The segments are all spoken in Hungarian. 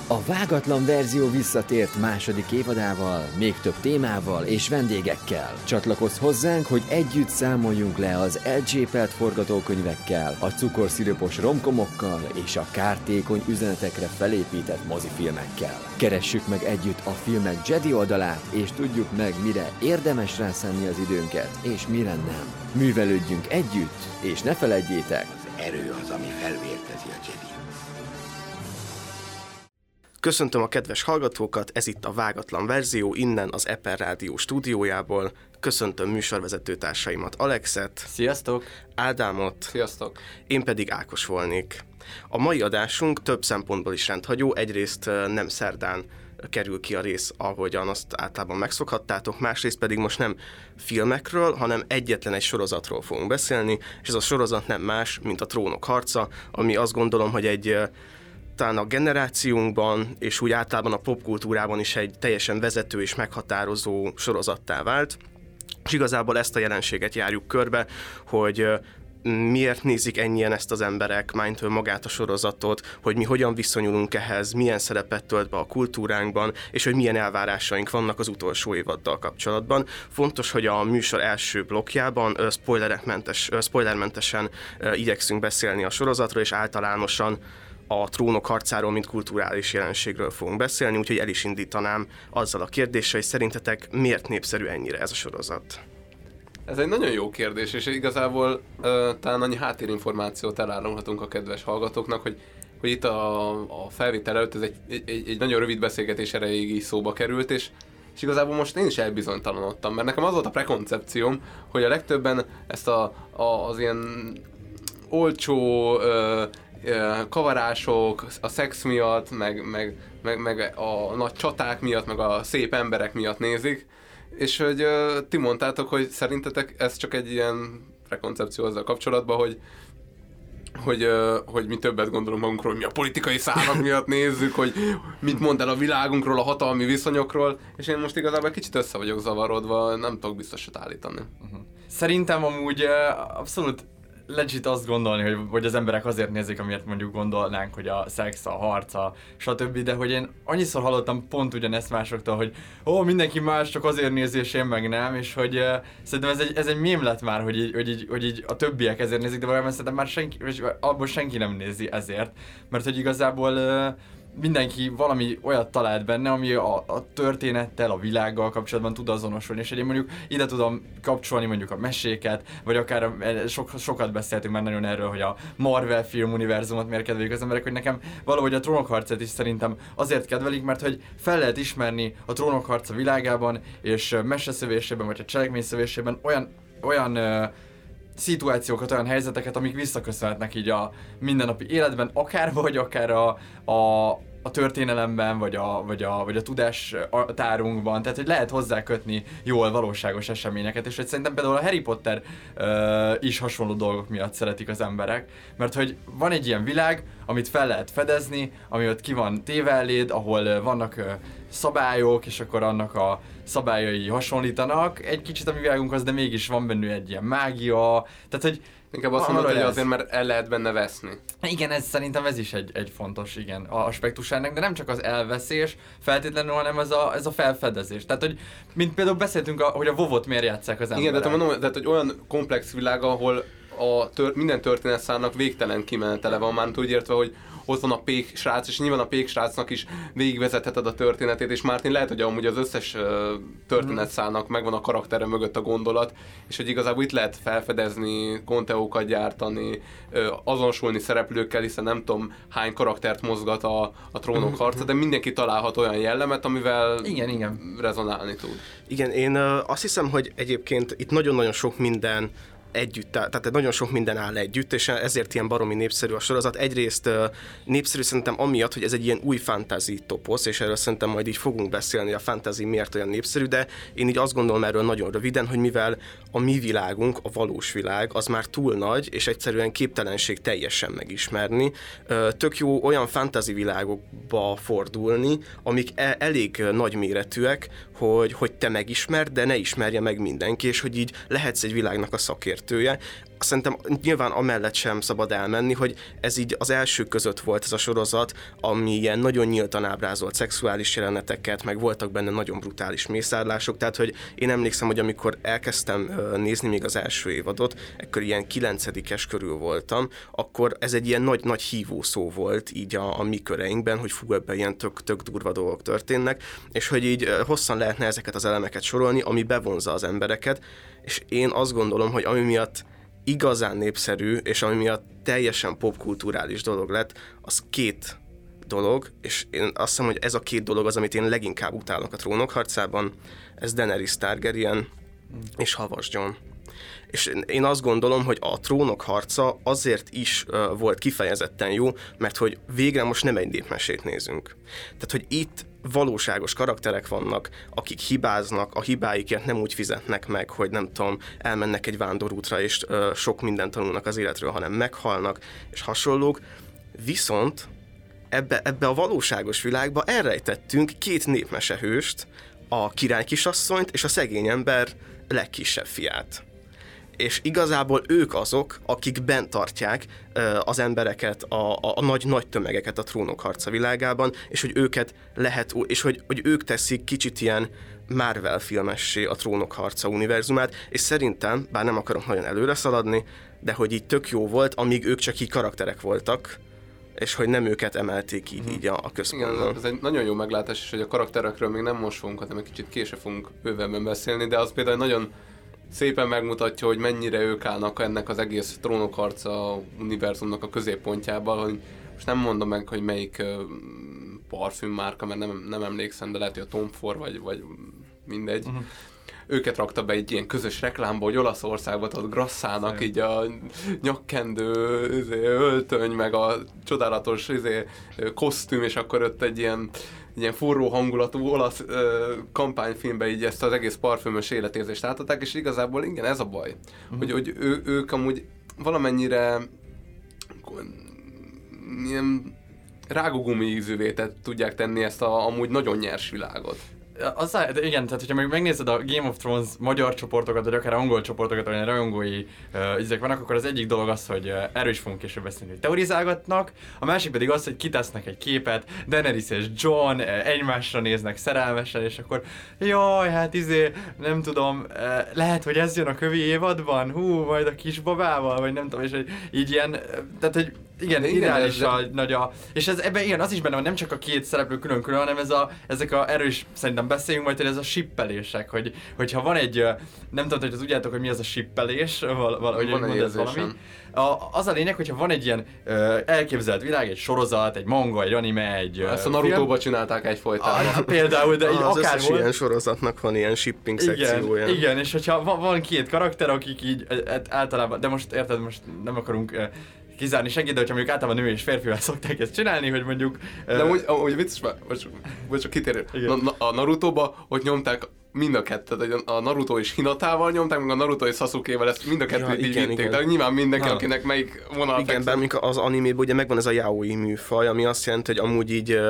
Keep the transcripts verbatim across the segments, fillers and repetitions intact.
A vágatlan verzió visszatért második évadával, még több témával és vendégekkel. Csatlakozz hozzánk, hogy együtt számoljunk le az elcsépelt forgatókönyvekkel, a cukorszirupos romkomokkal és a kártékony üzenetekre felépített mozifilmekkel. Keressük meg együtt a filmek Jedi oldalát, és tudjuk meg, mire érdemes rászánni az időnket, és mire nem. Művelődjünk együtt, és ne feledjétek, az erő az, ami felvértezi a Jedi. Köszöntöm a kedves hallgatókat, ez itt a vágatlan verzió, innen az Eper Rádió stúdiójából. Köszöntöm műsorvezető társaimat, Alexet. Sziasztok! Ádámot. Sziasztok! Én pedig Ákos volnék. A mai adásunk több szempontból is rendhagyó, egyrészt nem szerdán kerül ki a rész, ahogyan azt általában megszokhattátok, másrészt pedig most nem filmekről, hanem egyetlen egy sorozatról fogunk beszélni, és ez a sorozat nem más, mint a Trónok harca, ami azt gondolom, hogy egy talán a generációnkban, és úgy általában a popkultúrában is egy teljesen vezető és meghatározó sorozattá vált. És igazából ezt a jelenséget járjuk körbe, hogy miért nézik ennyien ezt az emberek, Mindhöl magát a sorozatot, hogy mi hogyan viszonyulunk ehhez, milyen szerepet tölt be a kultúránkban, és hogy milyen elvárásaink vannak az utolsó évaddal kapcsolatban. Fontos, hogy a műsor első blokkjában spoilermentes, spoilermentesen igyekszünk beszélni a sorozatról, és általánosan a Trónok harcáról, mint kulturális jelenségről fogunk beszélni, úgyhogy el is indítanám azzal a kérdéssel, hogy szerintetek miért népszerű ennyire ez a sorozat? Ez egy nagyon jó kérdés, és igazából uh, talán annyi háttérinformációt elárulhatunk a kedves hallgatóknak, hogy, hogy itt a, a felvétel előtt ez egy, egy, egy nagyon rövid beszélgetés erejéig is szóba került, és, és igazából most én is elbizonytalanodtam, mert nekem az volt a prekoncepcióm, hogy a legtöbben ezt a, a, az ilyen olcsó uh, kavarások, a szex miatt, meg, meg, meg, meg a nagy csaták miatt, meg a szép emberek miatt nézik, és hogy uh, ti mondtátok, hogy szerintetek ez csak egy ilyen prekoncepció azzal kapcsolatban, hogy hogy, uh, hogy mi többet gondolunk magunkról, hogy mi a politikai szálak miatt nézzük, hogy mit mond el a világunkról, a hatalmi viszonyokról, és én most igazából kicsit össze vagyok zavarodva, nem tudok biztosat állítani. Uh-huh. Szerintem amúgy uh, abszolút legit azt gondolni, hogy, hogy az emberek azért nézik, amiért mondjuk gondolnánk, hogy a szex, a harca, stb. De hogy én annyiszor hallottam pont ugyanezt másoktól, hogy ó, mindenki más csak azért nézi, és én meg nem, és hogy uh, szerintem ez egy, ez egy mém lett már, hogy így, hogy, így, hogy így a többiek ezért nézik, de valójában szerintem már senki, és abból senki nem nézi ezért, mert hogy igazából uh, mindenki valami olyat talált benne, ami a, a történettel, a világgal kapcsolatban tud azonosulni, és én mondjuk ide tudom kapcsolni mondjuk a meséket, vagy akár a, sok, sokat beszéltünk már nagyon erről, hogy a Marvel film univerzumot miért kedvelik az emberek, hogy nekem valahogy a Trónok harcát is szerintem azért kedvelik, mert hogy fel lehet ismerni a Trónok harca világában, és meseszövésében, vagy a cselekményszövésében olyan, olyan uh, szituációkat, olyan helyzeteket, amik visszaköszönhetnek így a mindennapi életben, akár vagy akár a, a, a történelemben, vagy a, vagy, a, vagy a tudás tárunkban, tehát hogy lehet hozzá kötni jól valóságos eseményeket, és hogy szerintem például a Harry Potter uh, is hasonló dolgok miatt szeretik az emberek, mert hogy van egy ilyen világ, amit fel lehet fedezni, ami ott ki van téve eléd, ahol uh, vannak uh, szabályok, és akkor annak a szabályai hasonlítanak egy kicsit a mi világunkhoz, de mégis van benne egy ilyen mágia, tehát hogy inkább azt mondod, hogy azért, mert el lehet benne veszni. Igen, ez szerintem ez is egy, egy fontos, igen, aspektus ennek, de nem csak az elveszés feltétlenül, hanem ez a, ez a felfedezés. Tehát, hogy mint például beszéltünk, a, hogy a WoW-ot miért játsszák az emberek. Igen, de mondom, tehát, hogy olyan komplex világ, ahol a tör, minden történetszálnak végtelen kimenetele van, már úgy értve, hogy ott van a pék srác, és nyilván a pék srácnak is végigvezetheted a történetét, és Mártin lehet, hogy amúgy az összes uh, történetszálnak megvan a karaktere mögött a gondolat, és hogy igazából itt lehet felfedezni, konteókat gyártani, uh, azonosulni szereplőkkel, hiszen nem tudom hány karaktert mozgat a, a Trónok harca, de mindenki találhat olyan jellemet, amivel igen, igen. rezonálni tud. Igen, én uh, azt hiszem, hogy egyébként itt nagyon-nagyon sok minden együtt, tehát nagyon sok minden áll együtt, és ezért ilyen baromi népszerű a sorozat. Egyrészt uh, népszerű szerintem amiatt, hogy ez egy ilyen új fantasy toposz, és erről szerintem majd így fogunk beszélni, a fantasy miért olyan népszerű, de én így azt gondolom erről nagyon röviden, hogy mivel a mi világunk, a valós világ, az már túl nagy, és egyszerűen képtelenség teljesen megismerni. Uh, tök jó olyan fantasy világokba fordulni, amik e- elég nagyméretűek, hogy, hogy te megismerd, de ne ismerje meg mindenki, és hogy így lehetsz egy világnak a szakértője. szerintem nyilván amellett sem szabad elmenni, hogy ez így az első között volt ez a sorozat, ami ilyen nagyon nyíltan ábrázolt szexuális jeleneteket, meg voltak benne nagyon brutális mészárlások, tehát hogy én emlékszem, hogy amikor elkezdtem nézni még az első évadot, ekkor ilyen kilencedikes körül voltam, akkor ez egy ilyen nagy, nagy hívószó volt így a, a mi köreinkben, hogy fú, ebben ilyen tök, tök durva dolgok történnek, és hogy így hosszan lehetne ezeket az elemeket sorolni, ami bevonza az embereket, és én azt gondolom, hogy ami miatt igazán népszerű, és ami miatt teljesen popkulturális dolog lett, az két dolog, és én azt hiszem, hogy ez a két dolog az, amit én leginkább utálok a Trónok harcában, ez Daenerys Targaryen mm. és Havas Jon. És én azt gondolom, hogy a Trónok harca azért is uh, volt kifejezetten jó, mert hogy végre most nem egy népmesét nézünk. Tehát, hogy itt valóságos karakterek vannak, akik hibáznak, a hibáikért nem úgy fizetnek meg, hogy nem tudom, elmennek egy vándorútra, és uh, sok mindent tanulnak az életről, hanem meghalnak, és hasonlók. Viszont ebbe, ebbe a valóságos világba elrejtettünk két népmesehőst, a királykisasszonyt és a szegény ember legkisebb fiát. És igazából ők azok, akik bent tartják uh, az embereket, a, a, a nagy-nagy tömegeket a Trónok harca világában, és hogy őket lehet, és hogy, hogy ők teszik kicsit ilyen Marvel filmessé a Trónok harca univerzumát, és szerintem, bár nem akarok nagyon előre szaladni, de hogy így tök jó volt, amíg ők csak így karakterek voltak, és hogy nem őket emelték így, így a, a központban. Igen, ez egy nagyon jó meglátás, és hogy a karakterekről még nem most fogunk, hanem egy kicsit később fogunk bővebben beszélni, de az például nagyon szépen megmutatja, hogy mennyire ők állnak ennek az egész Trónok harca univerzumnak a középpontjában, hogy most nem mondom meg, hogy melyik uh, parfümmárka, mert nem, nem emlékszem, de lehet, hogy a Tom Ford, vagy, vagy mindegy. Uh-huh. Őket rakta be egy ilyen közös reklámba, hogy Olaszországban ott grasszának Szépen. Így a nyakkendő, izé, öltöny, meg a csodálatos izé, kosztüm, és akkor ott egy ilyen ilyen forró hangulatú olasz ö, kampányfilmbe így ezt az egész parfümös életérzést átadták, és igazából igen, ez a baj, uh-huh. hogy, hogy ő, ők amúgy valamennyire ilyen rágógumi ízűvé tudják tenni ezt a amúgy nagyon nyers világot. Az, de igen, tehát hogyha meg megnézed a Game of Thrones magyar csoportokat, vagy akár angol csoportokat, vagy rajongói uh, izek vannak, akkor az egyik dolog az, hogy uh, erről is fogunk később beszélni, hogy teorizálgatnak, a másik pedig az, hogy kitesznek egy képet, Daenerys és Jon uh, egymásra néznek szerelmesen, és akkor jaj, hát izé, nem tudom, uh, lehet, hogy ez jön a kövi évadban, hú, majd a kisbabával, vagy nem tudom, és hogy így ilyen, uh, tehát hogy igen, ideálisan de... nagy a... És ez, ebben igen, az is benne van, nem csak a két szereplő külön-külön, hanem ez a, ezek a erős, szerintem beszéljünk majd, hogy ez a shippelések, hogy, hogyha van egy, nem tudom, hogy az úgy játok, hogy mi az a shippelés, val, val, hogy mond ez valami. A, az a lényeg, hogyha van egy ilyen uh, elképzelt világ, egy sorozat, egy manga, egy anime, egy uh, ezt a Narutóba csinálták egyfolytában. Ah, például, de ah, így akárhol. ilyen sorozatnak van ilyen shipping igen, szekciója. Igen, és hogyha van, van két karakter, akik így általában, de most érted, most nem akarunk uh, kizárni senkit, de hogyha mondjuk általában nő és férfivel szokták ezt csinálni, hogy mondjuk... De uh, úgy, úgy vicces már, most, most csak kitérő. Na, na, a Narutóba, hogy nyomták mind a kettőt, hogy a Naruto és Hinatával nyomták, meg a Naruto és Sasukéval ezt mind a kettőt ja, így igen, vitték, igen. De nyilván mindenki, ha. Akinek melyik vonal igen, bár az animében ugye megvan ez a yaoi műfaj, ami azt jelenti, hogy amúgy így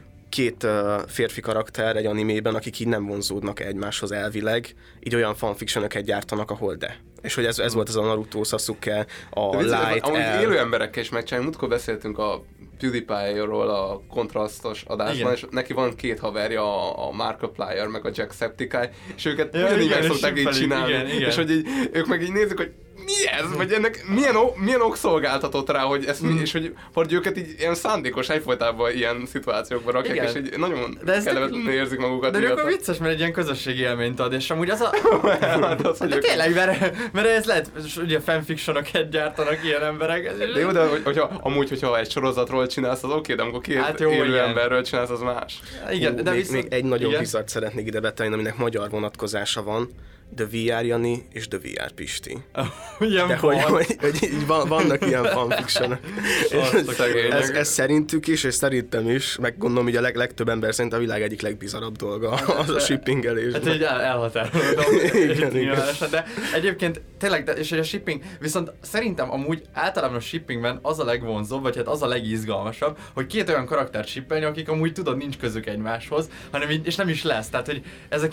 két uh, férfi karakter egy animében, akik így nem vonzódnak egymáshoz elvileg, így olyan fanfictionöket gyártanak, ahol de. És hogy ez, ez volt ez a Naruto, Sasuke, a Light, El... élő emberekkel is megcsinálni. Múltkor beszéltünk a PewDiePie-ról a kontrasztos adásban, igen. És neki van két haverja, a, a Markiplier, meg a Jacksepticeye, és őket ja, ugyanígy meg szokták így csinálni. Igen, igen. És hogy így, ők meg így nézik, hogy mi ez? Vagy ennek milyen, o, milyen ok szolgáltatott rá, hogy ezt, hmm. és hogy, hogy őket így ilyen szándékos egyfolytában ilyen szituációkban rakják, igen. És így nagyon kellemetlenül érzik magukat. De akkor vicces, mert egy ilyen közösségi élményt ad, és amúgy az a... az, de tényleg, mert, mert ez lehet, ugye fanfictionokat gyártanak ilyen emberek. De jó, de hogyha, amúgy, hogyha egy sorozatról csinálsz, az oké, de amikor két hát jó, élő igen. emberről csinálsz, az más. Igen, de még, viszont... még egy nagyon bizarrt szeretnék ide betenni, aminek magyar vonatkozása van. The vé er Jani és The vé er Pisti. Ilyen de hogy, hogy, hogy így van, vannak ilyen fanfictionok. ez, ez szerintük is, és szerintem is, meg gondolom, hogy a leg, legtöbb ember szerint a világ egyik legbizarabb dolga az a shippingelésben. Hát így el, elhatárolodom. igen, igen. De egyébként tényleg, de, és a shipping, viszont szerintem amúgy általában a shippingben az a legvonzóbb, vagy hát az a legizgalmasabb, hogy két olyan karaktert shippelni, akik amúgy tudod, nincs közük egymáshoz, hanem így, és nem is lesz. Tehát, hogy ezek ilyen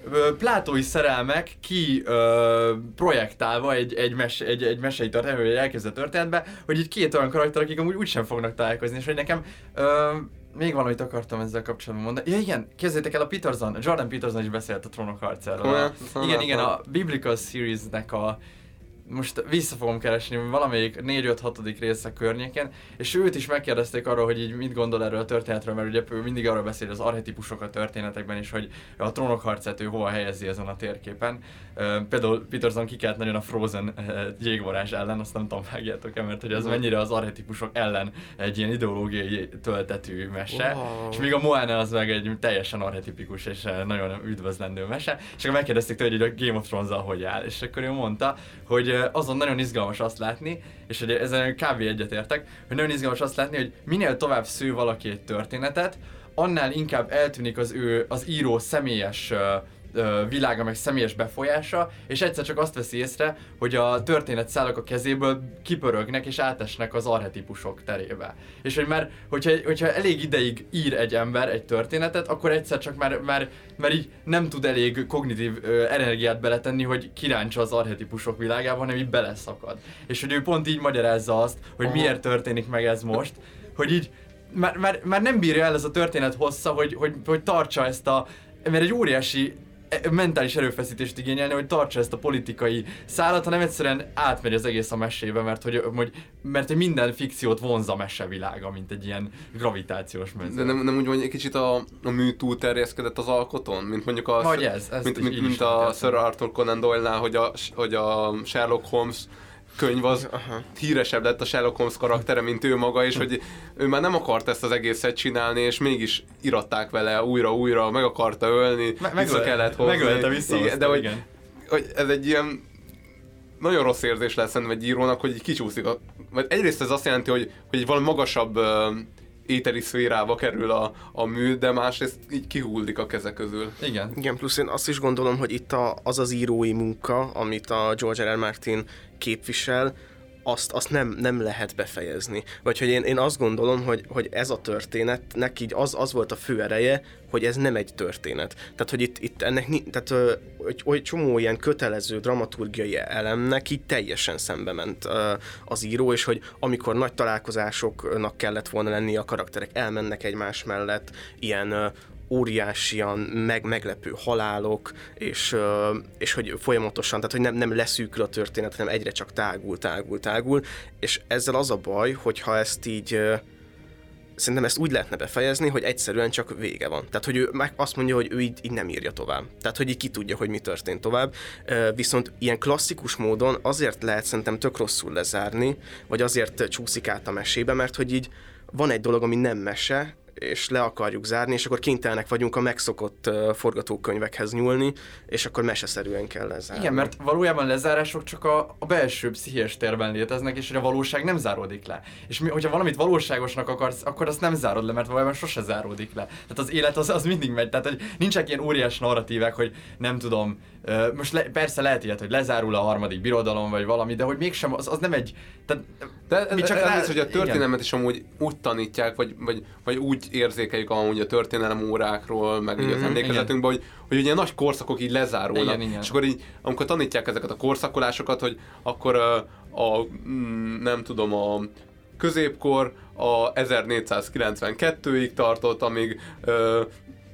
ö, plátói szerelmek ki ö, projektálva egy, egy, mes, egy, egy mesei történet, vagy egy elkezdett történetbe, hogy így két olyan karakter, akik amúgy úgysem fognak találkozni, és hogy nekem ö, még valamit akartam ezzel kapcsolatban mondani. Ja igen, képzeljétek el, a Peterson, Jordan Peterson is beszélt a Trónok harcáról. A, igen, igen, a Biblical Series-nek a most vissza fogom keresni valamelyik négy öt hatodik része környéken, és őt is megkérdezték arról, hogy így mit gondol erről a történetről, mert ugye ő mindig arról beszél az archetipusok a történetekben, és hogy a Trónok harcát ő hova helyezi ezen a térképen. Uh, például Peterson kikelt nagyon a Frozen uh, jégvarázs ellen, azt nem tudom, vágjátok-e, mert hogy az mennyire az archetipusok ellen egy ilyen ideológiai töltetű mese, wow. És még a Moana az meg egy teljesen archetipikus és nagyon üdvözlendő mese, és akkor megkérdezték tőle, hogy a Game of Thrones-al hogy áll, és akkor ő mondta, hogy azon nagyon izgalmas azt látni, és hogy ezen kb. Egyetértek, hogy nagyon izgalmas azt látni, hogy minél tovább sző valaki egy történetet, annál inkább eltűnik az ő, az író személyes uh, uh, világa, meg személyes befolyása, és egyszer csak azt veszi észre, hogy a történetszálak a kezéből kipörögnek és átesnek az archetipusok terébe. És hogy már, hogyha, hogyha elég ideig ír egy ember egy történetet, akkor egyszer csak már, már, már így nem tud elég kognitív ö, energiát beletenni, hogy kirántsa az archetipusok világában, hanem így beleszakad. És hogy ő pont így magyarázza azt, hogy Aha. miért történik meg ez most, hogy így már, már, már nem bírja el ez a történet hossza, hogy, hogy, hogy tartsa ezt a, mert egy óriási mentális erőfeszítést igényelni, hogy tartsa ezt a politikai szálat, hanem egyszerűen átmegy az egész a mesébe, mert hogy, hogy, mert hogy minden fikciót vonz a mesevilága, mint egy ilyen gravitációs mező. De nem, nem úgy, hogy egy kicsit a, a mű túl terjeszkedett az alkoton, mint mondjuk a, vagy ez, mint, mint, mint a Sir Arthur Conan Doyle-nál, hogy a, hogy a Sherlock Holmes könyv az Aha. híresebb lett a Sherlock Holmes karaktere, mint ő maga, és hogy ő már nem akart ezt az egészet csinálni, és mégis iratták vele újra-újra, meg akarta ölni, Me- vissza kellett hozni. Megölte, visszahozta, de hogy, igen. hogy ez egy ilyen nagyon rossz érzés lesz szerintem egy írónak, hogy így kicsúszik. A, mert egyrészt ez azt jelenti, hogy, hogy egy valami magasabb uh, éteri szférába kerül a, a mű, de másrészt így kihullik a keze közül. Igen. Igen, plusz én azt is gondolom, hogy itt a, az az írói munka, amit a George R. R. Martin képvisel, azt, azt nem, nem lehet befejezni. Vagy hogy én, én azt gondolom, hogy, hogy ez a történetnek így az, az volt a fő ereje, hogy ez nem egy történet. Tehát, hogy itt, itt ennek, tehát, hogy, hogy csomó ilyen kötelező dramaturgiai elemnek így teljesen szembe ment az író, és hogy amikor nagy találkozásoknak kellett volna lenni, a karakterek elmennek egymás mellett, ilyen óriásian meg, meglepő halálok, és, és hogy folyamatosan, tehát hogy nem, nem leszűkül a történet, hanem egyre csak tágul, tágul, tágul, és ezzel az a baj, hogyha ezt így, szerintem ezt úgy lehetne befejezni, hogy egyszerűen csak vége van. Tehát, hogy ő meg azt mondja, hogy ő így, így nem írja tovább. Tehát, hogy így ki tudja, hogy mi történt tovább. Viszont ilyen klasszikus módon azért lehet szerintem tök rosszul lezárni, vagy azért csúszik át a mesébe, mert hogy így van egy dolog, ami nem mese, és le akarjuk zárni, és akkor kénytelenek vagyunk a megszokott uh, forgatókönyvekhez nyúlni, és akkor meseszerűen kell lezárni. Igen, mert valójában lezárások csak a, a belső pszichés térben léteznek, és hogy a valóság nem záródik le. És mi, hogyha valamit valóságosnak akarsz, akkor azt nem zárod le, mert valójában sose záródik le. Tehát az élet az, az mindig megy, tehát hogy nincsenek ilyen óriás narratívek, hogy nem tudom, uh, most le, persze lehet ilyet, hogy lezárul a harmadik birodalom, vagy valami, de hogy mégsem, az, az nem egy... Tehát, de ez, csak ez, rá, ez, hogy a történelmet is amúgy úgy tanítják, vagy, vagy, vagy úgy érzékeljük amúgy a történelem órákról, meg mm-hmm, az emlékezetünkben, hogy, hogy ugye nagy korszakok így lezárulnak. Igen, igen. És akkor így, amikor tanítják ezeket a korszakolásokat, hogy akkor a, a nem tudom, a középkor a ezernégyszázkilencvenkettőig tartott, amíg ö,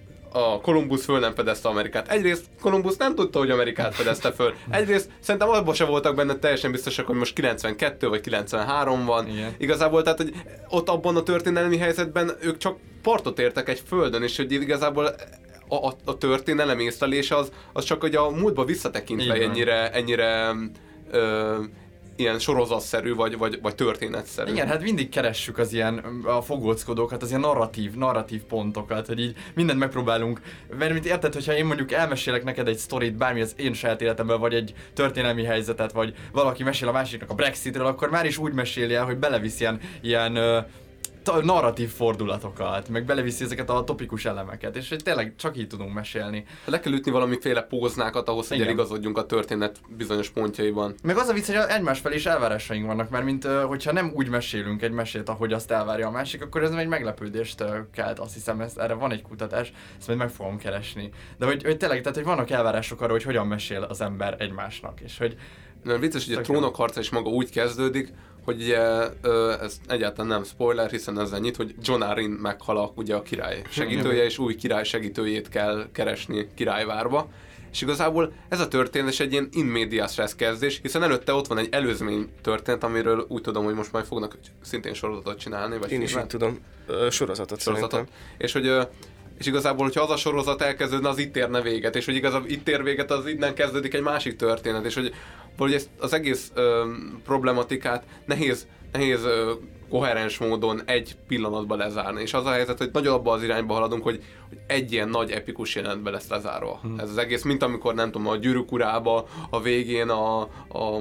a Kolumbusz föl nem fedezte Amerikát. Egyrészt Kolumbusz nem tudta, hogy Amerikát fedezte föl. Egyrészt szerintem abban sem voltak benne teljesen biztosak, hogy most kilencvenkettő vagy kilencvenhárom van. Igen. Igazából, tehát, hogy ott abban a történelmi helyzetben ők csak partot értek egy földön, és hogy igazából a, a, a történelem észlelése az, az csak hogy a múltba visszatekintve ennyire, ennyire ö, ilyen sorozatszerű, vagy, vagy, vagy történetszerű. Igen, hát mindig keressük az ilyen a fogóckodókat, az ilyen narratív, narratív pontokat, hogy így mindent megpróbálunk, mert mint érted, hogyha én mondjuk elmesélek neked egy sztorit, bármi az én saját életemben, vagy egy történelmi helyzetet, vagy valaki mesél a másiknak a Brexitről, akkor már is úgy meséli el, hogy belevisz ilyen, ilyen narratív fordulatokat, meg beleviszi ezeket a topikus elemeket, és hogy tényleg csak így tudunk mesélni. Le kell ütni valamiféle póznákat ahhoz, hogy eligazodjunk a történet bizonyos pontjaiban. Meg az a vicc, hogy egymás felé is elvárásaink vannak, mert mint hogyha nem úgy mesélünk egy mesét, ahogy azt elvárja a másik, akkor ez egy meglepődést kelt, azt hiszem, ez, erre van egy kutatás, ezt majd meg fogom keresni. De hogy, hogy tényleg, tehát hogy vannak elvárások arra, hogy hogyan mesél az ember egymásnak, és hogy Na, vicces, hogy a Trónok harca is maga úgy kezdődik, hogy ugye, ez egyáltalán nem spoiler, hiszen ezzel nyit, hogy Jon Arryn meghal ugye a király segítője, és új király segítőjét kell keresni Királyvárba. És igazából ez a történet egy ilyen in medias res kezdés, hiszen előtte ott van egy előzmény történet, amiről úgy tudom, hogy most majd fognak szintén sorozatot csinálni. Vagy Én is így tudom, sorozatot, sorozatot. És hogy és igazából, hogyha az a sorozat elkezdődne, az itt érne véget, és hogy igazából itt ér véget, az innen kezdődik egy másik történet, és hogy valahogy ezt az egész ö, problematikát nehéz, nehéz ö, koherens módon egy pillanatban lezárni, és az a helyzet, hogy nagyon abba az irányba haladunk, hogy, hogy egy ilyen nagy epikus jelentbe lesz lezárva. Hmm. Ez az egész, mint amikor nem tudom, a Gyűrűk urába a végén a, a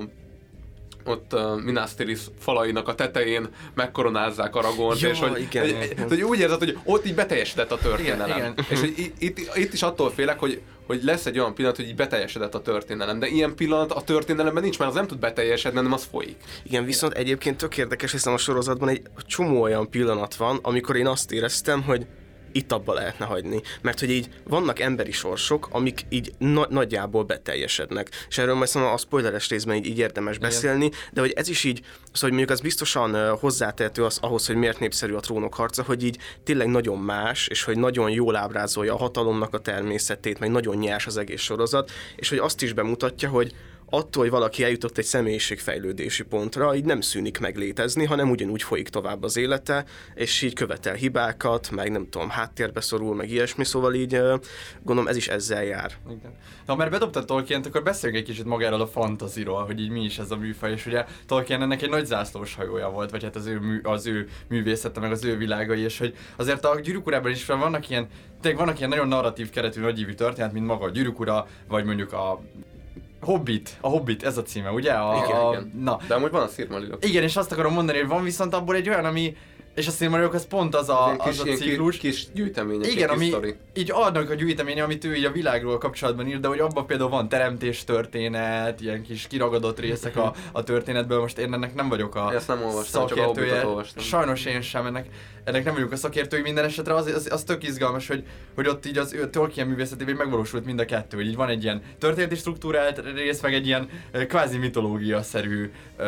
ott uh, Minas Tirith falainak a tetején megkoronázzák Aragornt, és hogy, igen, hogy, igen. hogy úgy érzed, hogy ott így beteljesedett a történelem. Igen, igen. És hogy itt, itt, itt is attól félek, hogy, hogy lesz egy olyan pillanat, hogy így beteljesedett a történelem, de ilyen pillanat a történelemben nincs, mert az nem tud beteljesedni, hanem az folyik. Igen, viszont egyébként tök érdekes, hiszen a sorozatban egy csomó olyan pillanat van, amikor én azt éreztem, hogy itt abba lehetne hagyni. Mert hogy így vannak emberi sorsok, amik így na- nagyjából beteljesednek. És erről majd szóval a spoileres részben így, így érdemes beszélni, de hogy ez is így, szóval hogy mondjuk az biztosan uh, hozzátehető az, ahhoz, hogy miért népszerű a Trónok harca, hogy így tényleg nagyon más, és hogy nagyon jól ábrázolja a hatalomnak a természetét, meg nagyon nyers az egész sorozat, és hogy azt is bemutatja, hogy attól, hogy valaki eljutott egy személyiségfejlődési pontra, így nem szűnik meg létezni, hanem ugyanúgy folyik tovább az élete, és így követel hibákat, meg nem tudom, háttérbe szorul, meg ilyesmi, szóval így gondolom ez is ezzel jár. Igen. Ha már bedobtad Tolkient, akkor beszéljünk egy kicsit magáról a fantasyról, hogy így mi is ez a műfaj, és ugye Tolkien ennek egy nagy zászlós hajója volt, vagy hát az ő, mű, az ő művészete, meg az ő világai, és hogy azért a Gyűrűk urában is vannak ilyen, tényleg vannak ilyen nagyon narratív keretű nagyívű történet, mint maga a Gyűrűk ura, vagy mondjuk a Hobbit, a Hobbit, ez a címe, ugye? A, igen, a, igen. Na. De amúgy van a Silmarillion. Igen, és azt akarom mondani, hogy van viszont abból egy olyan, ami, és a Silmarillion az pont az a, az kis, a ciklus. Kis, kis gyűjtemények, igen, ami sztori. Így adnak a gyűjteménye, amit ő így a világról kapcsolatban ír, de hogy abban például van teremtés történet, ilyen kis kiragadott részek a, a történetből, most én ennek nem vagyok a Ezt nem olvastam, szakértője. csak a olvastam. Sajnos én sem, ennek, ennek nem vagyok a szakértői, minden esetre az, az, az tök izgalmas, hogy, hogy ott így az ő Tolkien művészetében megvalósult mind a kettő, hogy így van egy ilyen történeti struktúrált rész, meg egy ilyen kvázi mitológia-szerű ö,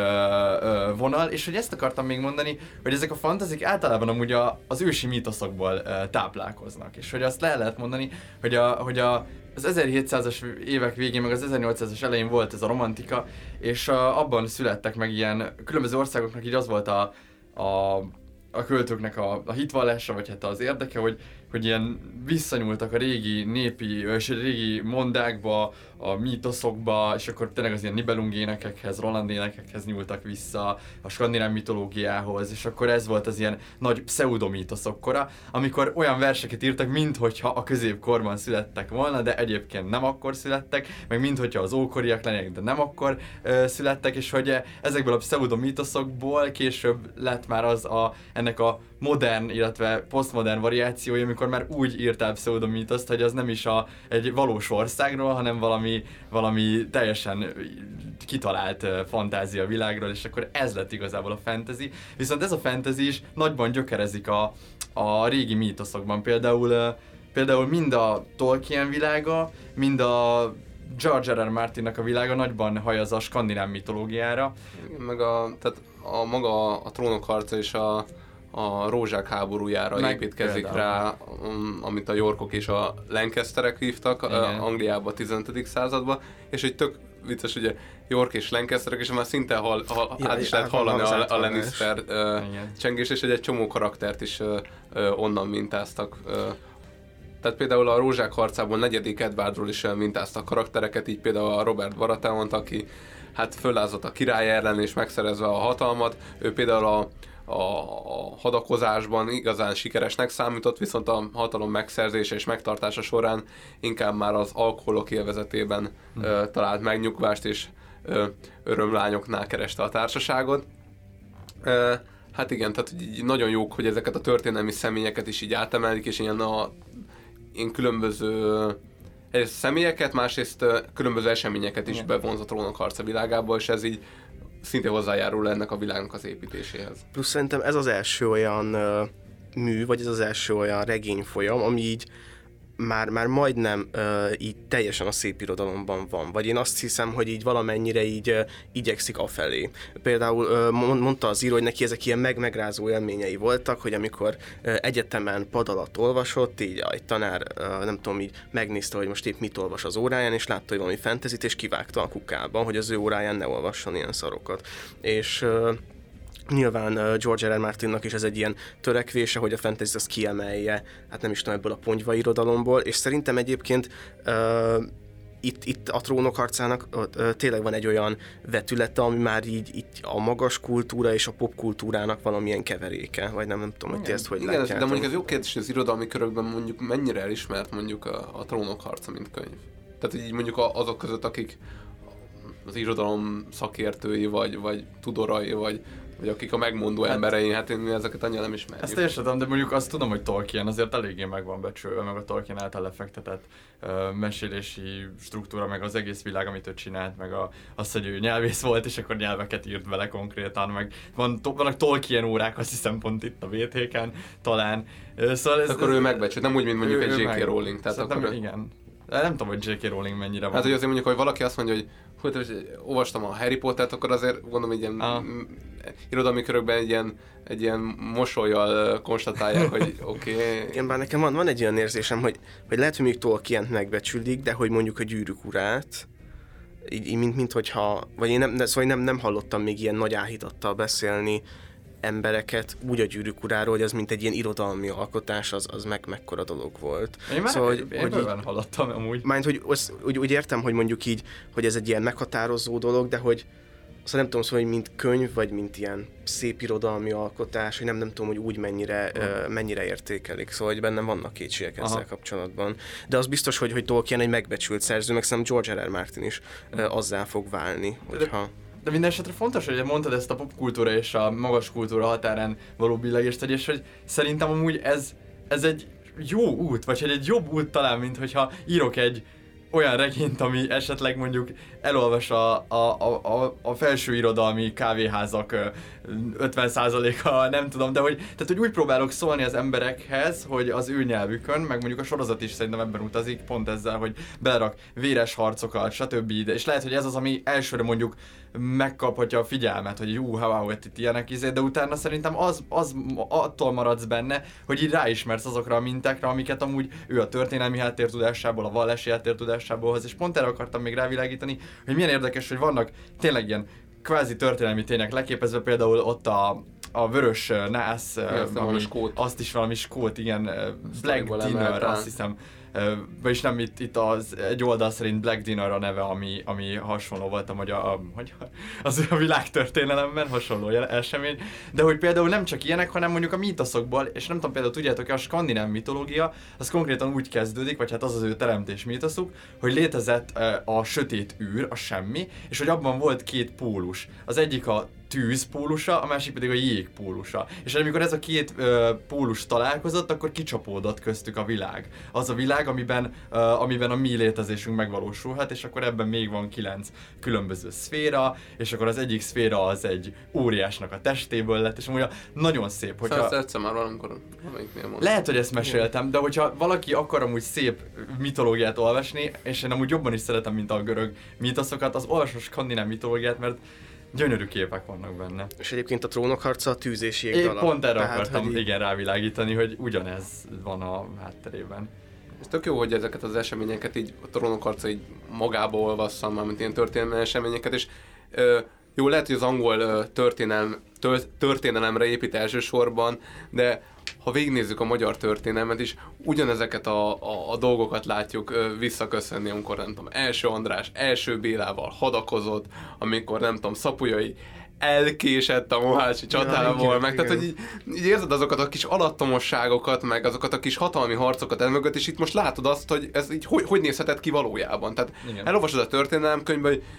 ö, vonal, és hogy ezt akartam még mondani, hogy ezek a fantaszik általában amúgy a, az ősi mítoszokból ö, táplálkoznak, és hogy azt le lehet mondani, hogy, a, hogy a, az ezerhétszázas évek végén, meg az ezernyolcszázas elején volt ez a romantika, és a, abban születtek meg ilyen különböző országoknak így az volt a, a, a költőknek a, a hitvallása, vagy hát az érdeke, hogy, hogy ilyen visszanyúltak a régi népi, és a régi mondákba, a mítoszokba, és akkor tényleg az ilyen Nibelung énekekhez, Roland énekekhez nyúltak vissza, a skandináv mitológiához, és akkor ez volt az ilyen nagy pseudomítoszok kora, amikor olyan verseket írtak, minthogyha a középkorban születtek volna, de egyébként nem akkor születtek, meg minthogyha az ókoriak lennének, de nem akkor ö, születtek, és hogy ezekből a pseudomítoszokból később lett már az a, ennek a modern, illetve posztmodern variációja, amikor már úgy írtál pseudomítoszt, hogy az nem is a, egy valós országról, hanem valami, valami teljesen kitalált fantázia világról, és akkor ez lett igazából a fantasy. Viszont ez a fantasy is nagyban gyökerezik a, a régi mítoszokban. Például, például mind a Tolkien világa, mind a George R R. Martinnak a világa nagyban hajaz a skandináv mitológiára. Meg a, tehát a maga a Trónok harca és a a rózsák háborújára meg építkezik például rá, um, amit a Yorkok és a Lancasterek hívtak uh, Angliában a tizenötödik században, és egy tök vicces, ugye York és Lancasterek, és már szinte hall, hall, ja, át is lehet hallani a, a Lannister uh, csengés, és egy csomó karaktert is uh, uh, onnan mintáztak. Uh, tehát például a Rózsák harcából negyedik Edwardról is mintáztak karaktereket, így például a Robert Baratheont, aki hát föllázott a király ellen és megszerezve a hatalmat, ő például a a hadakozásban igazán sikeresnek számított, viszont a hatalom megszerzése és megtartása során inkább már az alkoholok élvezetében hmm. ö, talált megnyugvást, és ö, örömlányoknál kereste a társaságot. Ö, Hát igen, tehát így nagyon jók, hogy ezeket a történelmi személyeket is így átemelik, és ilyen a ilyen különböző egyrészt személyeket, másrészt különböző eseményeket is bevonz a Trónok harca világába, és ez így szintén hozzájárul ennek a világnak az építéséhez. Plusz szerintem ez az első olyan uh, mű, vagy ez az első olyan regényfolyam, ami így már, már majdnem uh, így teljesen a szépirodalomban van. Vagy én azt hiszem, hogy így valamennyire így uh, igyekszik afelé. Például uh, mondta az író, hogy neki ezek ilyen meg-megrázó élményei voltak, hogy amikor uh, egyetemen pad alatt olvasott, így egy tanár, uh, nem tudom, így megnézte, hogy most épp mit olvas az óráján, és látta, hogy valami fantasyt, és kivágta a kukába, hogy az ő óráján ne olvasson ilyen szarokat. És uh, nyilván uh, George R. R. Martinnak is ez egy ilyen törekvése, hogy a fantasy azt kiemelje, hát nem is tudom, ebből a ponyva irodalomból, és szerintem egyébként uh, itt, itt a Trónok harcának uh, uh, tényleg van egy olyan vetülete, ami már így itt a magas kultúra és a popkultúrának valamilyen keveréke, vagy nem, nem tudom, hogy ti ezt hogy igen, látjátok. de mondjuk ez jó kérdés, hogy az irodalmi körökben mondjuk mennyire elismert mondjuk a, a Trónok harca, mint könyv. Tehát így mondjuk azok között, akik az irodalom szakértői, vagy, vagy tudorai, vagy vagy akik a megmondó hát, emberei, hát én ezeket annyira nem ismerjük. Ezt értem, de mondjuk azt tudom, hogy Tolkien azért eléggé meg van becsülve, meg a Tolkien által lefektetett uh, mesélési struktúra, meg az egész világ, amit ő csinált, meg a, az, hogy ő nyelvész volt, és akkor nyelveket írt vele konkrétan, meg van, to, vannak Tolkien órák, azt hiszem pont itt a vé té kán talán. Uh, szóval ez, akkor ez, ő megbecsült, nem úgy, mint mondjuk ő, egy jé ké Rowling. Tehát akkor ő... igen. Nem tudom, hogy jé ké Rowling mennyire van. Hát, hogy azért mondjuk, hogy valaki azt mondja, hogy hogy olvastam a Harry Pottert, akkor azért gondolom, egy ilyen ah. irodalmi körökben egy ilyen, egy ilyen mosollyal konstatálják, hogy oké. Okay. Igen, bár nekem van, van egy olyan érzésem, hogy, hogy lehet, hogy még Tolkient megbecsülik, de hogy mondjuk a Gyűrűk urát, így, így mint, mint hogyha, vagy én nem, szóval nem, nem hallottam még ilyen nagy áhítattal beszélni embereket úgy a Gyűrűk uráról, hogy az mint egy ilyen irodalmi alkotás, az, az meg mekkora dolog volt. Én már szóval, hogy, hogy így, hallottam amúgy. Mind, hogy az, úgy, úgy értem, hogy mondjuk így, hogy ez egy ilyen meghatározó dolog, de hogy szóval nem tudom, szóval, hogy mint könyv, vagy mint ilyen szép irodalmi alkotás, hogy nem, nem tudom, hogy úgy mennyire, uh, mennyire értékelik. Szóval, hogy bennem vannak kétségek ezzel Aha. kapcsolatban. De az biztos, hogy, hogy Tolkien egy megbecsült szerző, meg szerintem George R. R. Martin is uh, azzá fog válni, hogyha... De minden esetre fontos, hogy mondtad ezt a popkultúra és a magas kultúra határán való billegést, és hogy szerintem amúgy ez, ez egy jó út, vagy hogy egy jobb út talán, mint hogyha írok egy olyan regényt, ami esetleg mondjuk elolvas a, a, a, a felső irodalmi kávéházak ötven százaléka, nem tudom, de hogy, tehát, hogy úgy próbálok szólni az emberekhez, hogy az ő nyelvükön, meg mondjuk a sorozat is szerintem ebben utazik, pont ezzel, hogy belerak véres harcokat, stb. És lehet, hogy ez az, ami elsőre mondjuk megkaphatja a figyelmet, hogy jó, wow, itt ilyenek izé, de utána szerintem az, az attól maradsz benne, hogy így ráismersz azokra a mintákra, amiket amúgy ő a történelmi háttértudásából, a vallási háttértudásából hoz, és pont erre akartam még rávilágítani, hogy milyen érdekes, hogy vannak tényleg ilyen kvázi történelmi tények leképezve, például ott a a vörös nász, ami, azt is valami skót, igen, Black Dinner, azt hiszem, vagyis nem, itt, itt az egy oldal szerint Black Dinner a neve, ami, ami hasonló volt a magyar, a, az a világtörténelemben, hasonló esemény, de hogy például nem csak ilyenek, hanem mondjuk a mítoszokból, és nem tudom, például tudjátok, a skandináv mitológia, az konkrétan úgy kezdődik, vagy hát az az ő teremtés mítoszuk, hogy létezett a sötét űr, a semmi, és hogy abban volt két pólus. Az egyik a tűz pólusa, a másik pedig a jég pólusa. És amikor ez a két ö, pólus találkozott, akkor kicsapódott köztük a világ. Az a világ, amiben, ö, amiben a mi létezésünk megvalósulhat, és akkor ebben még van kilenc különböző szféra, és akkor az egyik szféra az egy óriásnak a testéből lett, és amúgy nagyon szép. Hogyha... Szóval egyszer már valamikor, valamiknél mondtam. Lehet, hogy ezt meséltem, de hogyha valaki akar amúgy szép mitológiát olvasni, és én amúgy jobban is szeretem, mint a görög mítoszokat, az olvas a skandináv mitológiát, mert gyönyörű képek vannak benne. És egyébként a Trónok harca a tűz és jég dala. Pont erre Tehát, akartam hogy... igen rávilágítani, hogy ugyanez van a hátterében. Ez tök jó, hogy ezeket az eseményeket így a Trónok harca így magába olvasszam, már mint ilyen történelmi eseményeket, és ö, jó, lehet, hogy az angol ö, történelem, tör, történelemre épít elsősorban, de ha végignézzük a magyar történelmet is, ugyanezeket a, a, a dolgokat látjuk ö, visszaköszönni, amikor nem tudom, első András, első Bélával hadakozott, amikor nem tudom, Szapulyai elkésett a mohácsi csatával, ja, meg igen. Tehát, hogy így, így érzed azokat a kis alattomosságokat, meg azokat a kis hatalmi harcokat elmögött, és itt most látod azt, hogy ez így hogy, hogy nézhetett ki valójában. Tehát igen. Elolvasod a történelemkönyvben, hogy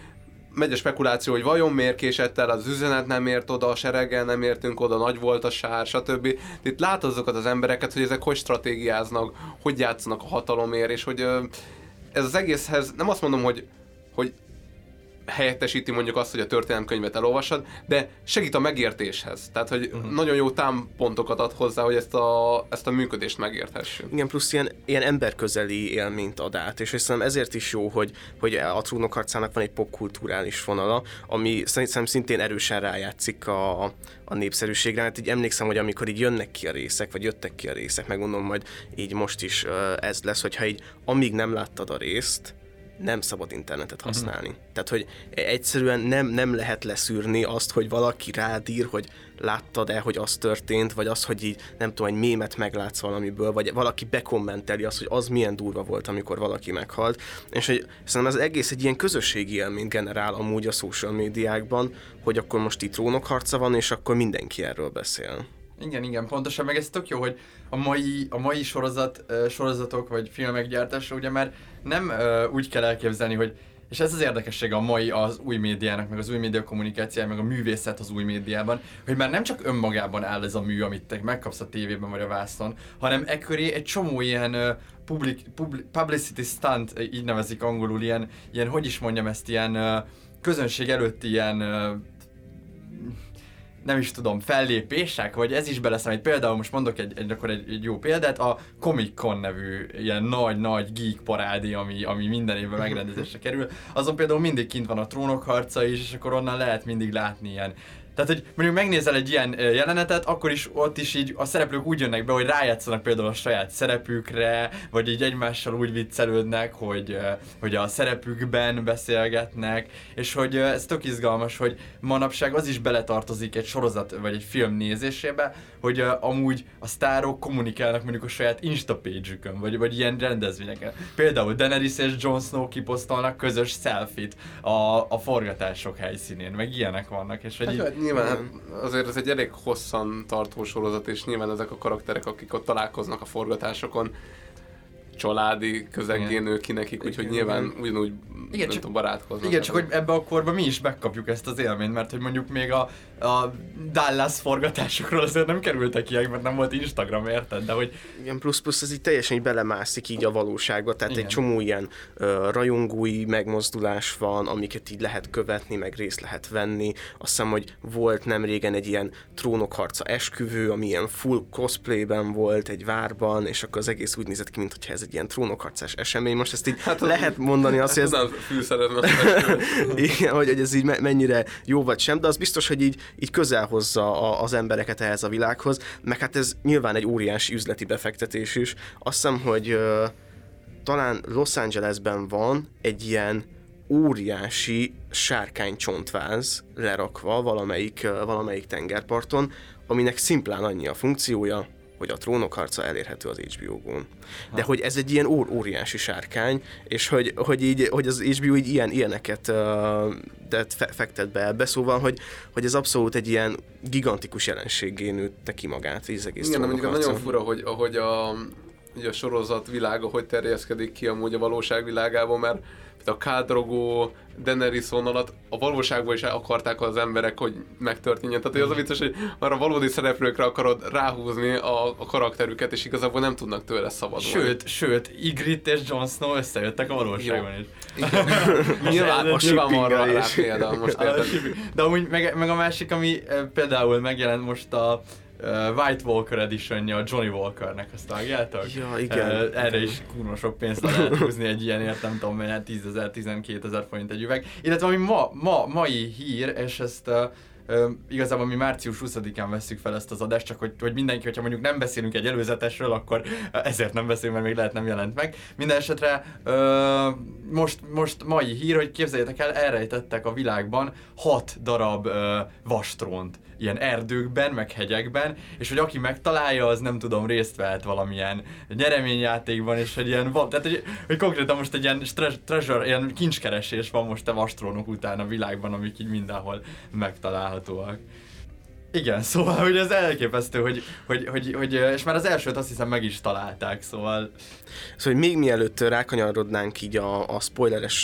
megy a spekuláció, hogy vajon miért késett el, az üzenet nem ért oda, a sereggel nem értünk oda, nagy volt a sár, stb. Itt látod azokat az embereket, hogy ezek hogy stratégiáznak, hogy játszanak a hatalomért, és hogy ez az egészhez, nem azt mondom, hogy, hogy helyettesíti mondjuk azt, hogy a történelemkönyvet elolvassad, de segít a megértéshez. Tehát, hogy uh-huh. nagyon jó támpontokat ad hozzá, hogy ezt a, ezt a működést megérthessük. Igen, plusz ilyen, ilyen emberközeli élményt ad át, és szerintem ezért is jó, hogy, hogy a Trónok harcának van egy popkulturális vonala, ami szerintem szintén erősen rájátszik a, a népszerűségre. Hát így emlékszem, hogy amikor így jönnek ki a részek, vagy jöttek ki a részek, megmondom, majd így most is ez lesz, hogyha így amíg nem láttad a részt, nem szabad internetet használni. Uh-huh. Tehát, hogy egyszerűen nem, nem lehet leszűrni azt, hogy valaki rád ír, hogy láttad-e, hogy az történt, vagy az, hogy így, nem tudom, egy mémet meglátsz valamiből, vagy valaki bekommenteli azt, hogy az milyen durva volt, amikor valaki meghalt. És hogy szerintem ez egész egy ilyen közösségi élményt generál amúgy a social médiákban, hogy akkor most itt trónokharca van, és akkor mindenki erről beszél. Igen, igen, pontosan, meg ez tök jó, hogy a mai, a mai sorozat, uh, sorozatok vagy filmek gyártása ugye már nem uh, úgy kell elképzelni, hogy és ez az érdekessége a mai az új médiának, meg az új média kommunikációjának, meg a művészet az új médiában, hogy már nem csak önmagában áll ez a mű, amit te megkapsz a tévében vagy a vászon, hanem ekköré egy csomó ilyen uh, public, public, publicity stunt, így nevezik angolul, ilyen, ilyen, hogy is mondjam ezt, ilyen uh, közönség előtti ilyen uh, nem is tudom, fellépések, vagy ez is beleszámít. Például most mondok egy, egy, akkor egy, egy jó példát, a Comic-Con nevű ilyen nagy-nagy geek parádi, ami, ami minden évben megrendezésre kerül, azon például mindig kint van a Trónok harca is, és akkor onnan lehet mindig látni ilyen. Tehát, hogy mondjuk megnézel egy ilyen jelenetet, akkor is ott is így a szereplők úgy jönnek be, hogy rájátszanak például a saját szerepükre, vagy így egymással úgy viccelődnek, hogy, hogy a szerepükben beszélgetnek, és hogy ez tök izgalmas, hogy manapság az is beletartozik egy sorozat vagy egy film nézésébe, hogy amúgy a sztárok kommunikálnak mondjuk a saját Insta page-ükön, vagy, vagy ilyen rendezvényeken. Például Daenerys és Jon Snow kiposztolnak közös selfie-t a, a forgatások helyszínén, meg ilyenek vannak, és hogy hát, így, nyilván hát azért ez egy elég hosszan tartó sorozat, és nyilván ezek a karakterek, akik ott találkoznak a forgatásokon, családi közegén nő ki nekik, úgyhogy nyilván ugyanúgy igen, nem tudom, barátkoznak. Igen, csak hogy ebbe a korban mi is megkapjuk ezt az élményt, mert hogy mondjuk még a, a Dallas forgatásokról azért nem kerültek ilyenek, mert nem volt Instagram, érted? De hogy... Igen, plusz-plusz ez így teljesen így belemászik így a valóságba, tehát igen. Egy csomó ilyen uh, rajongói megmozdulás van, amiket így lehet követni, meg részt lehet venni. Azt hiszem, hogy volt nem régen egy ilyen trónokharca esküvő, ami ilyen full cosplayben volt egy várban, és akkor az egész úgy nézett ki, mintha ez egy ilyen trónokharcás esemény. Most ezt így hát lehet mondani azt, hogy ez... igen, hogy, hogy ez így mennyire jó vagy sem, de az biztos, hogy így, így közel hozza a, az embereket ehhez a világhoz, meg hát ez nyilván egy óriási üzleti befektetés is. Azt hiszem, hogy uh, talán Los Angelesben van egy ilyen óriási sárkánycsontváz lerakva valamelyik, uh, valamelyik tengerparton, aminek szimplán annyi a funkciója, hogy a Trónok harca elérhető az há bé ó-gon. De hogy ez egy ilyen ó- óriási sárkány, és hogy, hogy, így, hogy az há bé ó így ilyen, ilyeneket uh, fe- fektet be ebbe, szóval, hogy, hogy ez abszolút egy ilyen gigantikus jelenséggé nőtte ki magát, így az egész igen, Trónok mondjuk harca. nagyon fura, hogy ahogy a, a sorozat világa, hogy terjeszkedik ki amúgy a valóság világában, mert a Khal Drogo, Daenerys vonalat a valóságban is akarták az emberek, hogy megtörténjen. Tehát hogy az a vicces, hogy arra valódi szereplőkre akarod ráhúzni a, a karakterüket, és igazából nem tudnak tőle szabadulni. Sőt, sőt, Ygritte és Jon Snow összejöttek a valóságban is. Nyilván, a nyilván arra rá például most érted. De amúgy meg, meg a másik, ami például megjelent most a Uh, White Walker editionja a Johnny Walkernek, azt vágjátok? Ja, igen. Uh, erre igen. Is kurva sok pénzt lehet húzni egy ilyenért, nem tudom, mert tízezer, tizenkétezer forint egy üveg. Illetve ami ma, ma, mai hír, és ezt uh, uh, igazából mi március huszadikán vesszük fel ezt az adást, csak hogy, hogy mindenki, hogyha mondjuk nem beszélünk egy előzetesről, akkor ezért nem beszélünk, mert még lehet nem jelent meg. Minden esetre uh, most, most mai hír, hogy képzeljétek el, elrejtettek a világban hat darab uh, vastrónt. Ilyen erdőkben, meg hegyekben, és hogy aki megtalálja, az nem tudom, részt vehet valamilyen nyereményjátékban, és hogy ilyen van, tehát hogy, hogy konkrétan most egy ilyen treasure, ilyen kincskeresés van most a vastrónok után a világban, amik így mindenhol megtalálhatóak. Igen, szóval, hogy ez elképesztő, hogy, hogy, hogy, hogy, és már az elsőt azt hiszem meg is találták, szóval... Szóval, hogy még mielőtt rákanyarodnánk így a, a spoileres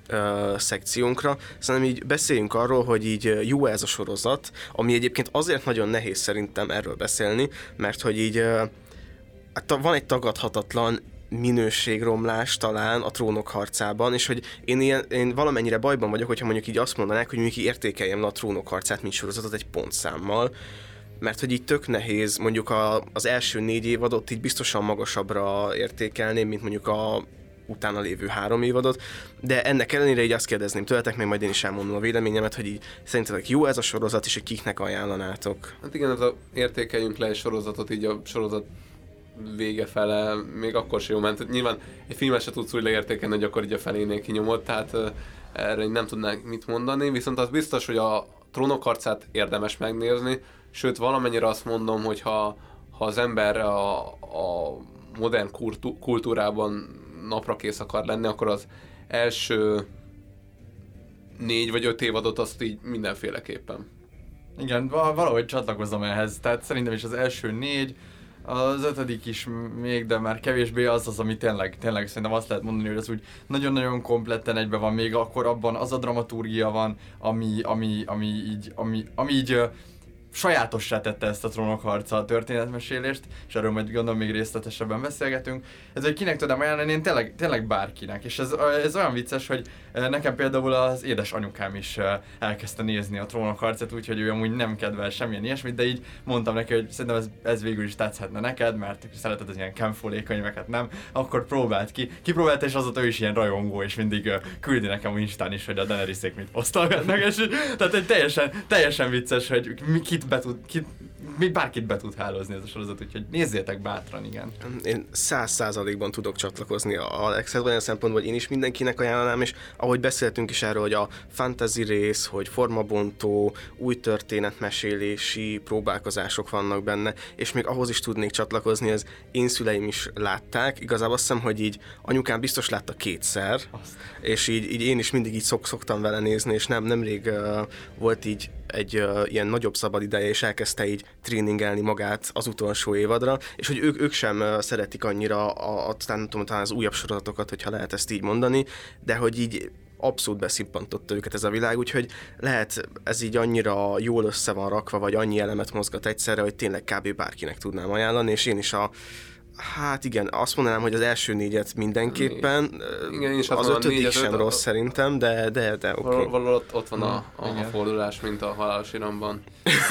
ö, szekciónkra, hanem így beszéljünk arról, hogy így jó ez a sorozat, ami egyébként azért nagyon nehéz szerintem erről beszélni, mert hogy így ö, hát van egy tagadhatatlan minőségromlás talán a Trónok harcában, és hogy én, ilyen, én valamennyire bajban vagyok, hogyha mondjuk így azt mondanák, hogy mondjuk értékeljem le a Trónok harcát, mint sorozatot egy pontszámmal, mert hogy így tök nehéz mondjuk a, az első négy évadot így biztosan magasabbra értékelném, mint mondjuk a utána lévő három évadot, de ennek ellenére így azt kérdezném tőletek, még majd én is elmondom a véleményemet, hogy így szerintetek jó ez a sorozat, és hogy kiknek ajánlanátok? Hát igen, ez a értékeljünk le egy sorozatot, így a sorozat vége fele, még akkor sem jó, mert nyilván egy filmet se tudsz úgy leértékelni, hogy akkor így a felénél kinyomod, tehát uh, erre nem tudnánk mit mondani, viszont az biztos, hogy a Trónok harcát érdemes megnézni, sőt valamennyire azt mondom, hogy ha, ha az ember a, a modern kultú, kultúrában naprakész akar lenni, akkor az első négy vagy öt évadot azt így mindenféleképpen. Igen, valahogy csatlakozom ehhez, tehát szerintem is az első négy, az ötödik is még, de már kevésbé az az, ami tényleg, tényleg szerintem azt lehet mondani, hogy az úgy nagyon-nagyon kompletten egybe van, még akkor abban az a dramaturgia van, ami, ami, ami így, ami, ami így sajátossá tette ezt a Trónok harca történetmesélést, és erről majd gondolom még részletesebben beszélgetünk. Ez, hogy kinek tudom ajánlani, én tényleg, tényleg bárkinek, és ez, ez olyan vicces, hogy nekem például az édes anyukám is elkezdte nézni a Trónok harcát, úgyhogy ő amúgy nem kedvel semmilyen ilyesmit, de így mondtam neki, hogy szerintem ez, ez végül is tetszhetne neked, mert szereted az ilyen Ken Follett könyveket, nem? Akkor próbáld ki. Kipróbálta, és azóta ő is ilyen rajongó, és mindig küldi nekem Instán is, hogy a Daenerys-ék mit posztolgatnak, és tehát egy teljesen, teljesen vicces, hogy kit be tud, kit, bárkit be tud hálózni ez a sorozat, úgyhogy nézzétek bátran, igen. Én száz százalékban tudok csatlakozni a Alexhez, olyan szempontból, hogy én is mindenkinek ajánlanám, és ahogy beszéltünk is erről, hogy a fantasy rész, hogy formabontó, új történetmesélési próbálkozások vannak benne, és még ahhoz is tudnék csatlakozni, az én szüleim is látták, igazából azt hiszem, hogy így anyukám biztos látta kétszer, azt. és így, így én is mindig így szok, szoktam vele nézni, és nem, nemrég uh, volt így egy uh, ilyen nagyobb szabad ideje, és elkezdte így tréningelni magát az utolsó évadra, és hogy ők, ők sem uh, szeretik annyira a, a, talán, tudom, talán az újabb sorozatokat, hogyha lehet ezt így mondani, de hogy így abszolút beszippantotta őket ez a világ, úgyhogy lehet ez így annyira jól össze van rakva, vagy annyi elemet mozgat egyszerre, hogy tényleg kb. Bárkinek tudnám ajánlani, és én is a hát igen, azt mondanám, hogy az első négyet mindenképpen, igen, és az ötödik négyet, sem öt, rossz a... szerintem, de, de, de oké. Okay. Valahol ott, ott van a, a, a fordulás, mint a halálos iramban.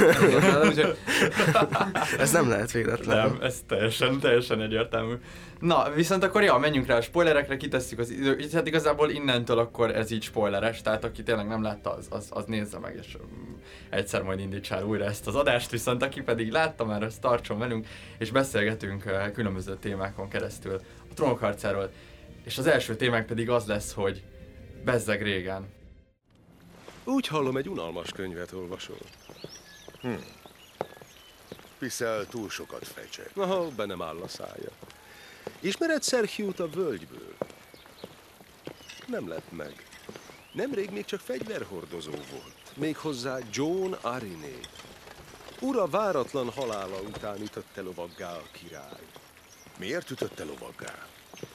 Ez nem lehet véletlen. Nem, ez teljesen, teljesen egyértelmű. Na, viszont akkor ja, menjünk rá a spoilerekre, kitesszük az időt. Hát igazából innentől akkor ez így spoileres, tehát aki tényleg nem látta, az, az, az nézze meg, és um, egyszer majd indítsál újra ezt az adást, viszont aki pedig látta már, azt tartson velünk, és beszélgetünk uh, különböző témákon keresztül a Trónok harcáról. És az első témánk pedig az lesz, hogy bezzeg régen. Úgy hallom, egy unalmas könyvet olvasol. Hm. Piszel túl sokat fecseg. Aha, be nem áll a szája. Ismered Sir Hugh-t a völgyből? Nem lett meg. Nemrég még csak fegyverhordozó volt. Méghozzá Jon Arryn-é. Ura váratlan halála után ütötte lovaggá a király. Miért ütötte lovaggá?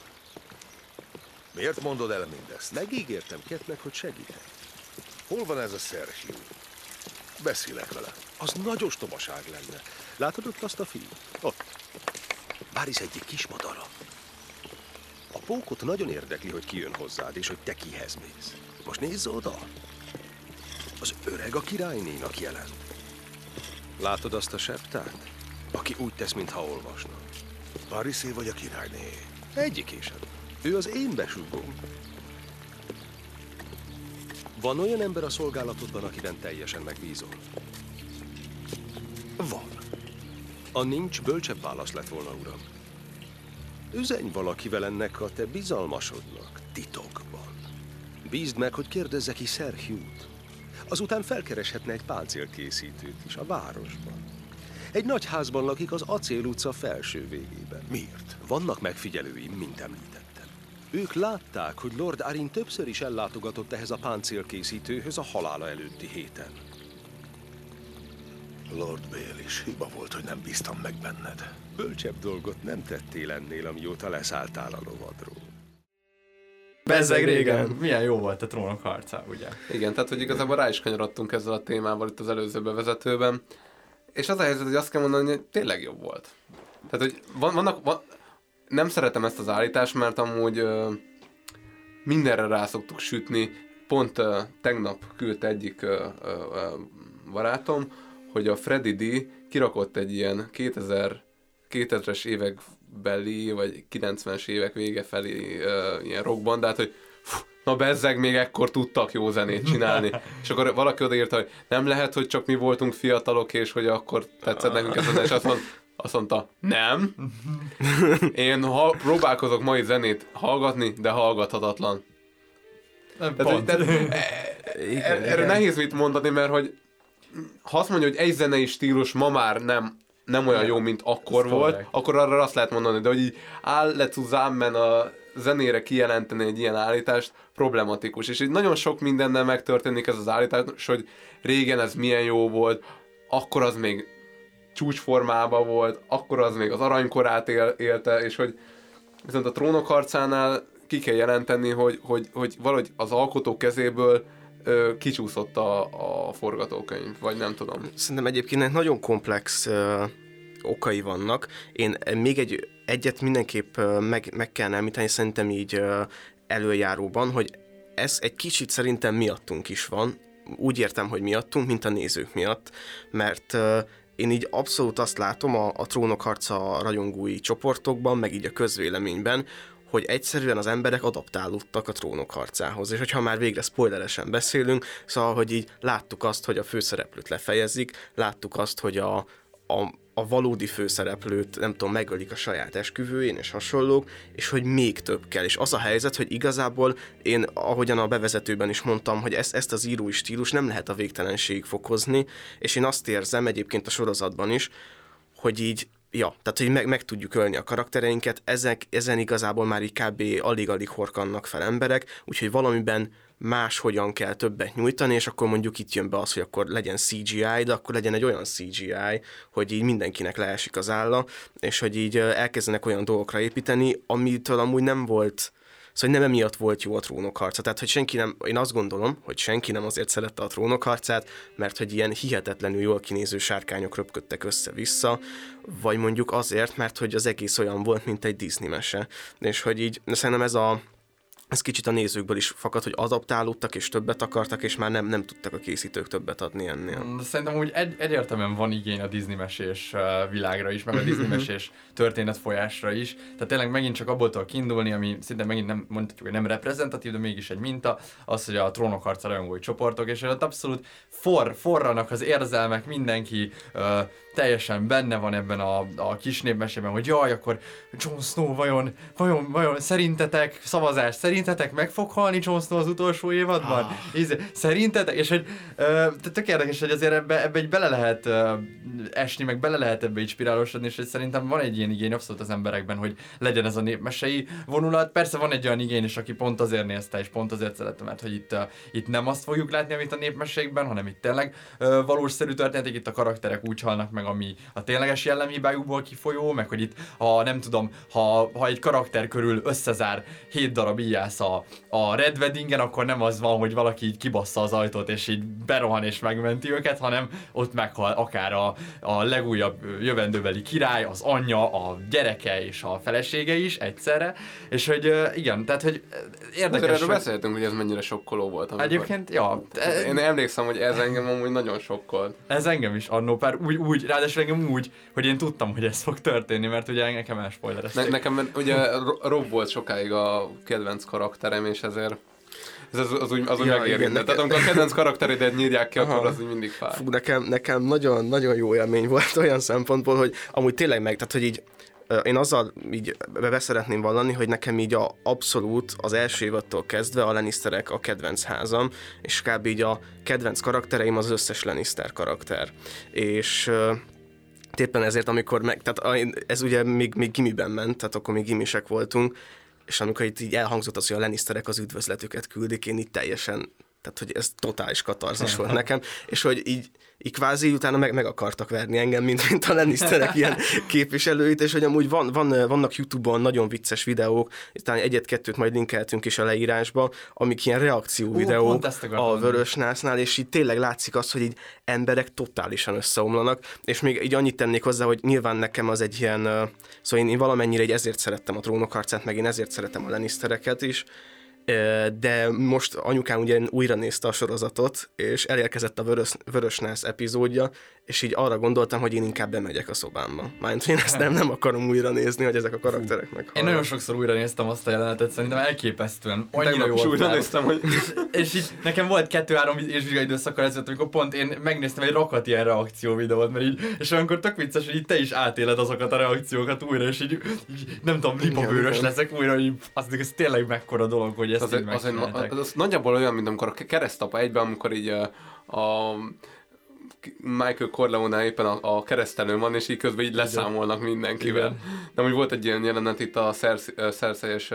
Miért mondod el mindezt? Megígértem Ketnek, hogy segítek. Hol van ez a Sir Hugh? Beszélek vele. Az nagy ostobaság lenne. Látod ott azt a fiút? Ott. Varys egyik kismadara. A pókot nagyon érdekli, hogy ki jön hozzád, és hogy te kihez mész. Most nézz oda! Az öreg a királynénak jelent. Látod azt a septát? Aki úgy tesz, mintha olvasna. Varysé vagy a királyné? Egyik sem. Ő az én besúgóm. Van olyan ember a szolgálatodban, akiben teljesen megbízol? Van. A nincs, bölcsebb válasz lett volna, uram. Üzenj valakivel ennek a te bizalmasodnak, titokban. Bízd meg, hogy kérdezze ki Sir Hugh-t. Azután felkereshetne egy páncélkészítőt is a városban. Egy nagy házban lakik az Acél utca felső végében. Miért? Vannak megfigyelőim, mint említettem. Ők látták, hogy Lord Arryn többször is ellátogatott ehhez a páncélkészítőhöz a halála előtti héten. Lord Baelish, hiba volt, hogy nem bíztam meg benned. Bölcsebb dolgot nem tettél ennél, amióta leszálltál a lovadról. Bezzeg régen. Milyen jó volt a Trónok harca, ugye? Igen, tehát hogy igazából rá is kanyarodtunk ezzel a témával itt az előző bevezetőben. És az a helyzet, hogy azt kell mondani, hogy tényleg jobb volt. Tehát, hogy van, vannak, van, nem szeretem ezt az állítást, mert amúgy ö, mindenre rá szoktuk sütni. Pont ö, tegnap küldte egyik ö, ö, ö, barátom, hogy a Freddy D kirakott egy ilyen kétezer, kétezres évekbeli, vagy kilencvenes évek vége felé ö, ilyen rockbandát, hogy fú, na bezzeg, még ekkor tudtak jó zenét csinálni. És akkor valaki odaírta, hogy nem lehet, hogy csak mi voltunk fiatalok, és hogy akkor tetszett nekünk ez a és azt mondta, azt mondta, nem. Én ha, próbálkozok mai zenét hallgatni, de hallgathatatlan. Nem Tehát, pont. tehát, igen, erre igen. Nehéz mit mondani, mert hogy ha azt mondja, hogy egy zenei stílus ma már nem, nem olyan jó, mint akkor ez volt, correct. Akkor arra azt lehet mondani, de hogy így áll le zusammen a zenére kijelenteni egy ilyen állítást, problematikus. És így nagyon sok mindennel megtörténik ez az állítás, hogy régen ez milyen jó volt, akkor az még csúcsformában volt, akkor az még az aranykorát él, élte, és hogy viszont a Trónok harcánál ki kell jelenteni, hogy, hogy, hogy valahogy az alkotó kezéből ö, kicsúszott a, a forgatókönyv, vagy nem tudom. Szerintem egyébként nagyon komplex ö, okai vannak. Én még egy, egyet mindenképp ö, meg, meg kell említeni, szerintem így ö, előjáróban, hogy ez egy kicsit szerintem miattunk is van. Úgy értem, hogy miattunk, mint a nézők miatt, mert ö, én így abszolút azt látom a, a Trónok harca rajongói csoportokban, meg így a közvéleményben, hogy egyszerűen az emberek adaptálódtak a Trónok harcához. És hogyha már végre spoileresen beszélünk, szóval, hogy így láttuk azt, hogy a főszereplőt lefejezik, láttuk azt, hogy a, a, a valódi főszereplőt, nem tudom, megölik a saját esküvőjén, és hasonlók, és hogy még több kell. És az a helyzet, hogy igazából én, ahogyan a bevezetőben is mondtam, hogy ezt, ezt az írói stílus nem lehet a végtelenségig fokozni, és én azt érzem egyébként a sorozatban is, hogy így ja, tehát, hogy meg, meg tudjuk ölni a karaktereinket, ezek, ezen igazából már így kb. alig-alig horkannak fel emberek, úgyhogy valamiben máshogyan kell többet nyújtani, és akkor mondjuk itt jön be az, hogy akkor legyen cé gé í, de akkor legyen egy olyan cé gé í, hogy így mindenkinek leesik az álla, és hogy így elkezdenek olyan dolgokra építeni, amitől amúgy nem volt, szóval nem emiatt volt jó a Trónok harca. Tehát, hogy senki nem, én azt gondolom, hogy senki nem azért szerette a Trónok harcát, mert hogy ilyen hihetetlenül jól kinéző sárkányok röpködtek össze-vissza, vagy mondjuk azért, mert hogy az egész olyan volt, mint egy Disney mese. És hogy így, szerintem ez a ez kicsit a nézőkből is fakad, hogy adaptálódtak és többet akartak, és már nem, nem tudtak a készítők többet adni ennél. Szerintem úgy egy, egyértelműen van igény a Disney mesés világra is, meg a Disney mesés történetfolyásra is. Tehát tényleg megint csak abból tudok kiindulni, ami szinte megint nem mondhatjuk, hogy nem reprezentatív, de mégis egy minta, az, hogy a Trónok harca rajongói csoportok, és ott abszolút for, forranak az érzelmek, mindenki uh, teljesen benne van ebben a, a kis népmesében, hogy jaj, akkor Jon Snow vajon, vajon, vajon szerintetek, szavazás, szerintetek meg fog halni Jon Snow az utolsó évadban? Ah. Szerintetek? És hogy uh, tök érdekes, hogy azért ebbe, ebbe így bele lehet uh, esni, meg bele lehet ebbe inspirálósodni, és hogy szerintem van egy ilyen igény abszolút az emberekben, hogy legyen ez a népmesei vonulat. Persze van egy olyan igény is, aki pont azért nézte, és pont azért szerette, mert hogy itt, uh, itt nem azt fogjuk látni, amit a népmesékben, hanem itt tényleg uh, valószerű történetek, itt a karakterek úgy halnak meg, ami a tényleges jellemhibájukból kifolyó, meg hogy itt, ha nem tudom, ha, ha egy karakter körül összezár hét darab íjász a, a Red Weddingen, akkor nem az van, hogy valaki így kibassza az ajtót, és így berohan és megmenti őket, hanem ott meghal akár a, a legújabb jövendőbeli király, az anyja, a gyereke és a felesége is egyszerre, és hogy igen, tehát hogy érdekes. Erről beszéltünk, hogy ez mennyire sokkoló volt. Amikor... Egyébként, ja. Én emlékszem, hogy ez engem amúgy nagyon sokkolt. Ez engem is annó pár úgy, úgy, ráadásul engem úgy, hogy én tudtam, hogy ez fog történni, mert ugye nekem elspoilerezték. Ne, nekem ugye Rob volt sokáig a kedvenc karakterem, és ezért ez az, az úgy, az úgy ja, megérintett. Tehát amikor a kedvenc karakteredet nyírják ki, akkor az úgy mindig fáj. Fú, nekem, nekem nagyon, nagyon jó élmény volt olyan szempontból, hogy amúgy tényleg meg, tehát hogy így én azzal így beszeretném vallani, hogy nekem így a abszolút az első évattól kezdve a Lannisterek a kedvenc házam, és kb. Így a kedvenc karaktereim az összes Lannister karakter. És éppen ezért, amikor meg, tehát ez ugye még, még gimiben ment, tehát akkor még gimisek voltunk, és amikor itt így elhangzott az, hogy a Lannisterek az üdvözletüket küldik, én itt teljesen, Tehát, hogy ez totális katarzis volt nekem, és hogy így, így kvázi utána meg, meg akartak verni engem, mint, mint a Lannisterek ilyen képviselőit, és hogy amúgy van, van, vannak YouTube-on nagyon vicces videók, talán egyet-kettőt majd linkeltünk is a leírásba, amik ilyen reakció videók a Vörösnásznál, és így tényleg látszik az, hogy így emberek totálisan összeomlanak, és még így annyit tennék hozzá, hogy nyilván nekem az egy ilyen, szóval én, én valamennyire így ezért szerettem a Trónok harcát, meg én ezért szeretem a Lannistereket is, de most anyukám ugye újra nézte a sorozatot, és elérkezett a Vörös, Vörösnász epizódja, és így arra gondoltam, hogy én inkább bemegyek a szobámba. Mármint én ezt nem, nem akarom újra nézni, hogy ezek a karakterek meghalnak. Én nagyon sokszor újra néztem azt a jelenetet, szerintem elképesztően. Annyira jól újra néztem, hogy... és így nekem volt kettő-három évvizsgai időszakkal ezelőtt, amikor pont én megnéztem egy rakat ilyen reakció videót, mert így, és olyankor tök vicces, hogy így te is átéled azokat a reakciókat újra, és így, így nem tudom, lipabőrös leszek újra, hogy az, ez tényleg mekkora dolog, hogy ezt az, így az, az, az nagyjából olyan, mint amikor a keresztapa egyben, amikor így a, a Michael Corleone éppen a, a keresztelőn van, és így közben így leszámolnak mindenkivel. Igen. De úgy volt egy ilyen jelenet itt a Cersei-es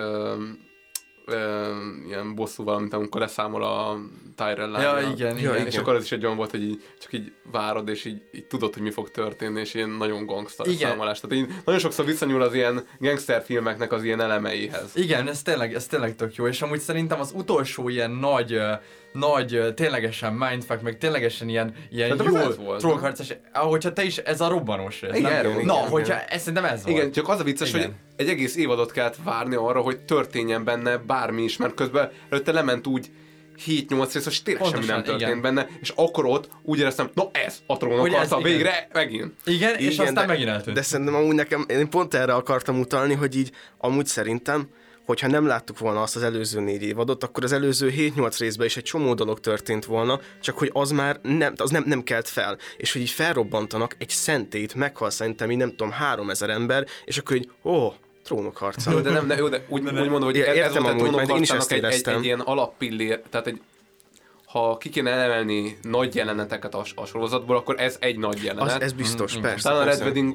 ilyen bosszú valamint, amikor leszámol a Tyrell lánya. Ja, igen, ja, igen. És akkor az is egy olyan volt, hogy így, csak így várod, és így, így tudod, hogy mi fog történni, és ilyen nagyon gangster számolás. Tehát így nagyon sokszor visszanyúl az ilyen gangster filmeknek az ilyen elemeihez. Igen, ez tényleg, ez tényleg tök jó, és amúgy szerintem az utolsó ilyen nagy, nagy, ténylegesen mindfuck, meg ténylegesen ilyen, ilyen jó trónokharcos, ahogyha te is, ez a robbanós rész, igen, nem? Igen, Na, igen, hogyha igen. ez szerintem ez volt. Igen, csak az a vicces, igen. hogy egy egész évadot kellett várni arra, hogy történjen benne bármi is, mert közben előtte lement úgy hét-nyolc rész, és tényleg semmi nem történt igen. benne, és akkor ott úgy éreztem, na ez a Trónok harca, végre megint. Igen, és igen, aztán de, megint eltűnt. De szerintem amúgy nekem, én pont erre akartam utalni, hogy így amúgy szerintem, hogyha nem láttuk volna azt az előző négy évadot, akkor az előző hét-nyolc részben is egy csomó dolog történt volna, csak hogy az már nem, az nem, nem kelt fel. És hogy így felrobbantanak egy szentét, meghal szerintem így nem tudom, háromezer ember, és akkor így, ó, oh, Trónok harca. Jó, de nem, de, jó, de úgy, úgy mondom, hogy értem ez volt amúgy, a Trónok harcának egy, egy, egy ilyen alappillér, tehát egy ha ki kéne emelni nagy jeleneteket a, a sorozatból, akkor ez egy nagy jelenet. Az, ez biztos, mm, persze. Talán a Red persze. Wedding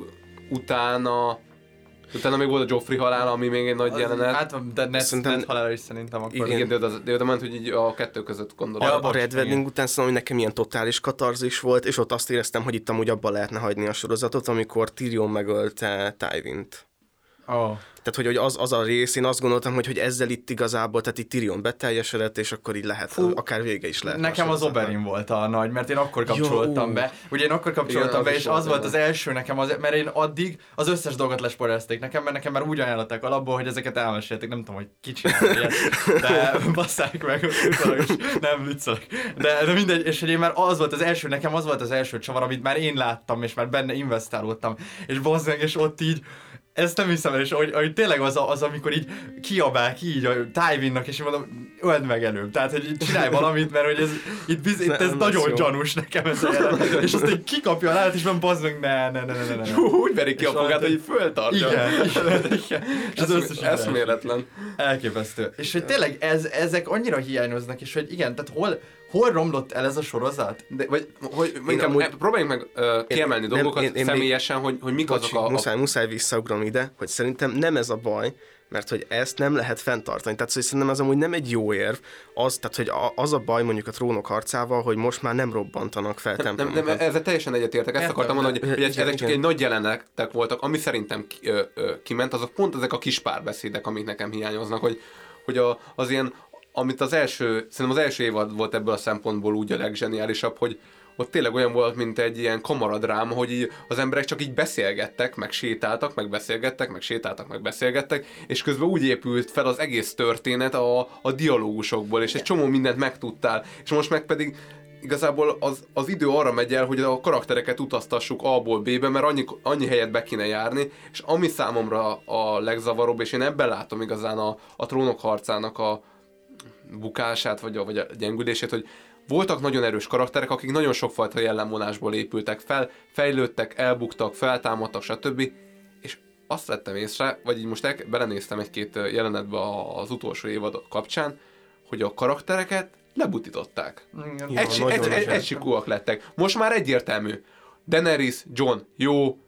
utána Utána még volt a Joffrey halála, ami még egy nagy az, jelenet. Hát, de Ned, szerintem... Ned halála is szerintem akkor. Igen, de, de, de, de ment, hogy így a kettő között gondolom. A, a Red Wedding után szerintem, hogy nekem ilyen totális katarzis volt, és ott azt éreztem, hogy itt amúgy abba lehetne hagyni a sorozatot, amikor Tyrion megölte Tywin-t. Oh. Tehát, hogy, hogy az, az a rész, én azt gondoltam, hogy, hogy ezzel itt igazából, tehát itt Tyrion beteljesedett, és akkor így lehet, Fú, akár vége is lehet. Nekem az Oberyn volt a nagy, mert én akkor kapcsoltam Jó. be. Ugye én akkor kapcsoltam igen, be, és az volt az első nekem, az, mert én addig az összes dolgot lesporázték nekem, mert nekem már úgy ajánlották alapból, hogy ezeket elmesélték, nem tudom, hogy ki csinálja ilyet, de basszák meg, nem viccelek. De, de mindegy, és hogy én már az volt az első, nekem az volt az első csavar, amit már én láttam, és már benne investálódtam, és bazzeg, és ott így ezt nem hiszem el, és hogy, hogy tényleg az, az, amikor így kiabál ki így a Tywinnak, és én mondom, öld meg előbb. Tehát, hogy így csinálj valamit, mert hogy ez, itt, biz, itt ez nagyon gyanús nekem ez a jelenet. És azt így kikapja a lálat, és van bazd meg, ne, ne, ne, ne, ne, ne. Úgy verik ki a fogát, hogy így föltartja. Igen, igen, igen. És az összes eszméletlen. Elképesztő. És hogy tényleg ez, ezek annyira hiányoznak, és hogy igen, tehát hol, hol romlott el ez a sorozat? De, vagy, hogy inkább, amúgy, próbáljunk meg uh, kiemelni én, dolgokat nem, én, én személyesen, hogy, hogy mik azok a... Muszáj, muszáj visszaugrom ide, hogy szerintem nem ez a baj, mert hogy ezt nem lehet fenntartani. Tehát hogy szerintem ez amúgy nem egy jó érv, az, tehát hogy az a baj mondjuk a Trónok harcával, hogy most már nem robbantanak fel templomokat. Nem, nem, ezzel teljesen egyetértek. Ezt akartam mondani, hogy, hogy ez, ezek csak egy nagy jelenetek voltak, ami szerintem ki, ö, ö, kiment, azok pont ezek a kis párbeszédek, amik nekem hiányoznak, hogy, hogy a, az ilyen, amit az első, szerintem az első évad volt ebből a szempontból úgy a legzseniálisabb, hogy ott tényleg olyan volt, mint egy ilyen kamaradráma, hogy így az emberek csak így beszélgettek, meg sétáltak, meg beszélgettek, meg sétáltak, meg beszélgettek, és közben úgy épült fel az egész történet a, a dialógusokból, és egy csomó mindent megtudtál, és most meg pedig igazából az, az idő arra megy el, hogy a karaktereket utaztassuk A-ból B-be, mert annyi, annyi helyet be kéne járni, és ami számomra a legzavaróbb, és én ebben látom igazán a, a Trónok harcának a bukását, vagy a, vagy a gyengülését, hogy voltak nagyon erős karakterek, akik nagyon sokfajta jellemvonásból épültek fel, fejlődtek, elbuktak, feltámadtak, stb. És azt vettem észre, vagy így most el, belenéztem egy-két jelenetbe az utolsó évad kapcsán, hogy a karaktereket lebutították. Egysikúak lettek. Most már egyértelmű. Daenerys, Jon, jó,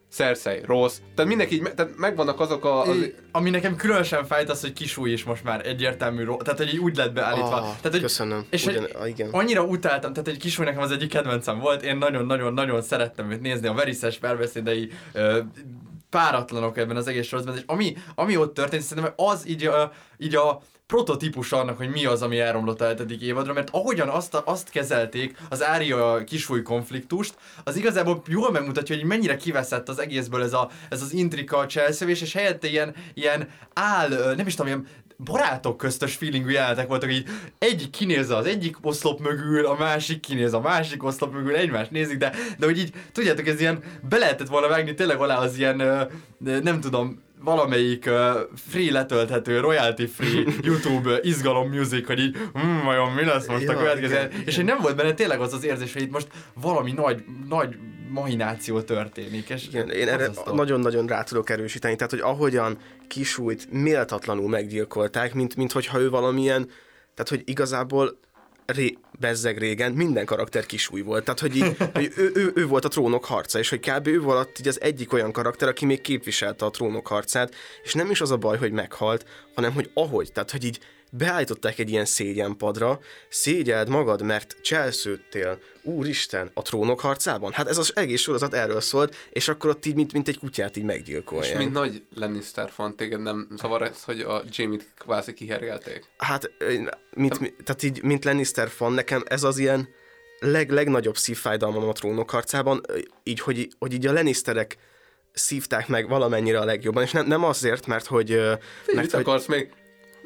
Cersei, rossz, tehát mindenki így, me- tehát megvannak azok a... Az... É, ami nekem különösen fájt az, hogy Kisúly is most már egyértelmű rossz, tehát hogy így úgy lett beállítva. Ah, tehát, hogy, köszönöm. És Ugyan, hogy ah, igen. annyira utáltam, tehát hogy Kisúly nekem az egyik kedvencem volt, én nagyon-nagyon-nagyon szerettem őt nézni, a veriszes párbeszédei ö, páratlanok ebben az egész sorozatban, és ami, ami ott történt, szerintem az így a, így a prototípus annak, hogy mi az, ami elromlott a hetedik évadra, mert ahogyan azt, azt kezelték, az Ária Kisúly konfliktust, az igazából jól megmutatja, hogy mennyire kiveszett az egészből ez, a, ez az intrika cselszövés, és helyette ilyen, ilyen áll, nem is tudom, ilyen barátok köztös feelingű jelenetek voltak, így egyik kinéz az egyik oszlop mögül, a másik kinéz a másik oszlop mögül, egymást nézik, de, de hogy így, tudjátok, ez ilyen, be lehetett volna vágni tényleg alá az ilyen, nem tudom, valamelyik uh, free letölthető, royalty free YouTube uh, izgalom music, hogy így, hm, vajon mi lesz most ja, a következő, igen, és hogy nem volt benne tényleg az az érzés, hogy itt most valami nagy, nagy mahináció történik. És igen, én erre nagyon-nagyon rá tudok erősíteni, tehát hogy ahogyan Kisúlyt méltatlanul meggyilkolták, mint, mint hogyha ő valamilyen, tehát hogy igazából ré, bezzeg régen minden karakter Kisúly volt. Tehát, hogy, így, hogy ő, ő, ő volt a trónok harca, és hogy kb. Ő volt így az egyik olyan karakter, aki még képviselte a trónok harcát, és nem is az a baj, hogy meghalt, hanem, hogy ahogy, tehát, hogy így beállították egy ilyen szégyenpadra, szégyeld magad, mert cselsződtél, úristen, a trónok harcában? Hát ez az egész sorozat erről szólt, és akkor ott így, mint, mint egy kutyát így meggyilkolják. És mint nagy Lannister fan, téged nem zavar ez, hogy a Jaime-t kvázi kihergelték? Hát, mint, nem. tehát így, mint Lannister fan, nekem ez az ilyen leg, legnagyobb szívfájdalmam a trónok harcában, így, hogy, hogy így a Lannisterek szívták meg valamennyire a legjobban, és nem, nem azért, mert hogy... Te mert, mit akarsz hogy... még?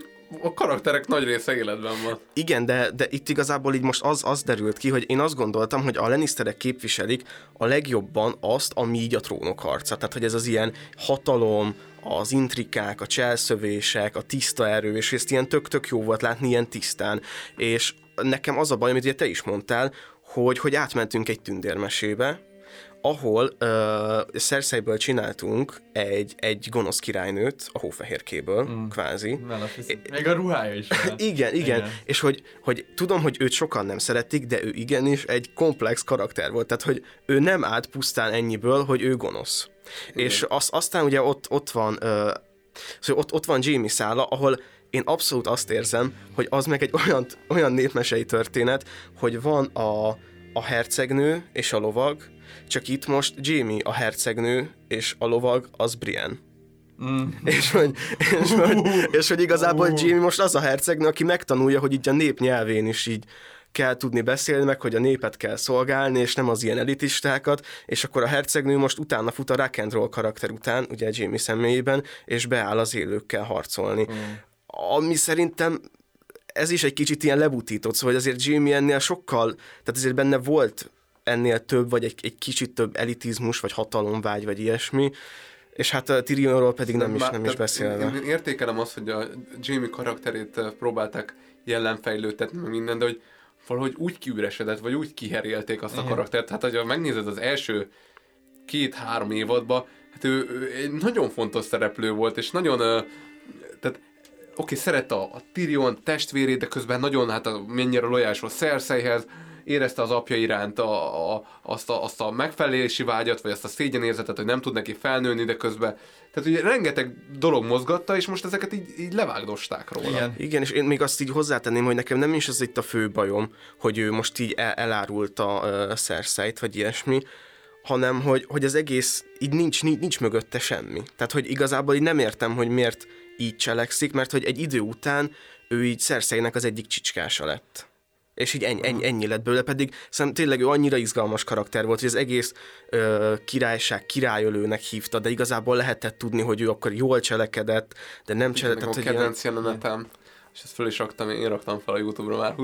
A karakterek nagy része életben van. Igen, de, de itt igazából így most az, az derült ki, hogy én azt gondoltam, hogy a Lannisterek képviselik a legjobban azt, ami így a trónok harca. Tehát, hogy ez az ilyen hatalom, az intrikák, a cselszövések, a tiszta erő, és ezt ilyen tök-tök jó volt látni ilyen tisztán. És nekem az a baj, amit ugye te is mondtál, hogy, hogy átmentünk egy tündérmesébe, ahol uh, Cersei-ből csináltunk egy, egy gonosz királynőt, a hófehérkéből, mm. kvázi. Még a ruhája is van. igen, igen, igen. És hogy, hogy tudom, hogy őt sokan nem szeretik, de ő igenis egy komplex karakter volt. Tehát, hogy ő nem állt pusztán ennyiből, hogy ő gonosz. Igen. És az, aztán ugye ott, ott van uh, szóval ott, ott van Jaime szála, ahol én abszolút azt érzem, hogy az meg egy olyan, olyan népmesei történet, hogy van a, a hercegnő és a lovag, csak itt most Jaime a hercegnő, és a lovag az Brienne. Mm. És, hogy, és, hogy, és hogy igazából Jaime most az a hercegnő, aki megtanulja, hogy így a nép nyelvén is így kell tudni beszélni, meg hogy a népet kell szolgálni, és nem az ilyen elitistákat, és akkor a hercegnő most utána fut a rock and roll karakter után, ugye Jaime személyében, és beáll az élőkkel harcolni. Mm. Ami szerintem ez is egy kicsit ilyen lebutított, szóval azért Jaime ennél sokkal, tehát azért benne volt ennél több, vagy egy, egy kicsit több elitizmus, vagy hatalomvágy, vagy ilyesmi, és hát a Tyrionról pedig nem, nem is, nem is beszélve. Én értékelem azt, hogy a Jaime karakterét próbálták jelenfejlődtetni, meg minden, de hogy valahogy úgy kiüresedett, vagy úgy kiherélték azt a karaktert, hát hogyha megnézed az első két-három évadban, hát ő, ő egy nagyon fontos szereplő volt, és nagyon, tehát oké, okay, szeret a, a Tyrion testvérét, de közben nagyon, hát a, mennyire lojális volt Cerseihez, érezte az apja iránt a, a, azt, a, azt a megfelelési vágyat, vagy azt a szégyenérzetet, hogy nem tud neki felnőni, de közben. Tehát ugye rengeteg dolog mozgatta, és most ezeket így, így levágdosták róla. Igen. Igen, és én még azt így hozzátenném, hogy nekem nem is ez itt a fő bajom, hogy ő most így el, elárulta uh, Cerseit, vagy ilyesmi, hanem hogy, hogy az egész így nincs, nincs, nincs mögötte semmi. Tehát, hogy igazából így nem értem, hogy miért így cselekszik, mert hogy egy idő után ő így Cerseinek az egyik csicskása lett. És így ennyi, ennyi, ennyi lett belőle, pedig szerintem tényleg ő annyira izgalmas karakter volt, hogy az egész ö, királyság királyölőnek hívta, de igazából lehetett tudni, hogy ő akkor jól cselekedett, de nem cselekedett. A kedvenc ilyen... jelenetem, és ezt föl is raktam, én raktam fel a YouTube-ra már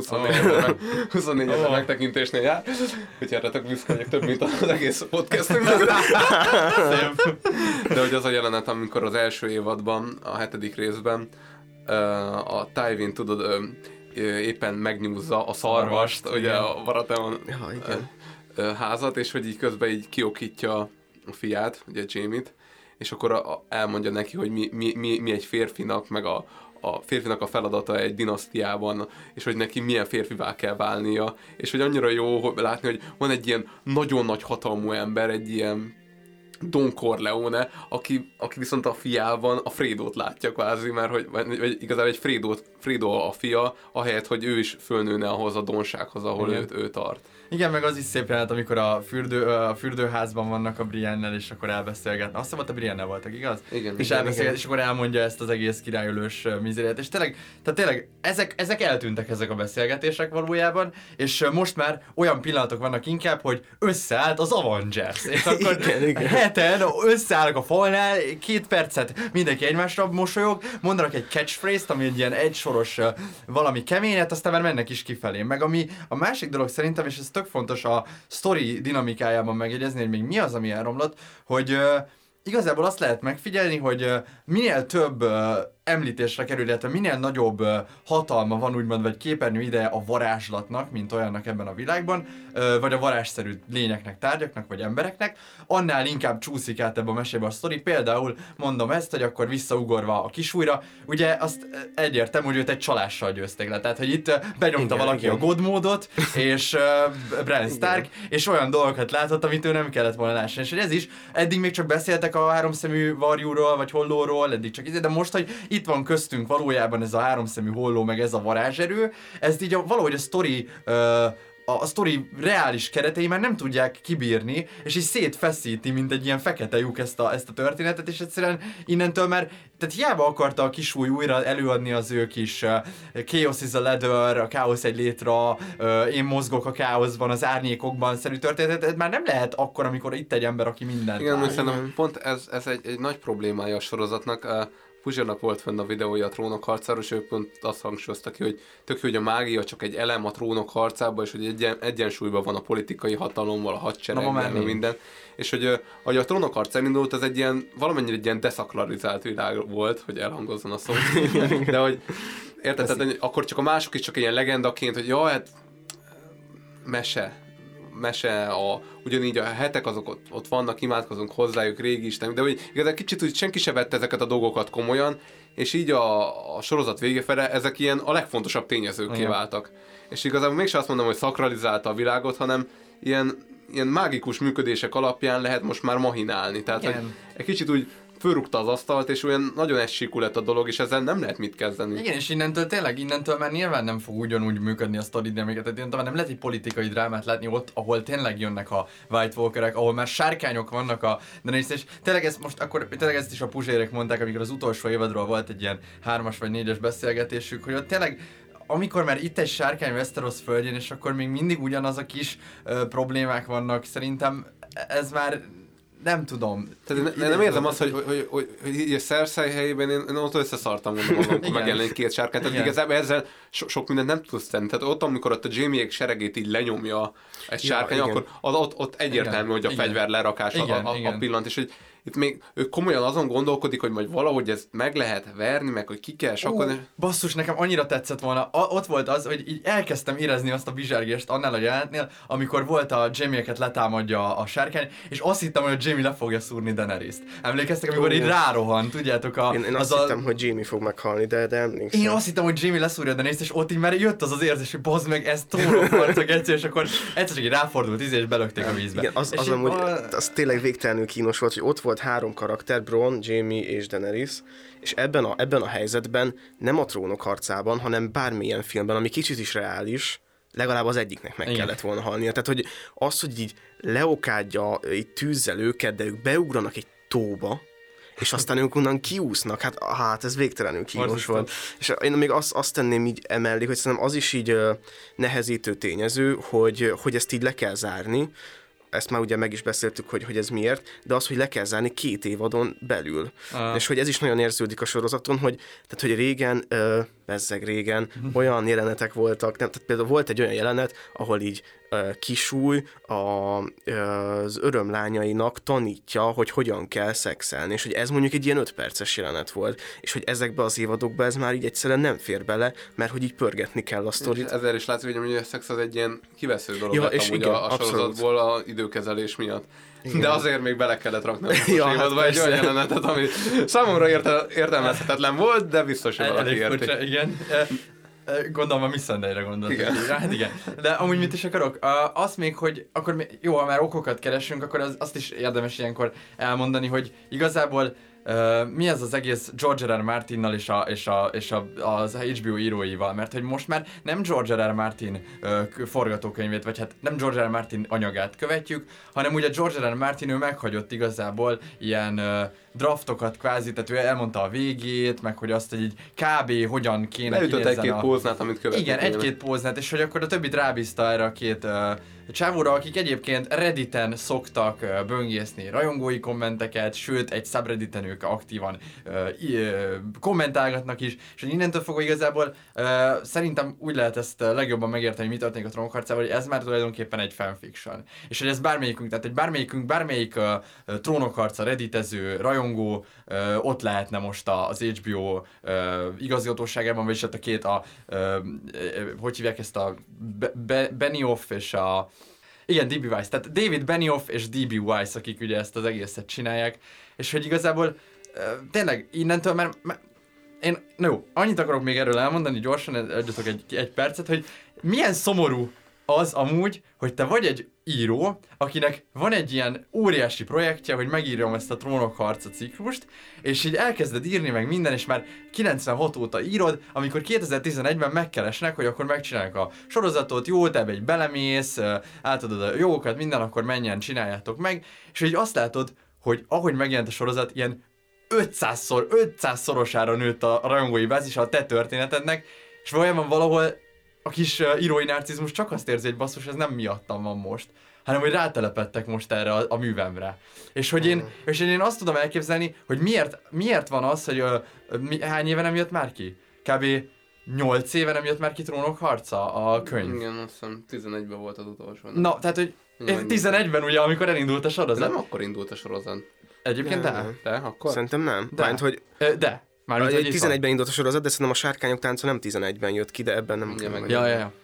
huszonnégy ezer megtekintésnél jár, hogy erre tök büszke vagyok, több, mint az egész podcastünkben. De hogy az a jelenet, amikor az első évadban, a hetedik részben a Tywin, tudod, éppen megnyúzza a szarvast, igen. Ugye a Baratheon ja, házat, és hogy így közben így kiokítja a fiát, ugye Jaime-t, és akkor a, a, elmondja neki, hogy mi, mi, mi, mi egy férfinak, meg a, a férfinak a feladata egy dinasztiában, és hogy neki milyen férfivá kell válnia, és hogy annyira jó látni, hogy van egy ilyen nagyon nagy hatalmú ember, egy ilyen Don Corleone, aki, aki viszont a fiában a Fredót látja kvázi, mert hogy vagy igazából egy Fredót, Fredo a fia, ahelyett, hogy ő is fölnőne ahhoz a donsághoz, ahol őt, ő tart. Igen, meg az is szép jelent, amikor a, fürdő, a fürdőházban vannak a Brienne-nel, és akkor elbeszélgetnek. Azt hiszem, ott a Brienne voltak, igaz? Igen. És elbeszélget, és akkor elmondja ezt az egész királyölős mizériát. És tényleg, tehát tényleg ezek, ezek eltűntek ezek a beszélgetések valójában, és most már olyan pillanatok vannak inkább, hogy összeállt az Avengers. És akkor igen, igen. heten összeállnak a falnál, két percet mindenki egymásra mosolyog, mondanak egy catchphrase-t, ami egy ilyen egysoros valami keményet, aztán már mennek is kifelé. Meg ami a másik dolog szerintem, és ez tök fontos a sztori dinamikájában megjegyezni, hogy még mi az, ami elromlott, hogy uh, igazából azt lehet megfigyelni, hogy uh, minél több uh, említésre kerül, illetve minél nagyobb uh, hatalma van úgymond, vagy képernyő ideje a varázslatnak, mint olyannak ebben a világban, uh, vagy a varázsszerű lényeknek, tárgyaknak, vagy embereknek, annál inkább csúszik át ebbe a mesébe a sztori. Például mondom ezt, hogy akkor visszaugorva a kisújra, ugye azt egyértelmű, hogy őt egy csalással győzték le. Tehát, hogy itt uh, benyomta igen, valaki igen. a God módot, és uh, Bran Stark, igen. és olyan dolgokat látott, amit ő nem kellett volna látni. És hogy ez is, eddig még csak beszéltek a háromszemű varjúról, vagy hollóról, eddig csak izé, de most, hogy itt van köztünk valójában ez a háromszemű holló, meg ez a varázserő, ezt így a, valahogy a sztori uh, a sztori reális keretei már nem tudják kibírni, és így szétfeszíti, mint egy ilyen fekete lyuk ezt a, ezt a történetet, és egyszerűen innentől már, tehát hiába akarta a kisúly újra előadni az ő kis uh, Chaos is a ladder, a káosz egy létra, uh, én mozgok a káoszban, az árnyékokban szerű történetet, már nem lehet akkor, amikor itt egy ember, aki mindent igen, mert szerintem pont ez, ez egy, egy nagy problémája a sorozatnak. Uh, Puzsérnak volt fenn a videója a Trónok harcáról, és ő pont azt hangsúlyozta ki, hogy tök jó, hogy a mágia csak egy elem a Trónok harcában, és hogy egyen, egyensúlyban van a politikai hatalommal, a hadsereggel, minden. És hogy, hogy a Trónok harc elindult, ez egy ilyen, valamennyire egy ilyen deszakralizált világ volt, hogy elhangozzon a szó. De hogy érted, tehát, akkor csak a mások is csak ilyen legendaként, hogy jaj, hát mese. mese, a, ugyanígy a hetek azok ott, ott vannak, imádkozunk hozzájuk, régi istenek, de hogy igazán kicsit úgy senki se vette ezeket a dolgokat komolyan, és így a, a sorozat vége fele ezek ilyen a legfontosabb tényezőkké váltak. És igazából mégsem azt mondom, hogy szakralizálta a világot, hanem ilyen, ilyen mágikus működések alapján lehet most már mahinálni. Tehát, hogy egy kicsit úgy fölrúgta az asztalt, és olyan nagyon egysíkú lett a dolog, és ezzel nem lehet mit kezdeni. Igen, és innentől tényleg, innentől már nyilván nem fog ugyanúgy működni a sztori dinamika, tehát innentől nem lehet egy politikai drámát látni ott, ahol tényleg jönnek a White Walkerek, ahol már sárkányok vannak a Daenerys, és tényleg ezt most akkor, tényleg ezt is a puzsérek mondták, amikor az utolsó évadról volt egy ilyen hármas vagy négyes beszélgetésük, hogy ott tényleg amikor már itt egy sárkány Westeros földjén, és akkor még mindig ugyanaz a kis ö, problémák vannak, szerintem ez már nem tudom. Tehát én nem érzem azt, hogy, hogy, hogy, hogy, hogy a Cersei helyében én, én ott összeszartam magam, amikor megjelenik két sárkány. Tehát igazából ezzel so, sok mindent nem tudsz tenni. Tehát ott, amikor ott a Jaime-ek seregét így lenyomja egy ja, sárkány, igen. akkor az, ott, ott egyértelmű, igen. hogy a igen. fegyver lerakás igen, a, a, a pillanat. És hogy itt még ő komolyan azon gondolkodik, hogy majd valahogy ezt meg lehet verni, meg hogy ki kell sakkolni. Uh, basszus, nekem annyira tetszett volna. A, ott volt az, hogy így elkezdtem érezni azt a bizsergést annál a jelentnél, amikor volt a Jaime-eket letámadja a sárkány, és azt hittem, hogy a Jaime le fogja szúrni Daenerys-t. Emlékeztek, amikor uh. így rárohan, tudjátok? A, én, én azt az hittem, a... hogy Jaime fog meghalni, de, de emlékszem. Én azt hittem, hogy Jaime leszúrja Daenerys-t, és ott így már jött az az érzés, hogy bazd meg, ez trónokharcok egyszer, és akkor egyszer csak így ráfordult, és belökték a vízbe. Igen, az, az, így, amúgy, a... az tényleg végtelenül kínos volt, hogy ott volt három karakter, Bronn, Jaime és Daenerys, és ebben a, ebben a helyzetben nem a Trónok harcában, hanem bármilyen filmben, ami kicsit is reális, legalább az egyiknek meg igen. kellett volna halnia. Tehát, hogy az, hogy így leokádja így tűzzel őket, de ők beugranak egy tóba, és aztán ők onnan kiúsznak, hát, hát ez végtelenül kínos volt. És én még azt, azt tenném így emellé, hogy szerintem az is így uh, nehezítő tényező, hogy, hogy ezt így le kell zárni, ezt már ugye meg is beszéltük, hogy, hogy ez miért, de az, hogy le kell zárni két évadon belül. Ah. És hogy ez is nagyon érződik a sorozaton, hogy, tehát, hogy régen, ö, bezzeg régen, olyan jelenetek voltak, nem, tehát például volt egy olyan jelenet, ahol így ö, kisúly a, ö, az örömlányainak tanítja, hogy hogyan kell szexelni, és hogy ez mondjuk egy ilyen öt perces jelenet volt, és hogy ezekbe az évadokba ez már így egyszerűen nem fér bele, mert hogy így pörgetni kell a sztorit. Ezzel is látszik, hogy a szex az egy ilyen kivesző dolog ja, lett és amúgy igen, a, a sorozatból a időkezelés miatt. Igen. De azért még bele kellett rakni a ja, hát egy olyan jelenetet, ami számomra érte, értelmezhetetlen volt, de biztos, hogy valaki érti. Igen. Gondolom a Miss Sunday-re gondolt. Igen. Hát igen. De amúgy mit is akarok? Uh, azt még, hogy akkor mi, jó, ha már okokat keresünk, akkor az, azt is érdemes ilyenkor elmondani, hogy igazából Uh, mi ez az egész George R. R. Martinnal és, a, és, a, és a, az há bé o íróival, mert hogy most már nem George R. R. Martin uh, forgatókönyvét, vagy hát nem George R. R. Martin anyagát követjük, hanem ugye George R. R. Martin ő meghagyott igazából ilyen uh, draftokat kvázi, tehát ő elmondta a végét, meg hogy azt, hogy így kb. Hogyan kéne leütött egy-két a... póznát, amit követett. Igen, egy-két póznát, és hogy akkor a többit rábízta erre a két uh, csávóra, akik egyébként Redditen szoktak uh, böngészni rajongói kommenteket, sőt egy subredditen ők aktívan uh, uh, kommentálgatnak is, és hogy innentől fogva igazából uh, szerintem úgy lehet ezt uh, legjobban megérteni, hogy mi történik a Trónok harcával, hogy ez már tulajdonképpen egy fanfiction. És hogy ez bármelyikünk, tehát egy bármelyikünk, bármelyik uh, uh, Trónok harca redditező, rajongó uh, ott lehetne most az há bé o uh, igazgatóságában, vagyis ott a két, a, uh, uh, hogy hívják ezt a Be- Be- Benioff és a igen, dé bé Weiss, tehát David Benioff és dé bé Weiss, akik ugye ezt az egészet csinálják, és hogy igazából uh, tényleg innentől már, már én, na jó, annyit akarok még erről elmondani gyorsan, adjatok egy, egy percet, hogy milyen szomorú az amúgy, hogy te vagy egy író, akinek van egy ilyen óriási projektje, hogy megírjam ezt a Trónok harca ciklust, és így elkezded írni meg minden, és már kilencvenhat óta írod, amikor kétezer-tizenegyben megkeresnek, hogy akkor megcsinálják a sorozatot, jó, te egy belemész, átadod a jogokat, minden, akkor menjen, csináljátok meg, és így azt látod, hogy ahogy megjelent a sorozat, ilyen ötszázszor, ötszázszorosára nőtt a rajongói bázis a te történetednek, és valójában valahol a kis uh, írói narcizmus csak azt érzi, hogy basszus, ez nem miattam van most, hanem hogy rátelepettek most erre a, a művemre. És hogy én, és én azt tudom elképzelni, hogy miért, miért van az, hogy uh, mi, hány éve nem jött már ki? Kb. nyolc éve nem jött már ki Trónok harca a könyv. Igen, azt hiszem tizenegyben volt az utolsó. Na, tehát, hogy tizenegyben ugye, amikor elindult a sorozat. Nem akkor indult a sorozat. Egyébként de? De, akkor? Szerintem nem. De. Mármint, hogy De. Mármint, hogy tizenegyben indult a sorozat, de szerintem a Sárkányok tánca nem tizenegyben jött ki, de ebben nem ja, kell. Ja, ja, ja.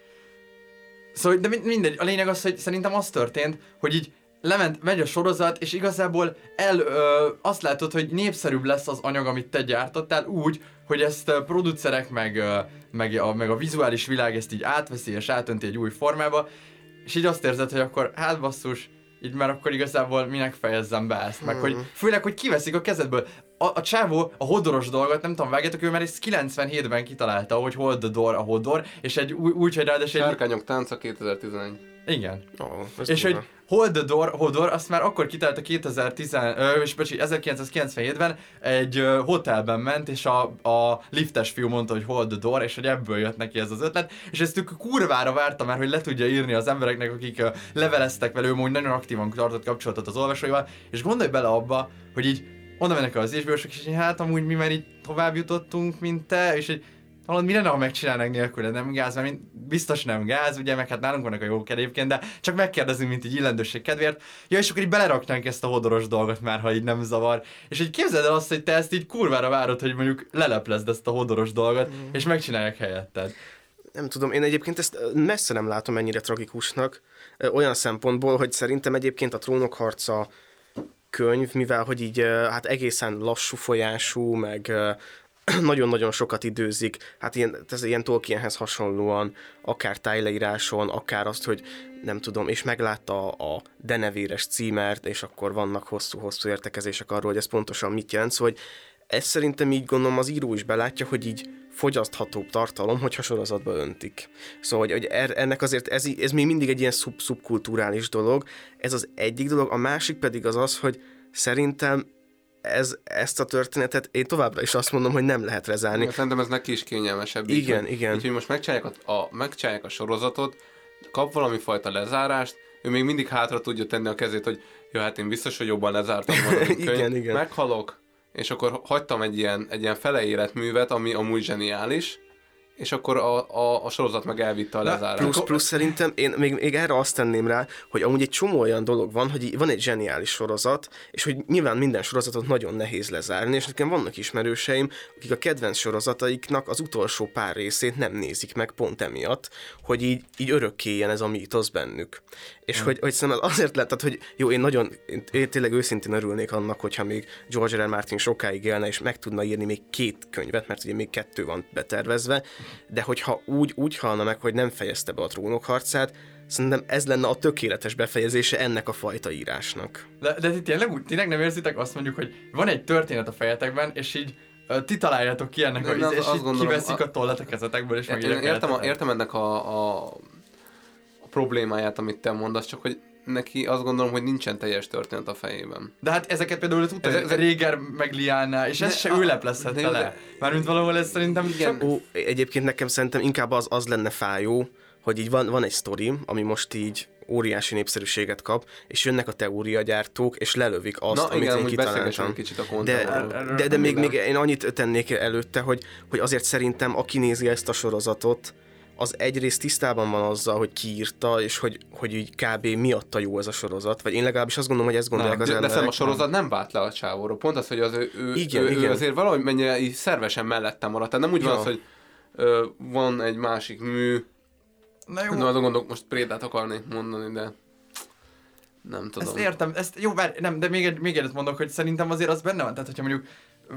Szóval, de mindegy, a lényeg az, hogy szerintem az történt, hogy így lement, megy a sorozat, és igazából el, ö, azt látod, hogy népszerűbb lesz az anyag, amit te gyártottál úgy, hogy ezt a producerek, meg, ö, meg, a, meg a vizuális világ ezt így átveszi és átönti egy új formába, és így azt érzed, hogy akkor hát basszus, így már akkor igazából minek fejezzem be ezt, meg hogy főleg, hogy kiveszik a kezedből. A, a csávó, a hodoros dolgot, nem tudom, vágjátok, ő már ezt kilencvenhétben kitalálta, hogy hold the door a hodor, és egy új, úgy, hogy ráadásul egy... Sárkányok tánca kétezer-tizenegy. Igen. Oh, és hogy Hold the Door, Hodor, azt már akkor kitalálta kétezer-tíz, ö, és bocsi, ezerkilencszázkilencvenhétben egy ö, hotelben ment, és a, a liftes fiú mondta, hogy Hold the Door, és hogy ebből jött neki ez az ötlet, és ezt ők kurvára várta már, hogy le tudja írni az embereknek, akik ö, leveleztek vele, ő mondjuk nagyon aktívan tartott kapcsolatot az olvasóival, és gondolj bele abba, hogy így oda mennek az há bé ó-sok, és így, hát amúgy mi már így tovább jutottunk, mint te, és így hallod, mi lenne, ha megcsinálnak nélkül, nem gáz, mert biztos nem gáz, ugye, meg hát nálunk vannak a jók egyébként, de csak megkérdezünk, mint így illendőség kedvéért. Ja, és akkor így beleraknánk ezt a hodoros dolgot már, ha így nem zavar. És így képzeld el azt, hogy te ezt így kurvára várod, hogy mondjuk leleplezd ezt a hodoros dolgot, mm. és megcsinálják helyetted. Nem tudom, én egyébként ezt messze nem látom ennyire tragikusnak, olyan szempontból, hogy szerintem egyébként a Trónok harca könyv, mivel hogy így hát egészen lassú folyású, meg nagyon-nagyon sokat időzik, hát ilyen, ez ilyen Tolkienhez hasonlóan, akár tájleíráson, akár azt, hogy nem tudom, és meglátta a denevéres címert, és akkor vannak hosszú-hosszú értekezések arról, hogy ez pontosan mit jelent, szóval hogy ezt szerintem így gondolom az író is belátja, hogy így fogyaszthatóbb tartalom, hogyha sorozatba öntik. Szóval, hogy ennek azért ez, ez még mindig egy ilyen szub, szubkulturális dolog, ez az egyik dolog, a másik pedig az az, hogy szerintem ez, ezt a történetet én továbbra is azt mondom, hogy nem lehet rezálni. Szerintem ez neki is kényelmesebb. Igen, így, igen. Úgyhogy most megcsinálják a, a, megcsinálják a sorozatot, kap valami fajta lezárást, ő még mindig hátra tudja tenni a kezét, hogy jó, hát én biztos, hogy jobban lezártam volna, mint könyv. Igen, igen. Meghalok, és akkor hagytam egy ilyen, egy ilyen fele életművet, ami amúgy zseniális, és akkor a, a, a sorozat meg elvitte a lezárást. Plusz, plusz szerintem én még, még erre azt tenném rá, hogy amúgy egy csomó olyan dolog van, hogy van egy zseniális sorozat, és hogy nyilván minden sorozatot nagyon nehéz lezárni, és nekem vannak ismerőseim, akik a kedvenc sorozataiknak az utolsó pár részét nem nézik meg pont emiatt, hogy így, így örökké ilyen ez a mítosz bennük. És hmm. hogy, hogy szerintem azért lett, tehát, hogy jó, én nagyon, én, én tényleg őszintén örülnék annak, hogyha még George R. R. Martin sokáig élne, és meg tudna írni még két könyvet, mert ugye még kettő van betervezve, de hogyha úgy, úgy halna meg, hogy nem fejezte be a Trónok harcát, szerintem ez lenne a tökéletes befejezése ennek a fajta írásnak. De, de ti tényleg, úgy, tényleg nem érzitek azt mondjuk, hogy van egy történet a fejetekben, és így uh, ti találjátok ki ennek, a, és így gondolom, kiveszik a, a tollat a kezetekből, és meg értem, a, értem ennek a, a, a problémáját, amit te mondasz, csak hogy neki azt gondolom, hogy nincsen teljes történet a fejében. De hát ezeket például tudta, ez, ez Réger meg Liana, és ez se ő leplezhette le. Mármint valahol ez szerintem... Igen. Ó, egyébként nekem szerintem inkább az, az lenne fájó, hogy így van, van egy sztori, ami most így óriási népszerűséget kap, és jönnek a teóriagyártók, és lelövik azt, Na, amit igen, én kitaláltam. Kicsit a de, de, de még, még én annyit tennék előtte, hogy, hogy azért szerintem, aki nézi ezt a sorozatot, az egyrészt tisztában van azzal, hogy ki írta, és hogy, hogy így kb. Miatta jó ez a sorozat. Vagy én legalábbis azt gondolom, hogy ezt gondolják nem, az de emberek. De a sorozat nem vált le a csávóról. Pont az, hogy az ő, ő, igen, ő, igen. ő azért valahogy mennyire így szervesen mellettem maradt. Tehát nem úgy ja. van az, hogy ö, van egy másik mű. Na jó. No, azon gondolok, most Prédát akarnék mondani, de nem tudom. Ezt értem, ezt jó, bár nem, de még, egy, még egyet mondok, hogy szerintem azért az benne van. Tehát, hogyha mondjuk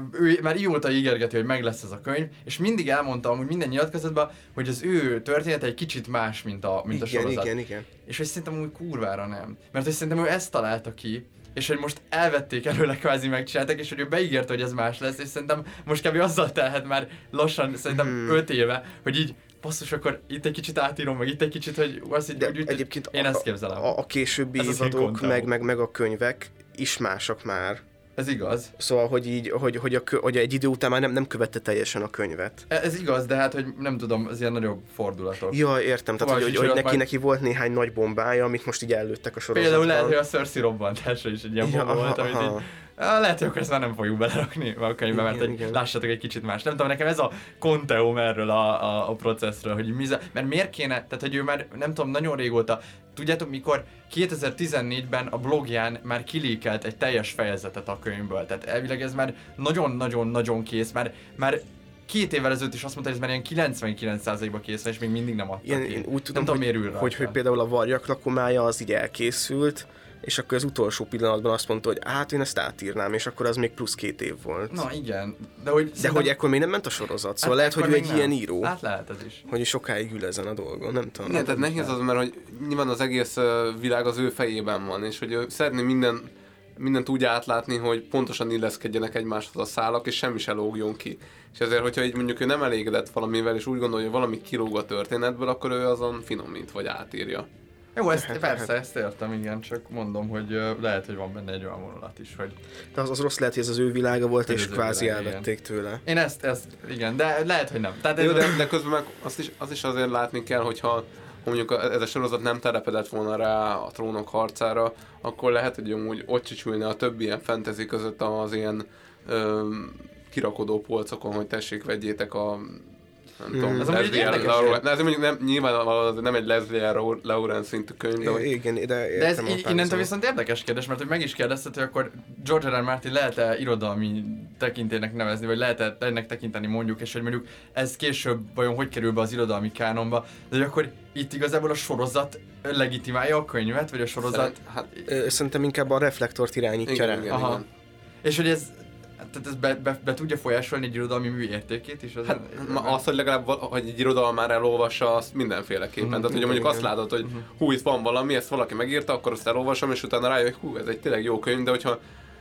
ő már ígóta ígérgeti, hogy meg lesz ez a könyv, és mindig elmondta amúgy minden nyilatkozatban, hogy az ő története egy kicsit más, mint a, mint igen, a sorozat. Igen, igen. És hogy szerintem úgy kurvára nem. Mert hogy szerintem ő ezt találta ki, és hogy most elvették előle, kvázi megcsinálták, és hogy ő beígérte, hogy ez más lesz, és szerintem most kb. Azzal telhet már lassan, szerintem hmm. öt éve, hogy így basszus, akkor itt egy kicsit átírom, meg itt egy kicsit, hogy azt így, úgy, egyébként én a, ezt képzelem. A, a későbbi évadok, meg, meg, meg a könyvek is másak már. Ez igaz. Szóval, hogy így, hogy, hogy, a, hogy egy idő után már nem, nem követte teljesen a könyvet. Ez igaz, de hát, hogy nem tudom, az ilyen nagyobb fordulatok. Ja, értem, tehát, hogy, hogy, hogy neki, már... neki volt néhány nagy bombája, amit most így előttek a sorozatban. Például lehet, hogy a Cersei robbantása is egy ilyen bomba ja, volt, amit így... Lehet, hogy akkor ezt már nem fogjuk belerakni a könyvbe, mert igen, igen. Lássatok egy kicsit más. Nem tudom, nekem ez a konteum erről a, a, a processzről, hogy mi, mert miért kéne, tehát hogy ő már nem tudom, nagyon régóta, tudjátok mikor kétezer-tizennégyben a blogján már kilékelt egy teljes fejezetet a könyvből, tehát elvileg ez már nagyon-nagyon-nagyon kész, már, már két évvel ezelőtt is azt mondta, hogy ez már ilyen kilencvenkilenc százalékban kész, és még mindig nem adta ilyen, ki. Én úgy tudom, nem hogy, tudom, hogy, hogy például a Varjak lakomája az így elkészült, és akkor az utolsó pillanatban azt mondta, hogy hát én ezt átírnám, és akkor az még plusz két év volt. Na igen, de hogy... De szerintem... hogy ekkor még nem ment a sorozat, szóval hát lehet, hogy ő egy nem. Ilyen író. Hát lehet ez is. Hogy sokáig ül ezen a dolgon, nem tudom. Igen, tehát nehéz az, mert hogy nyilván az egész világ az ő fejében van, és hogy ő szeretné minden, mindent úgy átlátni, hogy pontosan illeszkedjenek egymáshoz a szálak, és semmi se lógjon ki. És ezért, hogyha így mondjuk ő nem elégedett valamivel, és úgy gondolja, hogy valami kilóg a történetből, akkor ő azon finomít, vagy átírja. Jó, ezt, persze, ezt értem, igen, csak mondom, hogy uh, lehet, hogy van benne egy olyan vonulat is, hogy... De az, az rossz lehet, hogy ez az ő világa volt, és kvázi világ, elvették igen. tőle. Én ezt, ezt, igen, de lehet, hogy nem. Tehát Jó, de, de közben meg azt is, azt is azért látni kell, hogyha mondjuk ez a sorozat nem telepedett volna rá a Trónok harcára, akkor lehet, hogy amúgy ott csücsülne a többi ilyen fantasy között az ilyen öm, kirakodó polcokon, hogy tessék, vegyétek a... nem hmm. tudom, ez Leslie Lawrence, ez mondjuk nem, nyilván nem egy Leslie Lawrence szintű könyv, de... I- igen, de De ez innentől viszont érdekes kérdés, mert hogy meg is kérdezted, hogy akkor George R. R. Martin lehet-e irodalmi tekintélynek nevezni, vagy lehet-e ennek tekinteni mondjuk, és hogy mondjuk ez később vajon hogy kerül be az irodalmi kánonba, de hogy akkor itt igazából a sorozat legitimálja a könyvet, vagy a sorozat... Szerint, hát, ö, szerintem inkább a reflektort irányítja rá. Igen, igen. És hogy ez... Tehát ez be, be, be tudja folyásolni egy irodalmi mű értékét is? Az hát, ma az, hogy legalább hogy egy irodalom már elolvassa, azt mindenféleképpen. Mm-hmm. Tehát, hogy mondjuk azt látod, hogy mm-hmm. hú, itt van valami, ezt valaki megírta, akkor azt elolvasom, és utána rájön, hogy hú, ez egy tényleg jó könyv, de hogyha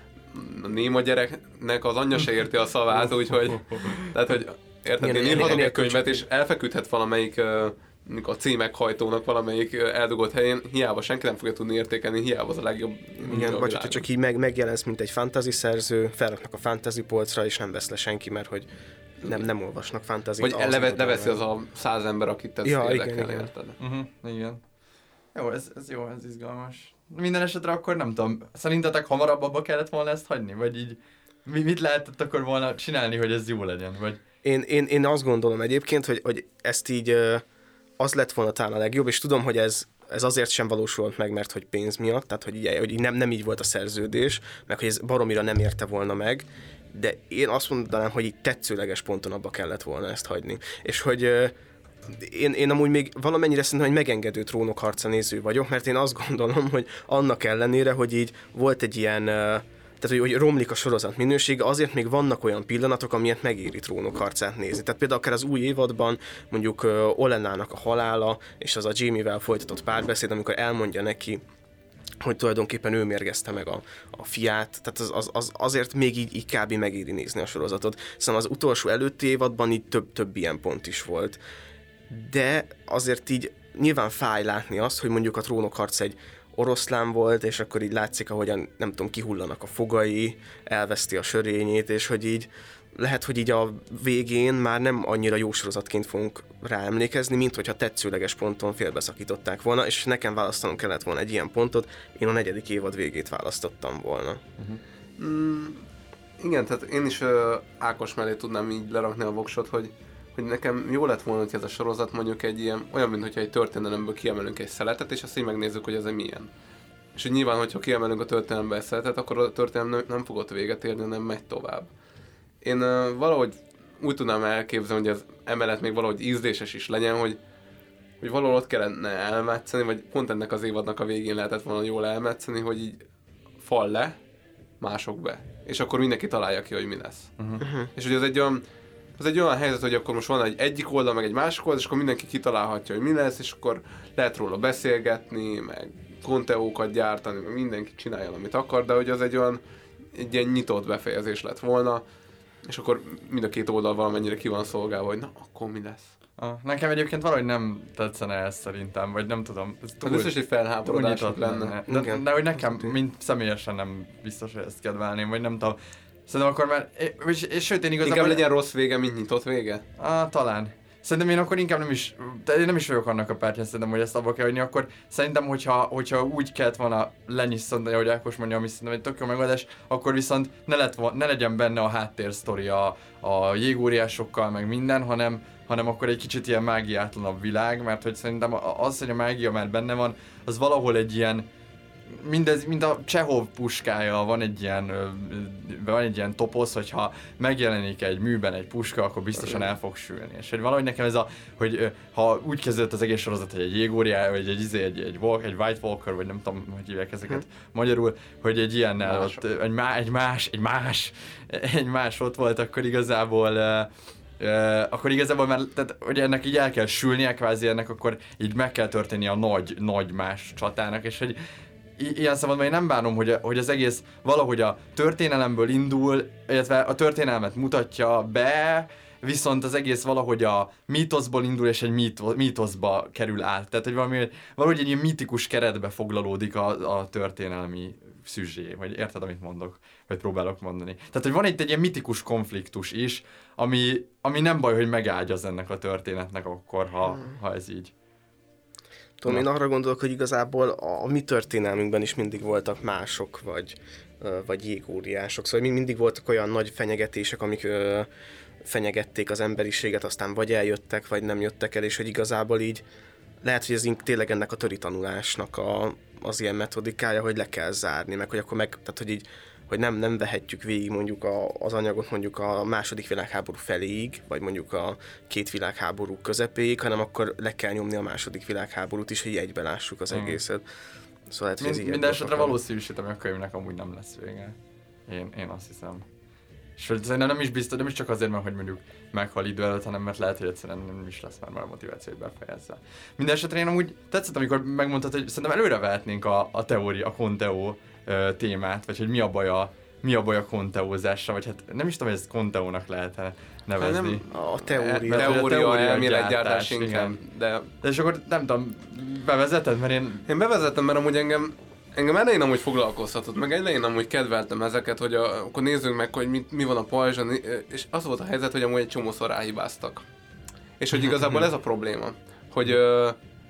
a néma gyereknek az anyja se érti a szavát, úgyhogy... Tehát, hogy érted, én írhatok egy könyvet, és elfeküdhet valamelyik a címekhajtónak valamelyik eldugott helyén, hiába senki nem fogja tudni értékelni, hiába az a legjobb. Igen, vagy hogyha csak így meg, megjelensz, mint egy fantasy szerző, felraknak a fantasy polcra, és nem vesz le senki, mert hogy nem, nem olvasnak fantasy-t. Vagy leve, leveszi az a száz ember, akit ez ja, érdekel, igen, érted? Igen. Uh-huh, igen. Jó, ez, ez jó, ez izgalmas. Minden esetre akkor nem tudom, szerintetek hamarabb abba kellett volna ezt hagyni? Vagy így mit lehetett akkor volna csinálni, hogy ez jó legyen? Vagy... Én, én, én azt gondolom egyébként, hogy, hogy ezt így az lett volna talán a legjobb, és tudom, hogy ez, ez azért sem valósult meg, mert hogy pénz miatt, tehát hogy, így, hogy nem, nem így volt a szerződés, meg hogy ez baromira nem érte volna meg, de én azt mondanám, hogy így tetszőleges ponton abba kellett volna ezt hagyni. És hogy euh, én, én amúgy még valamennyire szerintem, hogy megengedő Trónok harca néző vagyok, mert én azt gondolom, hogy annak ellenére, hogy így volt egy ilyen... Euh, tehát hogy, hogy romlik a sorozat minősége, azért még vannak olyan pillanatok, amilyet megéri Trónok harcát nézni. Tehát például akár az új évadban mondjuk uh, Olennának a halála, és az a Jaime-vel folytatott párbeszéd, amikor elmondja neki, hogy tulajdonképpen ő mérgezte meg a, a fiát, tehát az, az, az azért még így, így kb. Megéri nézni a sorozatot. Szóval az utolsó előtti évadban így több, több ilyen pont is volt. De azért így nyilván fáj látni azt, hogy mondjuk a Trónok harc egy oroszlán volt, és akkor így látszik, ahogyan, nem tudom, kihullanak a fogai, elveszti a sörényét, és hogy így lehet, hogy így a végén már nem annyira jó sorozatként fogunk ráemlékezni, mint hogyha tetszőleges ponton félbeszakították volna, és nekem választanom kellett volna egy ilyen pontot, én a negyedik évad végét választottam volna. Uh-huh. Mm, igen, tehát én is uh, Ákos mellé tudnám így lerakni a voksot, hogy, hogy nekem jó lett volna, hogy ez a sorozat mondjuk egy ilyen, olyan, mintha egy történelemből kiemelünk egy szeletet, és azt így megnézzük, hogy ez egy milyen. És hogy nyilván, hogyha kiemelünk a történelemből egy szeletet, akkor a történelem nem fog ott véget érni, hanem megy tovább. Én uh, valahogy úgy tudnám elképzelni, hogy ez emellett még valahogy ízléses is legyen, hogy, hogy valahol ott kellene elmetszeni, vagy pont ennek az évadnak a végén lehetett volna jól elmetszeni, hogy így fal le, mások be. És akkor mindenki találja ki, hogy mi lesz. Uh-huh. És hogy ez egy olyan, az egy olyan helyzet, hogy akkor most van egy egyik oldal, meg egy másik oldal, és akkor mindenki kitalálhatja, hogy mi lesz, és akkor lehet róla beszélgetni, meg konteókat gyártani, meg mindenki csinálja, amit akar, de hogy az egy olyan egy ilyen nyitott befejezés lett volna, és akkor mind a két oldal valamennyire ki van szolgálva, hogy na, akkor mi lesz. Ah, nekem egyébként valahogy nem tetszene ez szerintem, vagy nem tudom. Ez túl, biztos, hogy felháborodás lenne. lenne. De, de hogy nekem, mint személyesen nem biztos, hogy ezt kedvelném, vagy nem tudom. Szerintem akkor már, és, és sőt én igazából... Inkább legyen rossz vége, mint nyitott vége? Ah, talán. Szerintem én akkor inkább nem is, de én nem is vagyok annak a pártján, szerintem, hogy ezt abba kell hagyni, akkor szerintem, hogyha, hogyha úgy kellett volna lenyisszantani, ahogy Ákos mondja, ami szerintem egy tök jó megoldás, akkor viszont ne, lett, ne legyen benne a háttérsztori a, a jégóriásokkal, meg minden, hanem, hanem akkor egy kicsit ilyen mágiátlanabb világ, mert hogy szerintem az, hogy a mágia már benne van, az valahol egy ilyen, mindez, mint a Csehov puskája, van egy ilyen, van egy ilyen toposz, hogyha megjelenik egy műben egy puska, akkor biztosan el fog sülni. És hogy valahogy nekem ez a, hogy ha úgy kezdődött az egész sorozat, hogy egy jégóriá, vagy egy, egy, egy, egy, walk, egy White Walker, vagy nem tudom, hogy hívják ezeket hmm. magyarul, hogy egy ilyennel ott, egy, má, egy más, egy más, egy más ott volt, akkor igazából Uh, akkor igazából már, tehát, hogy ennek így el kell sülnie, kvázi ennek akkor így meg kell történni a nagy, nagy más csatának, és hogy i- ilyen szabadban én nem bánom, hogy, a, hogy az egész valahogy a történelemből indul, illetve a történelmet mutatja be, viszont az egész valahogy a mítoszból indul, és egy míto- mítoszba kerül át. Tehát, hogy valami, valahogy egy ilyen mítikus keretbe foglalódik a, a történelmi szüzsé, vagy érted, amit mondok, vagy próbálok mondani. Tehát, hogy van itt egy ilyen mitikus konfliktus is, ami, ami nem baj, hogy megágyaz ennek a történetnek akkor, ha, hmm. ha ez így. Tudom, én arra gondolok, hogy igazából a, a mi történelmünkben is mindig voltak mások, vagy, vagy jégóriások. Szóval mindig voltak olyan nagy fenyegetések, amik ö, fenyegették az emberiséget, aztán vagy eljöttek, vagy nem jöttek el, és hogy igazából így lehet, hogy ez tényleg ennek a töri tanulásnak a, az ilyen metodikája, hogy le kell zárni, meg hogy akkor meg, tehát hogy így, hogy nem, nem vehetjük végig mondjuk a, az anyagot mondjuk a második világháború feléig, vagy mondjuk a két világháború közepéig, hanem akkor le kell nyomni a második világháborút is, hogy egybe lássuk az hmm. egészet. Szóval lehet, hogy ez Mind, minden esetre valószínűsítem, hogy a könyvnek amúgy nem lesz vége. Én, én azt hiszem. És szerintem nem is biztos, nem is csak azért, mert hogy mondjuk meghal idő előtt, hanem mert lehet, hogy egyszerűen nem is lesz már, már a motiváció, hogy befejezze. Minden esetre én amúgy tetszett, amikor megmondtad, hogy szerintem előre vehetnénk a, a teória, a konteó ö, témát, vagy hogy mi a baj a, mi a baj a konteózással, vagy hát nem is tudom, hogy ezt konteónak lehet nevezni. Nem, a teória. A teória elméletgyártás inkább. De... de és akkor nem tudom, bevezeted, mert én... Én bevezettem, mert amúgy engem Engem elején amúgy foglalkoztatott, meg elején amúgy kedveltem ezeket, hogy a, akkor nézzünk meg, hogy mi, mi van a pajzson, és az volt a helyzet, hogy amúgy egy csomószor ráhibáztak. És hogy igazából ez a probléma, hogy ö,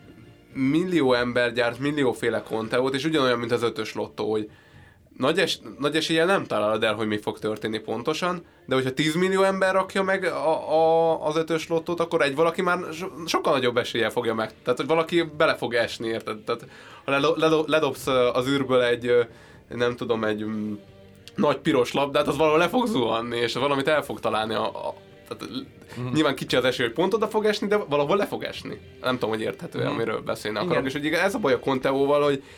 millió ember gyárt millióféle konteót, és ugyanolyan, mint az ötös lottó, hogy nagy, es, nagy eséllyel nem találod el, hogy mi fog történni pontosan, de hogyha tíz millió ember rakja meg a, a, az ötös lottót, akkor egy valaki már so, sokkal nagyobb eséllyel fogja meg. Tehát, hogy valaki bele fog esni, érted? Tehát, ha ledobsz az űrből egy, nem tudom, egy um, nagy piros labdát, az valahol le fog zuhanni, és valamit el fog találni. A, a, tehát, mm. Nyilván kicsi az esély, hogy pont oda fog esni, de valahol le fog esni. Nem tudom, hogy érthető, mm. amiről beszélni akarok. És hogy ez a baj a konteóval, hogy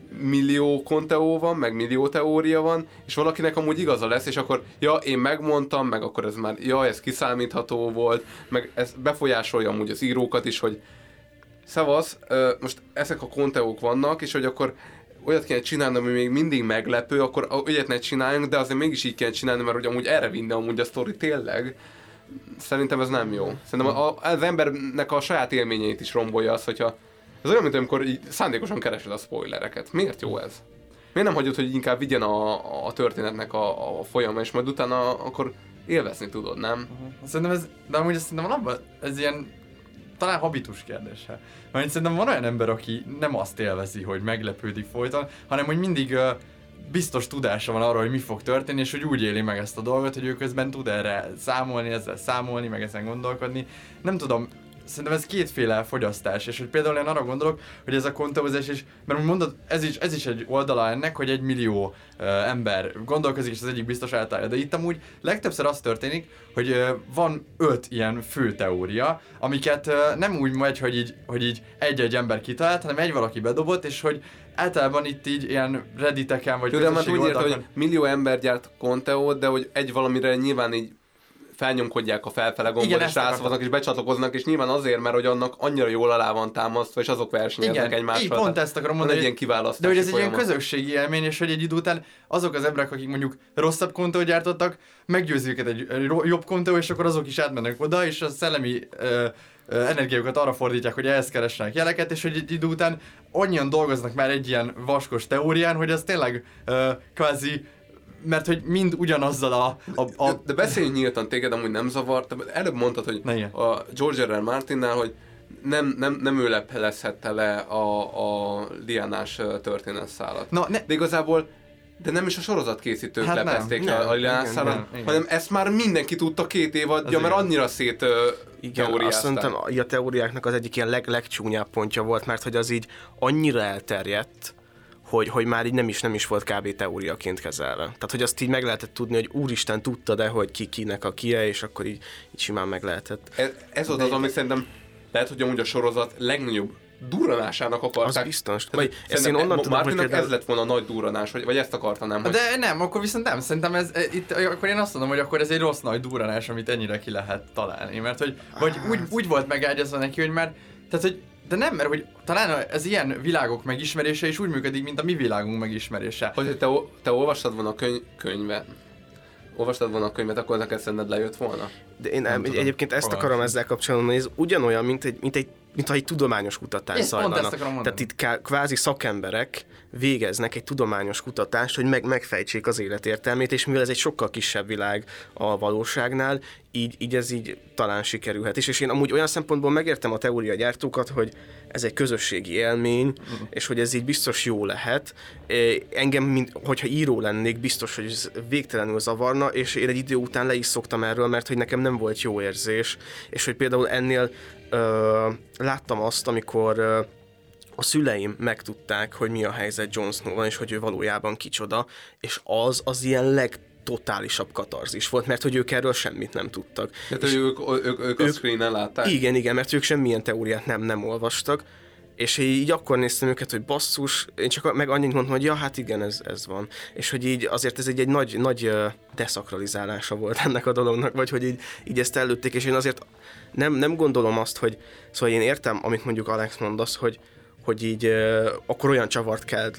millió konteó van, meg millió teória van, és valakinek amúgy igaza lesz, és akkor ja, én megmondtam, meg akkor ez már, ja, ez kiszámítható volt, meg ez befolyásolja amúgy az írókat is, hogy szevasz, most ezek a konteók vannak, és hogy akkor olyat kéne csinálni, ami még mindig meglepő, akkor olyat ne csináljunk, de azért mégis így kéne csinálni, mert hogy amúgy erre vinne amúgy a sztori tényleg. Szerintem ez nem jó. Szerintem a, az embernek a saját élményeit is rombolja az, hogyha... Ez olyan, mint amikor így szándékosan keresed a spoilereket. Miért jó ez? Miért nem hagyod, hogy inkább vigyen a, a történetnek a, a folyama, és majd utána akkor élvezni tudod, nem? Uh-huh. Szerintem ez, de amúgy szerintem abban ez ilyen talán habitus kérdése. Mert szerintem van olyan ember, aki nem azt élvezi, hogy meglepődik folyton, hanem hogy mindig uh, biztos tudása van arról, hogy mi fog történni, és hogy úgy éli meg ezt a dolgot, hogy ő közben tud erre számolni, ezzel számolni, meg ezen gondolkodni. Nem tudom, szerintem ez kétféle fogyasztás, és hogy például én arra gondolok, hogy ez a konteózás is, mert úgy mondod, ez is, ez is egy oldala ennek, hogy egy millió uh, ember gondolkozik, és az egyik biztos eltalálja. De itt amúgy legtöbbször az történik, hogy uh, van öt ilyen fő teória, amiket uh, nem úgy megy, hogy így, hogy így egy-egy ember kitalált, hanem egy valaki bedobott, és hogy általában itt így ilyen redditeken vagy közösségi oldalakon... Úgy érte, hogy millió ember gyárt konteót, de hogy egy valamire nyilván így felnyomkodják a felfele gombot, és rászavaznak, és becsatlakoznak, és nyilván azért, mert hogy annak annyira jól alá van támasztva, és azok versenyeznek egymással. Igen, pont ezt akarom mondani, egy ilyen kiválasztási de hogy ez folyamat. egy ilyen közösségi élmény, és hogy egy idő után azok az emberek, akik mondjuk rosszabb kontót gyártottak, meggyőzi őket egy jobb kontó, és akkor azok is átmennek oda, és a szellemi ö, ö, energiájukat arra fordítják, hogy ehhez keressenek jeleket, és hogy egy idő után annyian dolgoznak már egy ilyen vaskos teórián, hogy ez tényleg ö, kvázi, mert hogy mind ugyanazzal a... a, a... De, de beszéljünk nyíltan, téged amúgy nem zavart. Előbb mondtad, hogy a George R. R. Martinnál, hogy nem, nem, nem ő leplezhette le a, a liánás történetszálat. No, ne... De igazából, de nem is a sorozatkészítők hát lepezték le a liánás szálat, hanem ezt már mindenki tudta két évadja, mert annyira szét igen, teóriázták. Azt szerintem a teóriáknak az egyik ilyen leg, legcsúnyább pontja volt, mert hogy az így annyira elterjedt, Hogy, hogy már így nem is, nem is volt kb. Teóriaként kezelve. Tehát, hogy azt így meg lehetett tudni, hogy úristen tudta, de hogy ki kinek a kie, és akkor így, így simán meg lehetett. Ez, ez volt az, ami szerintem lehet, hogy amúgy a sorozat legnagyobb durranásának akarták. Az biztos. Vagy ezt én onnan tudom, hogy például... ez lett volna a nagy durranás, vagy, vagy ezt akarta, nem? Hogy... De nem, akkor viszont nem. Szerintem ez, itt, akkor én azt mondom, hogy akkor ez egy rossz nagy durranás, amit ennyire ki lehet találni. Mert hogy, vagy úgy, úgy volt megágyazva neki, hogy már, tehát hogy de nem, mert hogy talán ez ilyen világok megismerése is úgy működik, mint a mi világunk megismerése. Hogy te, te olvastad volna a könyv, könyvet, olvastad volna a könyvet, akkor neked szerinted lejött volna? De én nem, egyébként ezt Fogalmas. akarom ezzel kapcsolatban, hogy ez ugyanolyan, mint egy, mint egy mintha egy tudományos kutatás zajlana. Tehát itt kvázi szakemberek végeznek egy tudományos kutatást, hogy meg, megfejtsék az életértelmét, és mivel ez egy sokkal kisebb világ a valóságnál, így, így ez így talán sikerülhet is. És én amúgy olyan szempontból megértem a teóriagyártókat, hogy ez egy közösségi élmény, uh-huh. és hogy ez így biztos jó lehet. Engem, mint, hogyha író lennék, biztos, hogy ez végtelenül zavarna, és én egy idő után le is szoktam erről, mert hogy nekem nem volt jó érzés, és hogy például ennél Ö, láttam azt, amikor ö, a szüleim megtudták, hogy mi a helyzet Jon Snow-val, és hogy ő valójában kicsoda, és az az ilyen legtotálisabb katarzis volt, mert hogy ők erről semmit nem tudtak. Tehát ők, ők, ők, ők a screenen látták? Igen, igen, mert ők semmilyen teóriát nem, nem olvastak, és így akkor néztem őket, hogy basszus, én csak meg annyit mondtam, hogy ja, hát igen, ez, ez van. És hogy így azért ez egy, egy nagy, nagy deszakralizálása volt ennek a dolognak, vagy hogy így, így ezt előtték, és én azért nem, nem gondolom azt, hogy, szóval én értem, amit mondjuk Alex mondasz, hogy, hogy így akkor olyan csavart kell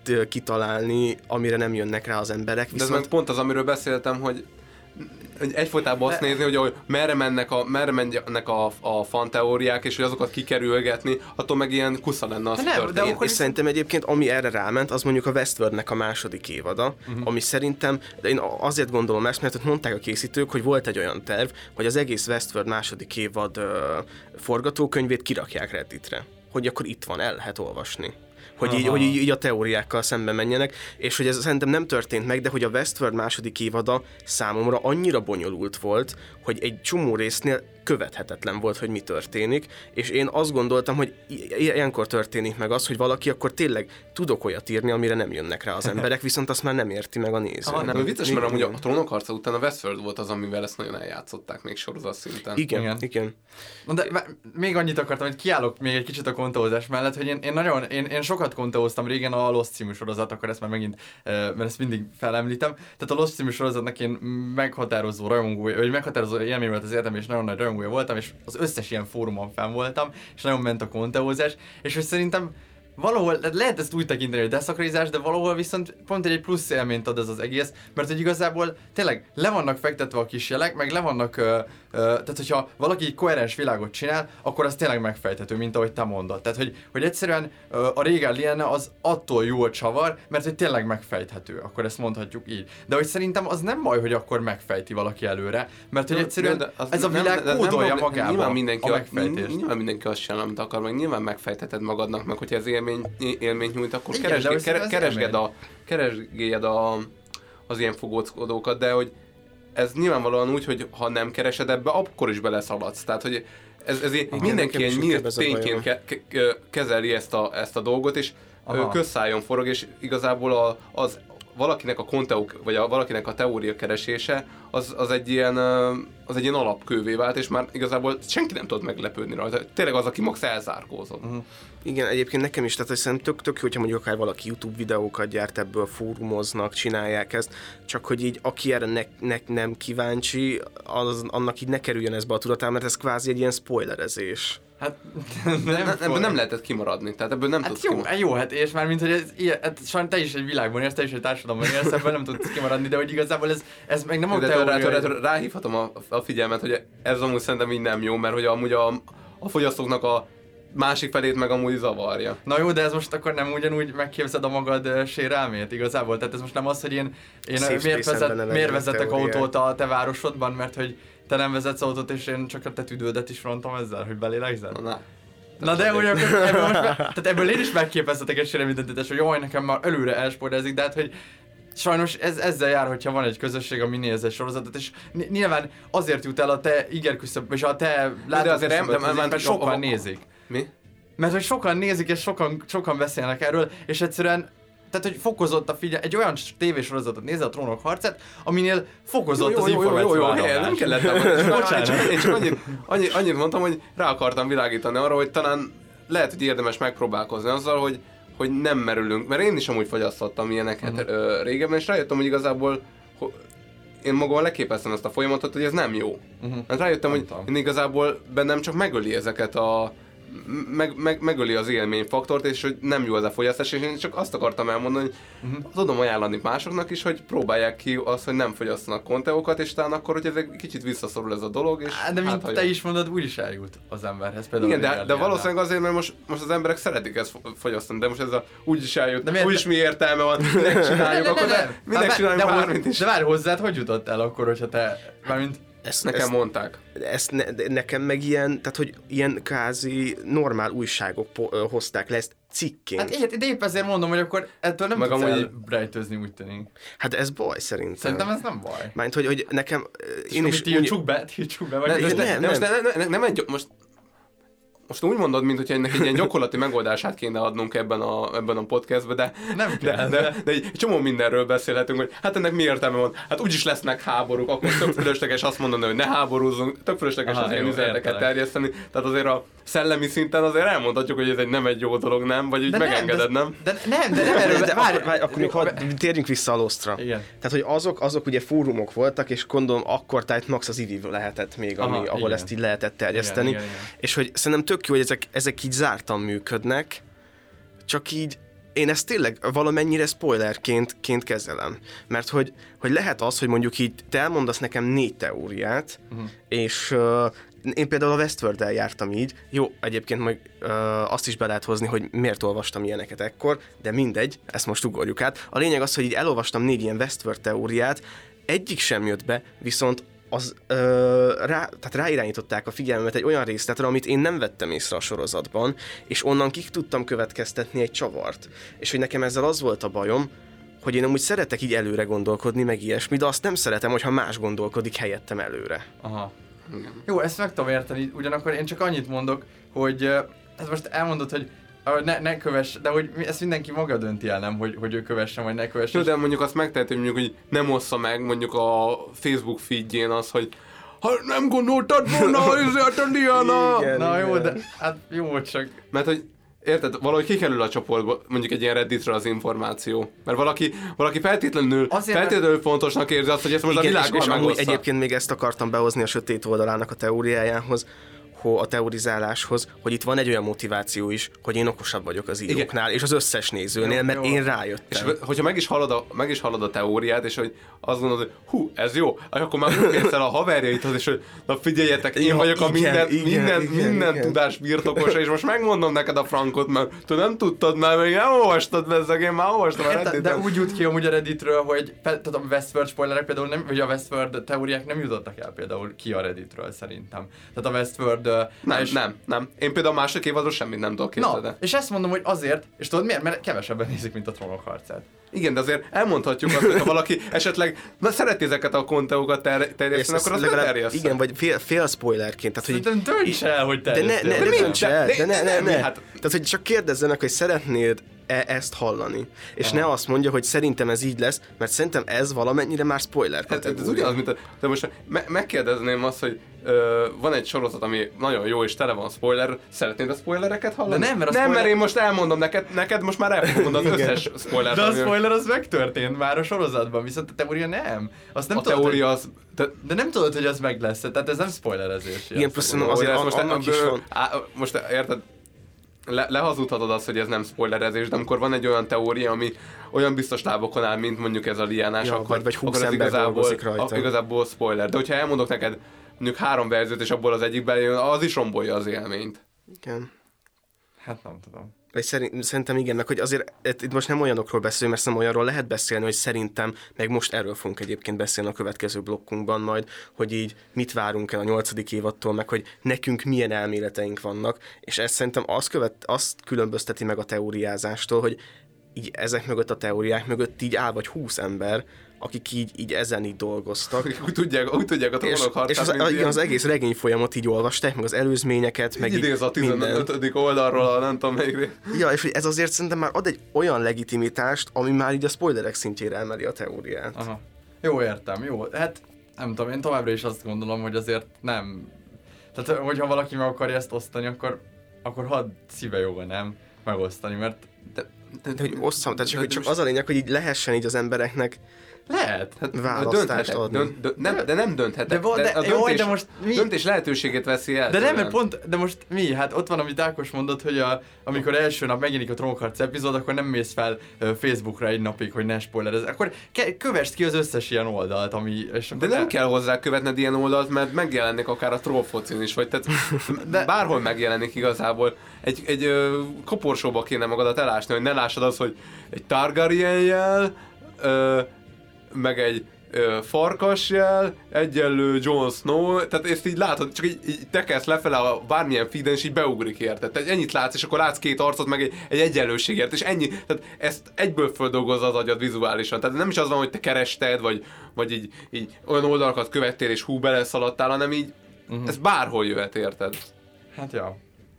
kitalálni, amire nem jönnek rá az emberek. Viszont... De ez meg pont az, amiről beszéltem, hogy egyfolytában azt nézni, hogy, hogy merre mennek a, merre mennek a, a fanteóriák, és hogy azokat kikerülgetni, attól meg ilyen kusza lenne az történet. És is... szerintem egyébként, ami erre ráment, az mondjuk a Westworldnek a második évada, uh-huh. ami szerintem, de én azért gondolom ezt, mert ott mondták a készítők, hogy volt egy olyan terv, hogy az egész Westworld második évad uh, forgatókönyvét kirakják Redditre. Hogy akkor itt van, el lehet olvasni. Hogy, így, hogy így, így a teóriákkal szembe menjenek, és hogy ez szerintem nem történt meg, de hogy a Westworld második évada számomra annyira bonyolult volt, hogy egy csomó résznél követhetetlen volt, hogy mi történik, és én azt gondoltam, hogy ilyenkor történik meg az, hogy valaki akkor tényleg tudok olyat írni, amire nem jönnek rá az emberek, viszont azt már nem érti meg a néző. Ah, nem, vicces, mert amúgy a Trónok harca után a Westworld volt az, amivel ezt nagyon eljátszották még sorozat szinten. Igen, igen. igen. De még annyit akartam, hogy kiállok még egy kicsit a kontózás mellett, hogy én, én nagyon, én, én sokat konteóztam régen a Lost című sorozat, akkor ezt már megint, mert ezt mindig felemlítem. Tehát a Lost című sorozatnak én meghatározó rajongója, vagy meghatározó élmény volt az életem, és nagyon nagy rajongója voltam, és az összes ilyen fórumon fenn voltam, és nagyon ment a konteózás, és hogy szerintem valahol, lehet ezt úgy tekinteni, hogy deszakrizás, de valahol viszont pont egy plusz élményt ad ez az egész, mert hogy igazából tényleg le vannak fektetve a kis jelek, meg le vannak, ö, ö, tehát hogyha valaki egy koherens világot csinál, akkor az tényleg megfejthető, mint ahogy te mondod. Tehát, hogy, hogy egyszerűen ö, a régen lienne az attól jól csavar, mert hogy tényleg megfejthető, akkor ezt mondhatjuk így. De hogy szerintem az nem baj, hogy akkor megfejti valaki előre, mert hogy egyszerűen de, de ez a világ nem, kódolja magába nyilván mindenki a megfejtést. Nyilván mindenki azt csinál, amit akar, meg nyilván megfejtheted magadnak, meg hogyha ez élmény, élményt nyújt, akkor igen, keresgé, keres, keresged, a, keresgéljed a, az ilyen fogóckodókat, de hogy ez nyilvánvalóan úgy, hogy ha nem keresed ebbe, akkor is beleszaladsz. Tehát, hogy ez, ez igen, mindenki ilyen nyílt tényként ke, ke, kezeli ezt a, ezt a dolgot, és aha. közszálljon forog, és igazából a, az valakinek a konteók, vagy a, valakinek a teória keresése, az, az, egy ilyen, az egy ilyen alapkővé vált, és már igazából senki nem tud meglepődni rajta. Tényleg az, aki max elzárkózott. Uh-huh. Igen, egyébként nekem is, tehát hogy szerintem tök, tök jó, hogyha mondjuk akár valaki YouTube videókat gyárt, ebből fórumoznak, csinálják ezt, csak hogy így aki erre ne, ne, nem kíváncsi, az, annak így ne kerüljön ez be a tudatán, mert ez kvázi egy ilyen spoilerezés. Hát nem, nem, ebből nem lehetett kimaradni, tehát ebből nem hát tudsz jó, kimaradni. Jó, hát és már mint hogy ez ilyen, hát sajnos te is egy világban élsz, te is egy társadalomban élsz, ebből nem tudsz kimaradni, de hogy igazából ez, ez meg nem a teória. Rá, rá, ráhívhatom a, a figyelmet, hogy ez amúgy szerintem így nem jó, mert hogy amúgy a, a fogyasztóknak a másik felét meg amúgy zavarja. Na jó, de ez most akkor nem ugyanúgy megképzed a magad sérelmét igazából? Tehát ez most nem az, hogy én, én miért, vezet, miért vezetek autót a te városodban, mert hogy te nem vezetsz autót, és én csak a te tüdődet is rontom ezzel, hogy belélegzed? Na, Na de hogy akkor ebből, most be, tehát ebből én is megképeztetek egy sérelmidentitást, hogy jaj, nekem már előre elsporezik, de hát hogy sajnos ez, ezzel jár, hogyha van egy közösség, ami néz egy sorozatot, és nyilván azért jut el a te igerküszöb, és a te látóküszöböt, mert sokan nézik. Mi? Mert hogy sokan nézik, és sokan, sokan beszélnek erről, és egyszerűen tehát, hogy fokozott a figyelme, egy olyan tévésorozatot nézze, a Trónok harcát, aminél fokozott jó, jó, az információ áramlás. Nem kellett nem. Én csak annyit, annyit, annyit mondtam, hogy rá akartam világítani arra, hogy talán lehet, hogy érdemes megpróbálkozni azzal, hogy, hogy nem merülünk, mert én is amúgy fogyasztottam ilyeneket uh-huh. ö, régebben, és rájöttem, hogy igazából hogy én magammal leképeztem ezt a folyamatot, hogy ez nem jó. Uh-huh. Mert rájöttem, nem hogy tudom. Én igazából bennem csak megöli ezeket a Meg, meg, megöli az élményfaktort, és hogy nem jó az a fogyasztás, és én csak azt akartam elmondani, hogy uh-huh. tudom ajánlani másoknak is, hogy próbálják ki azt, hogy nem fogyasztanak konteókat, és talán akkor, hogy ez egy kicsit visszaszorul ez a dolog, és de mint hát, te is mondod, úgyis eljut az emberhez. Például igen, de, de valószínűleg azért, mert most, most az emberek szeretik ezt fogyasztani, de most ez a úgyis eljut, de úgyis mi értelme van, minek csináljuk, akkor de minek csináljuk bármit is. De várj, hozzád hogy jutott el akkor, hogyha te, mármint Ezt nekem ezt, mondták. Ezt ne, nekem meg ilyen, tehát hogy ilyen kázi normál újságok po, ö, hozták le ezt cikként. Hát így, de épp ezért mondom, hogy akkor ettől nem meg tudsz amúgy... elrejtőzni, úgy tűnik. Hát ez baj szerintem. Szerintem ez nem baj. Mármint, hogy, hogy nekem... És én is tiltsuk be, tiltsuk be. Ne, de, nem, nem, most, ne, ne, nem egy... Most, most úgy mondod, mint hogyha ennek egy ilyen gyakorlati megoldását kéne adnunk ebben a, ebben a podcastben, de, nem kell, de, de, de egy csomó mindenről beszélhetünk, hogy hát ennek mi értelme van, hát úgyis lesznek háborúk, akkor tök fölösleges azt mondani, hogy ne háborúzzunk, tök fölösleges az ilyen üzeneteket terjeszteni, tehát azért a szellemi szinten azért elmondhatjuk, hogy ez egy nem egy jó dolog, nem? Vagy így de megengeded, nem? De, de nem, de nem erről, de, várj, várj, akkor még hadd térjünk vissza a Lostra. Igen. Tehát, hogy azok, azok ugye fórumok voltak, és gondolom akkor tehát max az i vé lehetett még, ami, aha, ahol igen. ezt így lehetett terjeszteni. Igen, igen, igen. És hogy szerintem tök jó, hogy ezek, ezek így zártan működnek, csak így én ezt tényleg valamennyire spoilerként ként kezelem. Mert hogy, hogy lehet az, hogy mondjuk így te elmondasz nekem négy teóriát, uh-huh. és uh, én például a Westworld-el jártam így, jó, egyébként majd uh, azt is be lehet hozni, hogy miért olvastam ilyeneket ekkor, de mindegy, ezt most ugorjuk át. A lényeg az, hogy így elolvastam négy ilyen Westworld teóriát, egyik sem jött be, viszont az, ö, rá, tehát ráirányították a figyelmemet egy olyan részletre, amit én nem vettem észre a sorozatban, és onnan ki tudtam következtetni egy csavart. És hogy nekem ezzel az volt a bajom, hogy én amúgy szeretek így előre gondolkodni, meg ilyesmi, de azt nem szeretem, hogyha más gondolkodik helyettem előre. Aha. Igen. Jó, ezt meg tudom érteni, ugyanakkor én csak annyit mondok, hogy ez most elmondod, hogy ne, ne kövess, de hogy ezt mindenki maga dönti el, nem, hogy, hogy ő kövessen, vagy ne kövessen. Jó, de mondjuk azt megteheti, mondjuk, hogy nem ossza meg mondjuk a Facebook feedjén az, hogy ha nem gondoltad volna, ezért a Diana! Na igen. Jó, de hát jó, csak... Mert hogy érted, valahogy kikerül a csoportból mondjuk egy ilyen Redditről az információ. Mert valaki, valaki feltétlenül, Azért feltétlenül mert... fontosnak érzi azt, hogy ezt most igen, a világban megoszta. Egyébként még ezt akartam behozni a sötét oldalának a teóriájához, a teorizáláshoz, hogy itt van egy olyan motiváció is, hogy én okosabb vagyok az íróknál, és az összes nézőnél, jó, mert jó. Én rájöttem. És hogyha meg is halad a, meg is halad a teóriát, és hogy azt gondolod, hogy hú, ez jó, akkor már úgy el a haverjaidhoz, és hogy na figyeljetek, én ja, vagyok igen, a minden, igen, minden, igen, minden igen. tudás birtokosa, és most megmondom neked a frankot, mert te nem tudtad már, még nem olvastad bezzeg, én már olvastam a Redditen. De úgy jut ki amúgy a Redditről, hogy tehát a Westworld spoilerek például nem, vagy a Westworld teóriák nem jutottak el például ki a Redditről szerintem. Tehát a Westworld... Nem, és... nem, nem. Én például a második évadról semmit nem tudok képzelni. Na, és ezt mondom, hogy azért, és tudod miért? Mert kevesebben nézik, mint a Trónok harcát. Igen, de azért elmondhatjuk azt, hogy ha valaki esetleg na, szereti ezeket a konteókat ter- terjeszteni, akkor az legalább, igen, vagy fél, fél spoilerként. Tehát, hogy így, dönts el, hogy terjeszteni. De ne, ne, ne dönts el, de ne, ne, ne. Hát, tehát, hogy csak kérdezzenek, hogy szeretnéd e ezt hallani. És aha. ne azt mondja, hogy szerintem ez így lesz, mert szerintem ez valamennyire már spoiler kategória. Hát, ez ugyanaz, mint a, de most me- megkérdezném azt, hogy ö, van egy sorozat, ami nagyon jó és tele van spoiler, szeretnéd a spoilereket hallani? De nem, mert, a nem, spoiler... mert én most elmondom neked, neked most már el fogom mondani az összes spoilert. De a spoiler az megtörtént már a sorozatban, viszont a teória nem. Azt nem a tudod, teória hogy... az... Te... De nem tudod, hogy az meg lesz, tehát ez nem spoilerezés. Igen, plusz azért most annak is van. Most érted? Le, lehazudhatod azt, hogy ez nem spoilerezés, de amikor van egy olyan teória, ami olyan biztos lábokon áll, mint mondjuk ez a liánás, ja, akkor, vagy akkor ez igazából, igazából spoiler. De hogyha elmondok neked mondjuk három verziót, és abból az egyik bejön, az is rombolja az élményt. Igen. Hát nem tudom. Vagy szerint, szerintem igen, meg hogy azért itt most nem olyanokról beszélünk, mert szerintem olyanról lehet beszélni, hogy szerintem, meg most erről fogunk egyébként beszélni a következő blokkunkban majd, hogy így mit várunk el a nyolcadik évadtól, meg hogy nekünk milyen elméleteink vannak, és ez szerintem azt, követ, azt különbözteti meg a teóriázástól, hogy így ezek mögött a teóriák mögött így áll vagy húsz ember, akik így, így ezen így dolgoztak. Úgy tudják, úgy tudják a Trónok harcát, és az, az, igen, az egész regény folyamat így olvasták, meg az előzményeket, meg így a tizenötödik oldalról, a nem tudom melyik. Ja, és hogy ez azért szerintem már ad egy olyan legitimitást, ami már így a spoilerek szintjére emeli a teóriát. Aha. Jó, értem, jó. Hát nem tudom, én továbbra is azt gondolom, hogy azért nem... Tehát, hogyha valaki meg akarja ezt osztani, akkor, akkor hadd szíve jóga nem megosztani, mert... De, de, de hogy osszam, tehát csak, de, de csak az a lényeg, hogy így lehessen így az embereknek lehet. Hát választást adni. Dönt, dönt, nem, de nem döntheted. De, de, de, a döntés, jó, de most mi? Döntés lehetőségét veszi el. De nem, mert pont, de most mi? Hát ott van, amit Ákos mondott, hogy a, amikor első nap megjelenik a Trónokharc epizód, akkor nem mész fel uh, Facebookra egy napig, hogy ne spoilerezz. Akkor ke- kövesd ki az összes ilyen oldalt, ami... És de nem el... kell hozzá követned ilyen oldalt, mert megjelenik akár a trollfocin is, vagy tehát de... bárhol megjelenik igazából. Egy, egy uh, koporsóba kéne magadat elásni, hogy ne lássad azt, hogy egy Targaryen-jel, uh, meg egy ö, farkasjel, egyenlő Jon Snow, tehát ezt így látod, csak így, így tekelsz lefele a bármilyen feeden, és így beugrik érted. Tehát ennyit látsz, és akkor látsz két arcot, meg egy, egy egyenlőségért, és ennyi, tehát ezt egyből földolgozza az agyad vizuálisan. Tehát nem is az van, hogy te kerested, vagy, vagy így, így olyan oldalakat követtél, és hú, beleszaladtál, hanem így, uh-huh. ez bárhol jöhet, érted? Hát ja.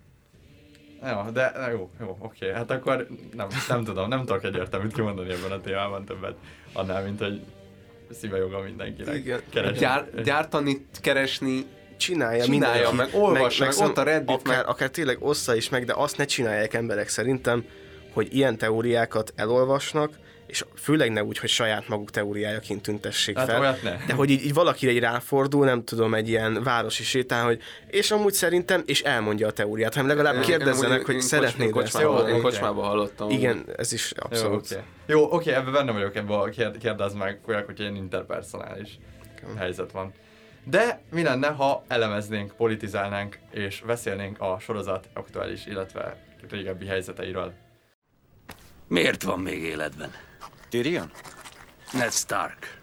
Ja, de jó, jó, oké, hát akkor nem, nem tudom, nem tudok egyértelműt kimondani ebben a témában többet, annál, mint hogy szíve joga mindenkinek. Gyár, gyártani, keresni, csinálja, csinálja meg, olvassa meg, meg ott a Reddit akár, meg. Akár tényleg ossza is meg, de azt ne csinálják emberek szerintem, hogy ilyen teóriákat elolvasnak, és főleg ne úgy, hogy saját maguk teóriájaként tüntessék hát fel, de hogy így, így valakire így ráfordul, nem tudom, egy ilyen városi sétán, hogy és amúgy szerintem, és elmondja a teóriát, hanem legalább kérdezzenek, én, hogy szeretnéd ezt hallani. Én kocsmában hallottam. Igen, ez is abszolút. Jó, oké, okay. Jó, okay, ebben benne vagyok, ebben a kérdezz meg, főleg, hogy ilyen interpersonális okay. helyzet van. De mi lenne, ha elemeznénk, politizálnánk, és beszélnénk a sorozat aktuális, illetve régebbi helyzeteiről? Miért van még életben? Tyrion? Ned Stark.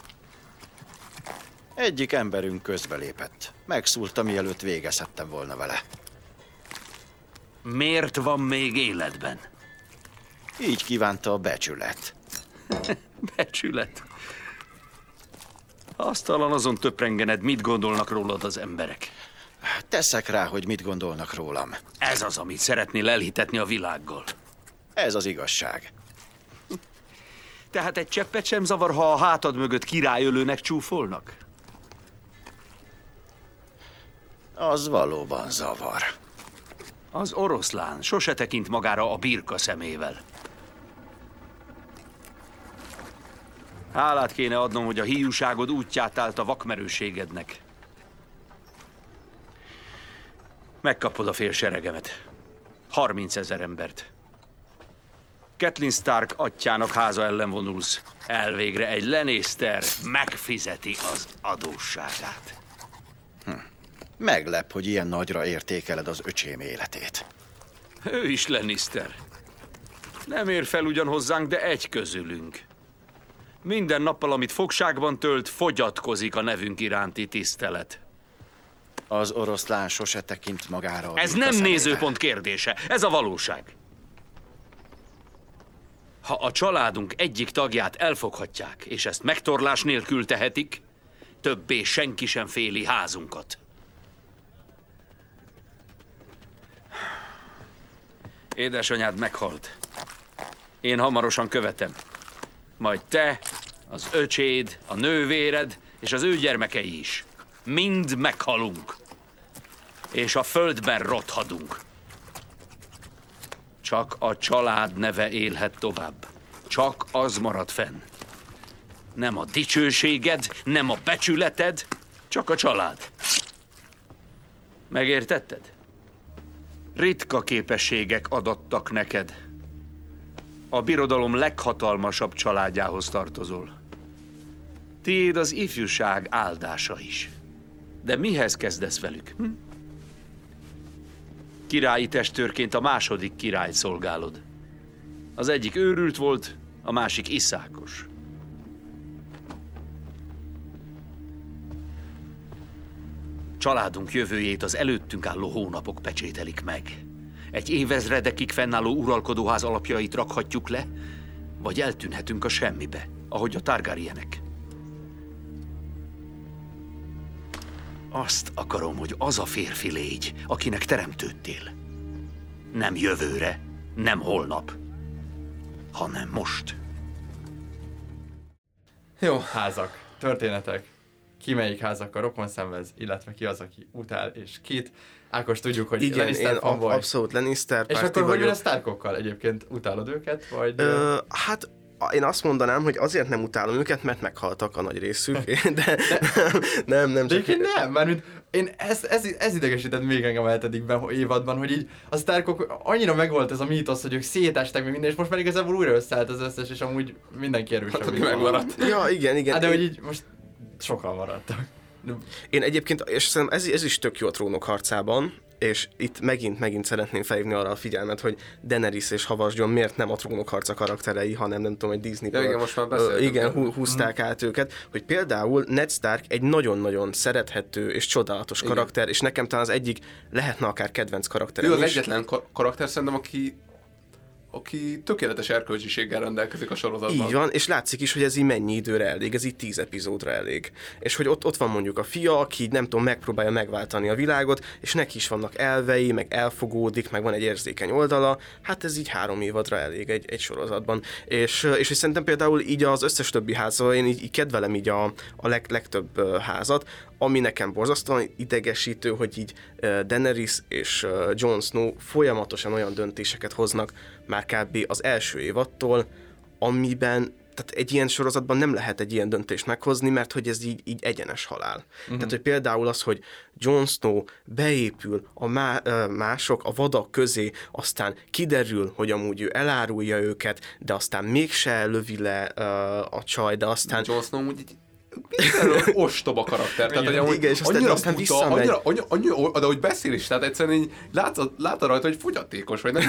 Egyik emberünk közbelépett. Megszúrta, mielőtt végezhettem volna vele. Miért van még életben? Így kívánta a becsület. Becsület? Asztalan azon töprengened, mit gondolnak rólad az emberek. Teszek rá, hogy mit gondolnak rólam. Ez az, amit szeretnél elhitetni a világgal. Ez az igazság. Tehát egy cseppet sem zavar, ha a hátad mögött királyölőnek csúfolnak? Az valóban zavar. Az oroszlán sose tekint magára a birka szemével. Hálát kéne adnom, hogy a hiúságod útját állt a vakmerőségednek. Megkapod a fél seregemet. harmincezer embert. Catelyn Stark atyjának háza ellen vonulsz. Elvégre egy Lannister megfizeti az adósságát. Hm. Meglep, hogy ilyen nagyra értékeled az öcsém életét. Ő is Lannister. Nem ér fel ugyan hozzánk, de egy közülünk. Minden nappal, amit fogságban tölt, fogyatkozik a nevünk iránti tisztelet. Az oroszlán sose tekint magára. Ez nem nézőpont kérdése, ez a valóság. Ha a családunk egyik tagját elfoghatják, és ezt megtorlás nélkül tehetik, többé senki sem féli házunkat. Édesanyád meghalt. Én hamarosan követem. Majd te, az öcséd, a nővéred és az ő gyermekei is. Mind meghalunk. És a földben rothadunk. Csak a család neve élhet tovább. Csak az marad fenn. Nem a dicsőséged, nem a becsületed, csak a család. Megértetted? Ritka képességek adattak neked. A birodalom leghatalmasabb családjához tartozol. Tiéd az ifjúság áldása is. De mihez kezdesz velük? Hm? Királyi testőrként a második királyt szolgálod. Az egyik őrült volt, a másik iszákos. Családunk jövőjét az előttünk álló hónapok pecsételik meg. Egy évezredekig fennálló uralkodóház alapjait rakhatjuk le, vagy eltűnhetünk a semmibe, ahogy a Targaryenek. Azt akarom, hogy az a férfi légy, akinek teremtődtél. Nem jövőre, nem holnap, hanem most. Jó. Házak, történetek. Ki melyik házakkal rokon szenvez, illetve ki az, aki utál, és kit. Ákos, tudjuk, hogy igen, Lannister fan vagy. Abszolút Lannister És akkor hogy a Starkokkal egyébként? Utálod őket, vagy... Ö, hát én azt mondanám, hogy azért nem utálom őket, mert meghaltak a nagy részük, de nem, nem csak... De nem, mert én ez, ez, ez idegesített még engem a hetedikben évadban, hogy így a Starkok annyira megvolt ez a mítosz, hogy ők szétestek meg minden, és most már igazából újra összeállt az összes, és amúgy mindenki erősebb. Hát, megmaradt. Ja, igen, igen. Hát, de hogy így most sokan maradtak. Én egyébként, és szerintem ez, ez is tök jó a Trónok harcában, és itt megint, megint szeretném felhívni arra a figyelmet, hogy Daenerys és Havas Jon miért nem a Trónok harca karakterei, hanem nem tudom, hogy Disney-ből ja, igen, most már beszéltünk. Igen, hú, húzták mm. át őket, hogy például Ned Stark egy nagyon-nagyon szerethető és csodálatos igen. karakter, és nekem talán az egyik lehetne akár kedvenc karakterem ő is. az egyetlen karakter szerintem, aki aki tökéletes erkölcsiséggel rendelkezik a sorozatban. Így van, és látszik is, hogy ez így mennyi időre elég, ez így tíz epizódra elég. És hogy ott, ott van mondjuk a fia, aki így nem tudom, megpróbálja megváltani a világot, és neki is vannak elvei, meg elfogódik, meg van egy érzékeny oldala, hát ez így három évadra elég egy, egy sorozatban. És, és, és szerintem például így az összes többi házal, én így, így kedvelem így a, a leg, legtöbb házat, ami nekem borzasztóan idegesítő, hogy így Daenerys és Jon Snow folyamatosan olyan döntéseket hoznak már kb. Az első évattól, amiben tehát egy ilyen sorozatban nem lehet egy ilyen döntést meghozni, mert hogy ez így, így egyenes halál. Uh-huh. Tehát, hogy például az, hogy Jon Snow beépül a má, mások, a vadak közé, aztán kiderül, hogy amúgy ő elárulja őket, de aztán mégse lövi le a csaj, de aztán... Jon Snow úgy így bizony ostoba karakter, tehát hogy amúgy igen, és aztán, annyira aztán buta, annyira, annyira, annyira, de hogy beszél is, tehát egyszerűen így látod, látod rajta, hogy fogyatékos, vagy nem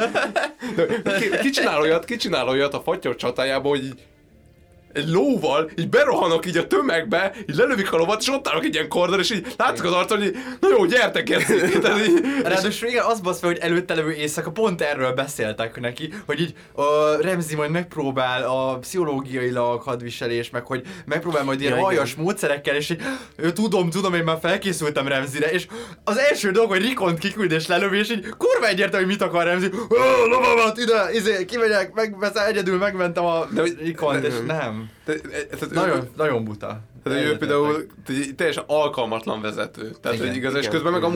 ki, ki, csinál olyat, ki csinál olyat a fattyok csatájában, hogy így egy lóval, így berohanok így a tömegbe, így lelövik a lovat, és ott állok egy ilyen kordon, és így látszik az arcon, hogy így, na jó, gyertek, gyertek. Ráadásul igen, az basz fel, hogy előtte levő éjszaka pont erről beszéltek neki, hogy így a Ramsay majd megpróbál a pszichológiailag hadviselés, meg hogy megpróbál majd ilyen ja, aljas módszerekkel, és így, tudom, tudom, én már felkészültem Ramsayre, és az első dolog, hogy Rickont kiküld és lelövi, és így kurva egyértelmű, hogy mit akar Ramsay, ó, lovamat ide, izé, kimegyek, megveszem, egyedül megmentem a Rickont, és nem. Te, te, nagyon, ő, nagyon buta. Tehát ő például teljesen alkalmatlan vezető. Tehát igen, igaz, és közben igen. meg amúgy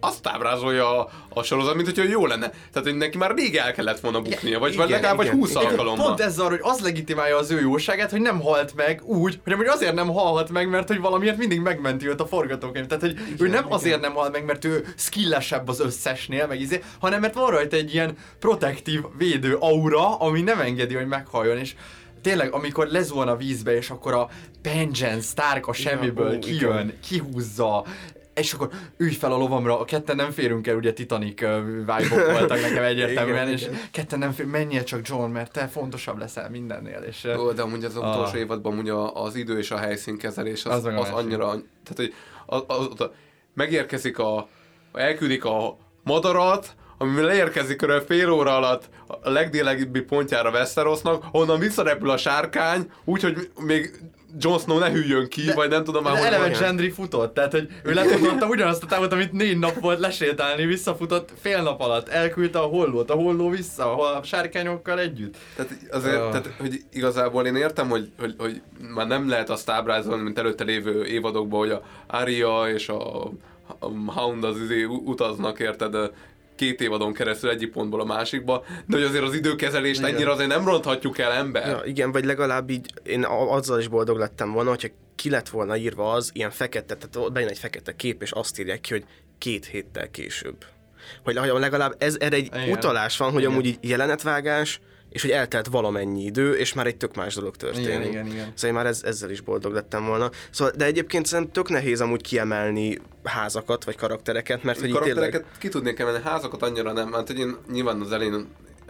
azt ábrázolja a, a sorozat, mint hogyha jó lenne. Tehát, hogy neki már rég el kellett volna buknia, vagy, vagy legalább vagy húsz alkalommal. Pont ez arra, hogy az legitimálja az ő jóságát, hogy nem halt meg úgy, hogy amúgy azért nem halhat meg, mert hogy valamiért mindig megmenti őt a forgatókönyv. Tehát, hogy igen, ő nem igen. azért nem halt meg, mert ő skillesebb az összesnél, meg izé, hanem mert van rajta egy ilyen protektív védő aura, ami nem engedi, hogy meghalljon, és tényleg, amikor lezuhan a vízbe, és akkor a Benjen Stark a semmiből ja, ó, kijön, igen. kihúzza, és akkor ülj fel a lovamra, a ketten nem férünk el, ugye Titanic uh, vibe-ok voltak nekem egyértelműen, és igen. ketten nem férünk, menjél csak John, mert te fontosabb leszel mindennél. És, uh, Ó, de amúgy az a... utolsó évadban amúgy az idő és a helyszínkezelés az, az, az annyira, tehát hogy az, az, az, megérkezik a, elküldik a madarat, ami leérkezik körül fél óra alatt a legdélebbi pontjára Westerosnak, onnan visszarepül a sárkány, úgyhogy még Jon Snow ne hűljön ki, de, vagy nem tudom már, hogy eleve Gendry futott, tehát hogy ő lefutotta ugyanazt a távot, amit négy nap volt lesétálni, visszafutott fél nap alatt, elküldte a hollót, a holló vissza, a sárkányokkal együtt. Tehát azért, uh. tehát, hogy igazából én értem, hogy, hogy, hogy már nem lehet azt ábrázolni, mint előtte lévő évadokban, hogy a Arya és a, a Hound az izé utaznak, érted, két évadon keresztül egyik pontból a másikba, de hogy azért az időkezelést igen. ennyire azért nem ronthatjuk el, ember. Ja, igen, vagy legalább így én azzal is boldog lettem volna, hogyha ki lett volna írva az ilyen fekete, tehát bejön egy fekete kép, és azt írják ki, hogy két héttel később. Hogy legalább ez erre egy igen. utalás van, hogy igen. amúgy így jelenetvágás, és hogy eltelt valamennyi idő, és már egy tök más dolog történik. Igen, igen, igen. Szóval én már ez, ezzel is boldog lettem volna. Szóval, de egyébként szerintem tök nehéz amúgy kiemelni házakat, vagy karaktereket, mert hogy karaktereket tényleg... ki tudnék emelni, házakat annyira nem, mert hogy én nyilván az elején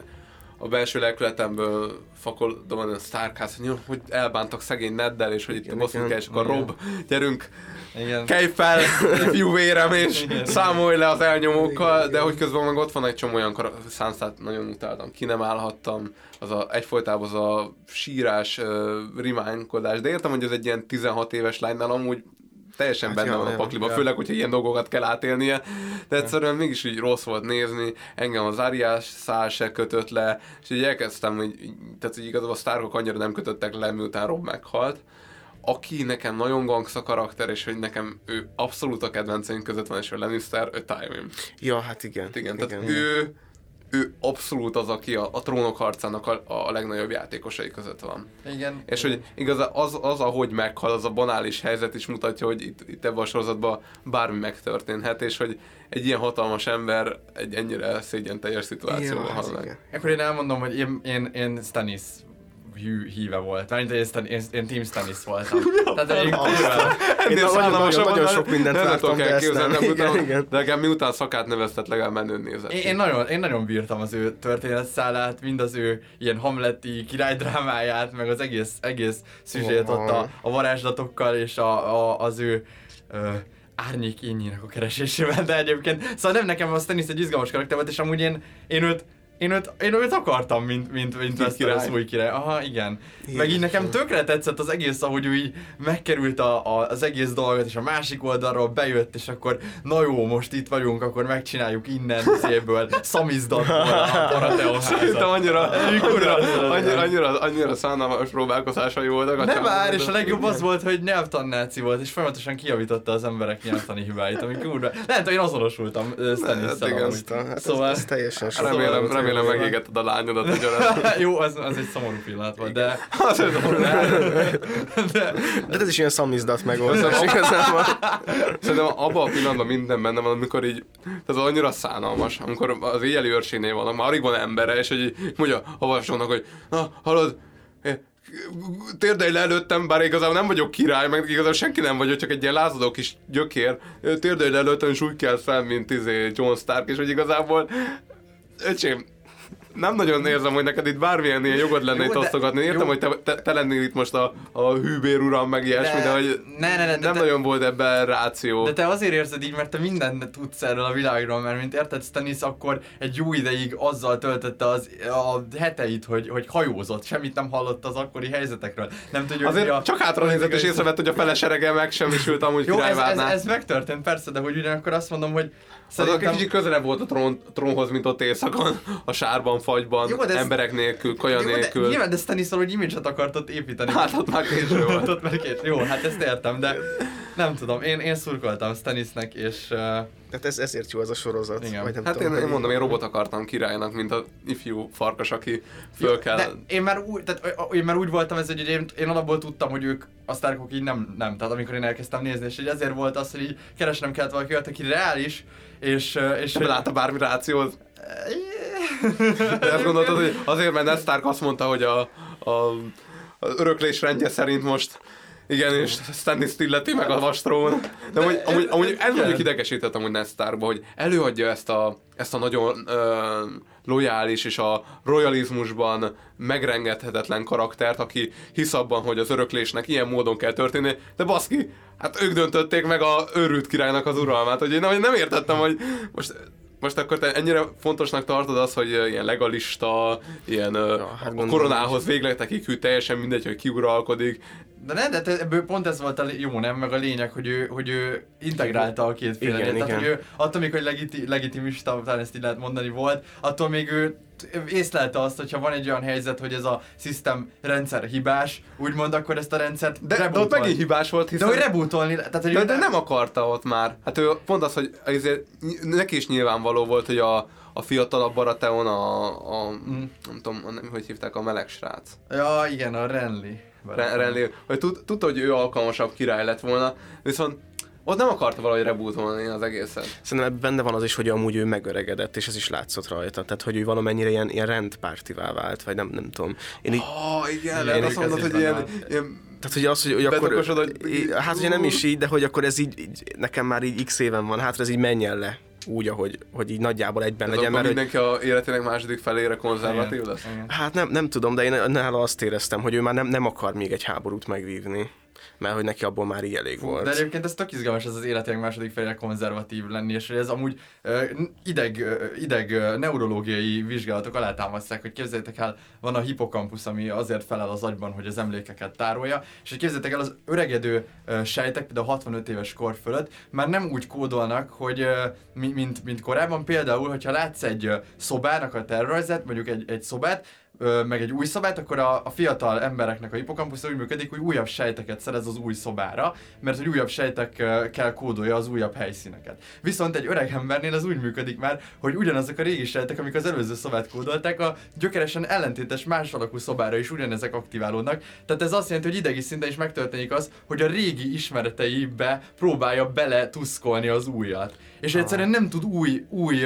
a belső lelkületemből fakoldom a Starkház, hogy elbántak szegény Neddel, és hogy itt bosszunk el, és akkor Rob, gyerünk, igen. kelj fel, fiú vérem, és igen. számolj le az elnyomókkal, de hogy közben meg ott van egy csomó olyan karakter, Sansát nagyon utáltam, ki nem állhattam, az a, egyfolytában az a sírás, uh, rimánykodás, de értem, hogy ez egy ilyen tizenhat éves lánynál amúgy teljesen hát benne ja, van a pakliba, ja. főleg, hogyha ilyen dolgokat kell átélnie, de egyszerűen mégis így rossz volt nézni, engem az Ariás szál se kötött le, és így elkezdtem, hogy, tehát hogy igazából a Starkok annyira nem kötöttek le, miután Rob meghalt, aki nekem nagyon gangsta karakter, és hogy nekem ő abszolút a kedvenceim között van, és a Lannister, ő Tywin. Ja, hát igen. Igen, igen tehát igen. ő ő abszolút az, aki a, a trónok harcának a, a legnagyobb játékosai között van. Igen. És hogy igaz, az, az, ahogy meghal, az a banális helyzet is mutatja, hogy itt, itt ebben a sorozatban bármi megtörténhet, és hogy egy ilyen hatalmas ember egy ennyire szégyen teljes szituációban hal meg. Akkor én elmondom, hogy én, én, én Stannis hű, híve volt. Mert én, Stan, én, én Team Stannis voltam. Tehát én ennél szállalmasabb, nagyon sok mindent láttam, de ezt nem. Igen, igen. De legalább miután szakát neveztet, legalább menőn nézett. Én, én, nagyon, én nagyon bírtam az ő történetszálát, mind az ő ilyen hamleti királydrámáját, meg az egész, egész szüzsét ott a, a varázslatokkal, és a, a, az ő ö, árnyék ényének a keresésével, de egyébként, szóval nem nekem a Stannis egy izgalmas karakter volt, és amúgy én, én őt Én őt, én őt akartam, mint, mint, mint Westeros új király. Aha, igen. igen. Meg így nekem tökre tetszett az egész, ahogy ő így megkerült a, a, az egész dolgot, és a másik oldalról bejött, és akkor na jó, most itt vagyunk, akkor megcsináljuk innen széből Szamizdatból a Baratheon házat. Szerintem annyira, annyira, annyira, annyira, annyira szánalmas próbálkozásai voltak. Nem már, és a legjobb az volt, hogy nyelvtannáci volt, és folyamatosan kijavította az emberek nyelvtani hibáit, ami kurva. Lehet, hogy én azonosultam Stannis-szel amúgy. Szóval ez teljesen sok. Remélem megégetted a lányodat ugyanaz. Jó, az, az egy szomorú pillanat volt, de... de... de... de ez is ilyen szamizdat megoldás igazából. Szerintem abban a pillanatban minden benne van, amikor így... Ez annyira szánalmas, amikor az éjjeli őrsénél vannak, már alig van embere, és hogy így mondja havasónak, hogy na, hallod, térdelj le előttem, bár igazából nem vagyok király, meg igazából senki nem vagyok, csak egy ilyen lázadó kis gyökér. Térdelj le előttem, és úgy kell fel, mint izé Jon Stark, és hogy igazából... Öcsém, nem nagyon érzem, hogy neked itt bármilyen ilyen jogod lenne jó, itt osztogatni. Értem, jó. hogy te, te, te lennél itt most a, a hűbér uram, meg ilyesmi, de, de hogy ne, ne, ne, nem de nagyon te, volt ebben ráció. De te azért érzed így, mert te mindent tudsz erről a világról, mert mint érted, Stannis akkor egy jó ideig azzal töltötte az, a heteit, hogy, hogy hajózott, semmit nem hallott az akkori helyzetekről. Nem tudjuk, azért a, csak hátra nézett és észrevett, hogy a fele serege megsemmisült amúgy királyvárnál. Ez, ez, ez megtörtént persze, de hogy ugyanakkor azt mondom, hogy szerintem... Az kicsit közelebb volt a trón, trónhoz, mint ott éjszakon, a sárban, fagyban, jó, ez... emberek nélkül, kaja jó, nélkül. De, nyilván, de Stannis-szal, hogy image-et akart ott építeni. Hát ott már késő volt. ott már késő. Jó, hát ezt értem, de... Nem tudom, én, én szurkoltam Stannisnek, és... Uh... Tehát ez, ezért jó ez a sorozat. Igen. Vagy nem Hát tudom, én, én hogy- mondom, én robot akartam királynak, mint az ifjú farkas, aki föl kell... De én már, úgy, tehát, én már úgy voltam ez, hogy én, én alapból tudtam, hogy ők a Starkok így nem, nem, tehát amikor én elkezdtem nézni, és így ezért volt az, hogy így keresnem kellett valaki olyat, aki reális, és... és Nem látta bármi rációt. De azt gondoltad, hogy azért, mert Ned Stark azt mondta, hogy a, a, az öröklés rendje szerint most igen, és Stannis illeti meg a vastrón. De amúgy, amúgy, amúgy ez mondjuk idegesített amúgy Ned Starkba, hogy előadja ezt a, ezt a nagyon ö, lojális és a royalizmusban megrengethetetlen karaktert, aki hisz abban, hogy az öröklésnek ilyen módon kell történni, de baszki, hát ők döntötték meg a őrült királynak az uralmát, hogy én nem, nem értettem, hogy most... Most akkor te ennyire fontosnak tartod az, hogy ilyen legalista, ilyen ja, hát a koronához végletekig hű, teljesen mindegy, hogy ki uralkodik. De nem, de ebből pont ez volt a jó, nem? Meg a lényeg, hogy ő, hogy ő integrálta a két fél. Tehát, igen. Hogy ő attól még, hogy legiti, legitimista, talán ezt így lehet mondani volt, attól még ő észlelte azt, hogyha van egy olyan helyzet, hogy ez a system rendszer hibás, úgymond akkor ezt a rendszert de, de ott megint hibás volt, hiszen... De hogy rebootolni, tehát hogy... De, de nem akarta ott már. Hát ő pont az, hogy azért neki is nyilvánvaló volt, hogy a, a fiatalabb Baratheon, a, a mm. nem tudom, nem, hogy hívták, a meleg srác. Ja, igen, a Renly. Renly, hogy tud, tudta, hogy ő alkalmasabb király lett volna, viszont ott nem akarta valahogy rebootolni az egészet. Szerintem benne van az is, hogy amúgy ő megöregedett, és ez is látszott rajta. Tehát, hogy ő valamennyire ilyen, ilyen rendpártivá vált, vagy nem, nem tudom. Én így... Oh, igen, én azt mondod, hogy ilyen, ilyen... Tehát, hogy az, hogy, hogy akkor... Hogy... Hát, ugye nem is így, de hogy akkor ez így, így nekem már így x éven van hátra, ez így menjen le. Úgy, ahogy hogy így nagyjából egyben ez legyen. Mert mindenki hogy... a életének második felére konzervatív lesz? Hát nem, nem tudom, de én nála azt éreztem, hogy ő már nem, nem akar még egy háborút megvívni. Mert hogy neki abból már így elég Fú, volt. De egyébként ez tök izgalmas, ez az életének második felére konzervatív lenni, és ez amúgy uh, ideg, uh, ideg uh, neurológiai vizsgálatok alátámasztják, hogy képzeljétek el, van a hippocampus, ami azért felel az agyban, hogy az emlékeket tárolja, és hogy képzeljétek el, az öregedő uh, sejtek, például hatvanöt éves kor fölött már nem úgy kódolnak, hogy uh, mint, mint korábban, például, hogyha látsz egy uh, szobának a terrorrajzát, mondjuk egy, egy szobát, meg egy új szobát, akkor a, a fiatal embereknek a hippocampus úgy működik, hogy újabb sejteket szerez az új szobára, mert hogy újabb sejtekkel kódolja az újabb helyszíneket. Viszont egy öreg embernél az úgy működik már, hogy ugyanazok a régi sejtek, amik az előző szobát kódolták, a gyökeresen ellentétes más alakú szobára is ugyanezek aktiválódnak. Tehát ez azt jelenti, hogy idegi szinten is megtörténik az, hogy a régi ismereteibe próbálja bele tuszkolni az újat. És egyszerűen nem tud új, új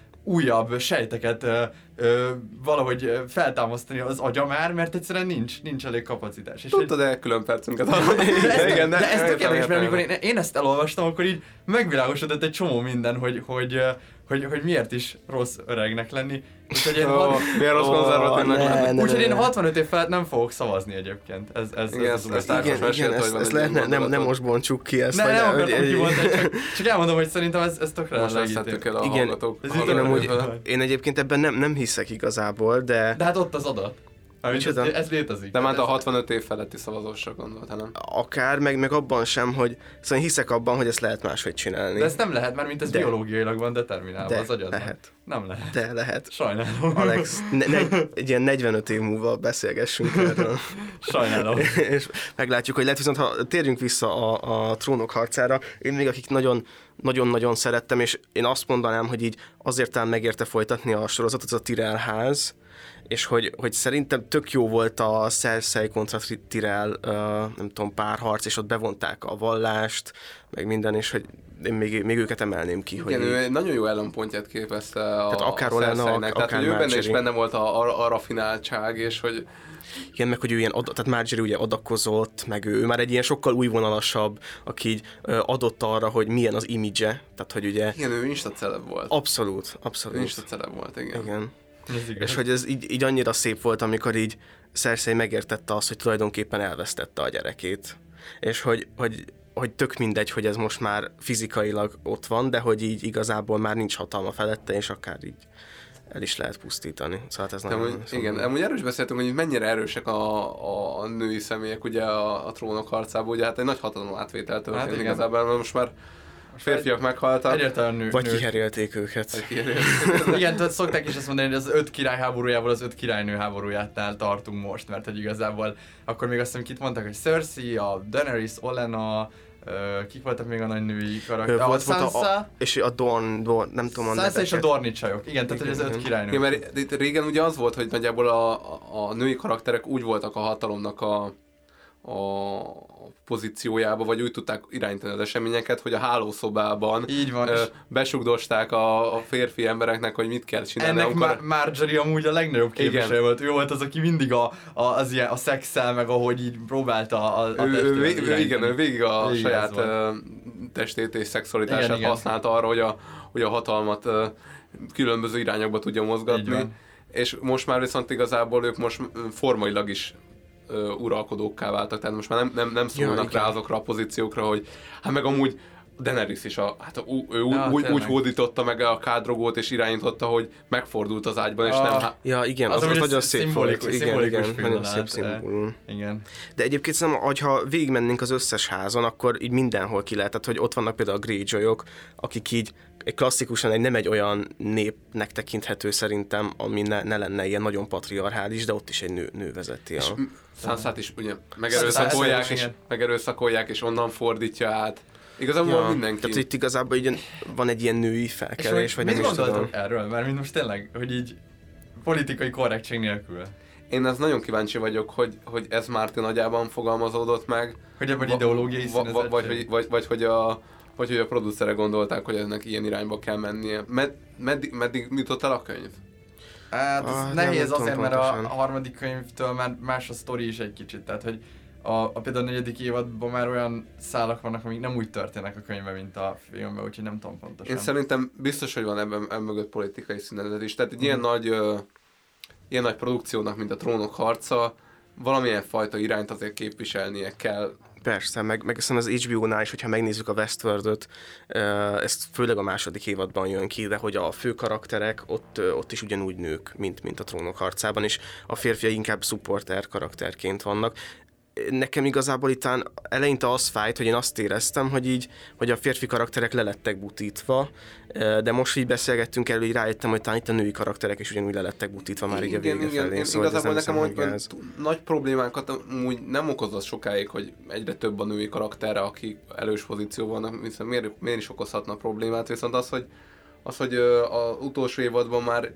újabb sejteket ö, ö, valahogy feltámasztani az agya már, mert egyszerűen nincs, nincs elég kapacitás. Tudtad el külön percünket? de, ez, igen, de, de ez tök érdekes, mert amikor én, én ezt elolvastam, akkor így megvilágosodott egy csomó minden, hogy, hogy, hogy, hogy miért is rossz öregnek lenni. Úgyhogy én oh, hat... miért rossz konzervatívnak lenni? Úgyhogy én hatvanöt év felett nem fogok szavazni egyébként. Ez, ez, igen, ez, ez, ez, igen, igen, ezt, ezt lehetne, nem, nem most bontsuk ki ezt. Ne, vagy, nem akartam hogy, kimondani, csak, csak elmondom, hogy szerintem ez, ez tökre legítél. El a igen, hallgatók. Én, amúgy, én egyébként ebben nem, nem hiszek igazából, de... De hát ott az adat. Ez, ez létezik. De már a hatvanöt év feletti szavazósra gondolt, nem? Akár, meg, meg abban sem, hogy... Szóval hiszek abban, hogy ezt lehet máshogy csinálni. De ezt nem lehet, mert mint ez de. biológiailag van determinálva de az agyadban. lehet. Nem lehet. De lehet. Sajnálom. Alex, ne, ne, egy ilyen negyvenöt év múlva beszélgessünk erről. Sajnálom. És meglátjuk, hogy lehet, viszont ha térjünk vissza a, a trónok harcára, én még akik nagyon nagyon-nagyon szerettem, és én azt mondanám, hogy így azért talán megérte folytatni a sorozatot, az a Tyrell ház, és hogy, hogy szerintem tök jó volt a Cersei kontra Tyrell, uh, nem tudom, párharc, és ott bevonták a vallást, meg minden, és hogy én még, még őket emelném ki. Igen, hogy ő egy nagyon jó ellenpontját képezte a, tehát akár a Cerseinek, tehát akár hogy ő benne is benne volt a, a, a rafináltság, és hogy igen, meg hogy ő ilyen, tehát Margaery ugye adakozott, meg ő, ő már egy ilyen sokkal újvonalasabb, aki így adott arra, hogy milyen az image-e, tehát hogy ugye... Igen, ő instaceleb volt. Abszolút, abszolút. Ő instaceleb volt, igen. Igen. És hogy ez így, így annyira szép volt, amikor így Cersei megértette azt, hogy tulajdonképpen elvesztette a gyerekét. És hogy, hogy, hogy tök mindegy, hogy ez most már fizikailag ott van, de hogy így igazából már nincs hatalma felette, és akár így el is lehet pusztítani. Szóval ez nagyon... Amúgy, igen, amúgy erről is beszéltünk, hogy mennyire erősek a, a női személyek ugye a, a trónok harcában, ugye hát egy nagy hatalom átvétel történt hát igazából, mert most már férfiak meghaltak. Egyáltalán nő, vagy nők. kiherélték őket. Vagy kiherélték. Igen, tehát szokták is azt mondani, hogy az öt király háborújával az öt királynő háborújátnál tartunk most, mert hogy igazából akkor még azt hiszem, kit mondtak, hogy Cersei, a Daenerys, Olenna, Uh, kik voltak még a nagy női karakterek? Volt, A volt a, Sansa, a, és a Dorn, Dorn nem tudom a Sansa neveket. és a Dorni csajok. Igen, tehát hogy ez öt királynő. Igen, mert itt régen ugye az volt, hogy nagyjából a, a, a női karakterek úgy voltak a hatalomnak a, a pozíciójába, vagy úgy tudták irányítani az eseményeket, hogy a hálószobában Így van, ö, és besugdosták a, a férfi embereknek, hogy mit kell csinálni. ennek amikor... Mar- Marjorie amúgy a legnagyobb képviselő Igen. volt. Ő volt az, aki mindig a, a, az ilyen, a szexel, meg ahogy így próbálta a, a ő, testével ő, ő, irányítani. igen, ő végig a Végig saját ez volt. ö, testét és szexualitását Igen, igen. használta arra, hogy a, hogy a hatalmat ö, különböző irányokba tudja Így mozgatni. van. És most már viszont igazából ők most formailag is ö, uralkodókká váltak, tehát most már nem, nem, nem szólnak Ja, rá azokra a pozíciókra, hogy hát meg amúgy Daenerys is, a, hát ú, ő Ja, úgy, úgy tényleg. hódította meg a kádrogót és irányította, hogy megfordult az ágyban, és Ah. nem... há- Ja, igen, az, Az az, amúgy nagyon sz- szép volt. szimbolikus- Igen, szimbolikus igen, nagyon pillanat, szép eh. szimbólum. Igen. De egyébként szerintem, hogyha végigmennénk az összes házon, akkor így mindenhol ki lehet, tehát, hogy ott vannak például a Greyjoyok, akik így egy klasszikusan egy, nem egy olyan népnek tekinthető szerintem, ami ne, ne lenne ilyen nagyon patriarchális, de ott is egy nő, nő vezeti a... Sansát is ugye megerőszakolják, Sansa is, és, igen. megerőszakolják, és onnan fordítja át. Igazából ja, mindenki. Tehát itt igazából így van egy ilyen női felkelés, vagy mit nem is tudom. gondoltok erről? Mert mint most tényleg, hogy így politikai korrektség nélkül. Én ez nagyon kíváncsi vagyok, hogy, hogy ez Márti nagyában fogalmazódott meg. Hogy ebben Va- ideológiai va- va- színezettség. vagy, hogy, vagy, vagy, hogy a, vagy hogy a producerek gondolták, hogy ennek ilyen irányba kell mennie. Med, meddig, meddig jutott el a könyv? Hát ez Ah, nem nehéz tudom azért, mert a, pontosan. a harmadik könyvtől már más a sztori is egy kicsit, tehát hogy a, a például a negyedik évadban már olyan szálak vannak, amik nem úgy történnek a könyvben, mint a filmben, úgyhogy nem tudom pontosan. Én szerintem biztos, hogy van ebben, ebben mögött politikai színezet is. Tehát egy Mhm. ilyen nagy, ö, ilyen nagy produkciónak, mint a Trónok harca, valamilyen fajta irányt azért képviselnie kell. Persze, meg, meg szerintem az há bé ó-nál is, hogyha megnézzük a Westworld-öt, uh, ez főleg a második évadban jön ki, de hogy a fő karakterek ott, uh, ott is ugyanúgy nők, mint, mint a Trónok harcában, és a férfiak inkább supporter karakterként vannak. Nekem igazából itt eleinte az fájt, hogy én azt éreztem, hogy így, hogy a férfi karakterek lelettek butítva, de most így beszélgettünk elő, hogy rájöttem, hogy talán itt a női karakterek is ugyanúgy lelettek butítva már így a vége igen, felé. én Szóval ez igazából nem nekem hiszem, olyan, hogy olyan gáz. t- nagy problémákat úgy nem okozott sokáig, hogy egyre több a női karaktere, akik elős pozícióban vannak, hiszen miért, miért is okozhatna problémát, viszont az, hogy az, hogy az utolsó évadban már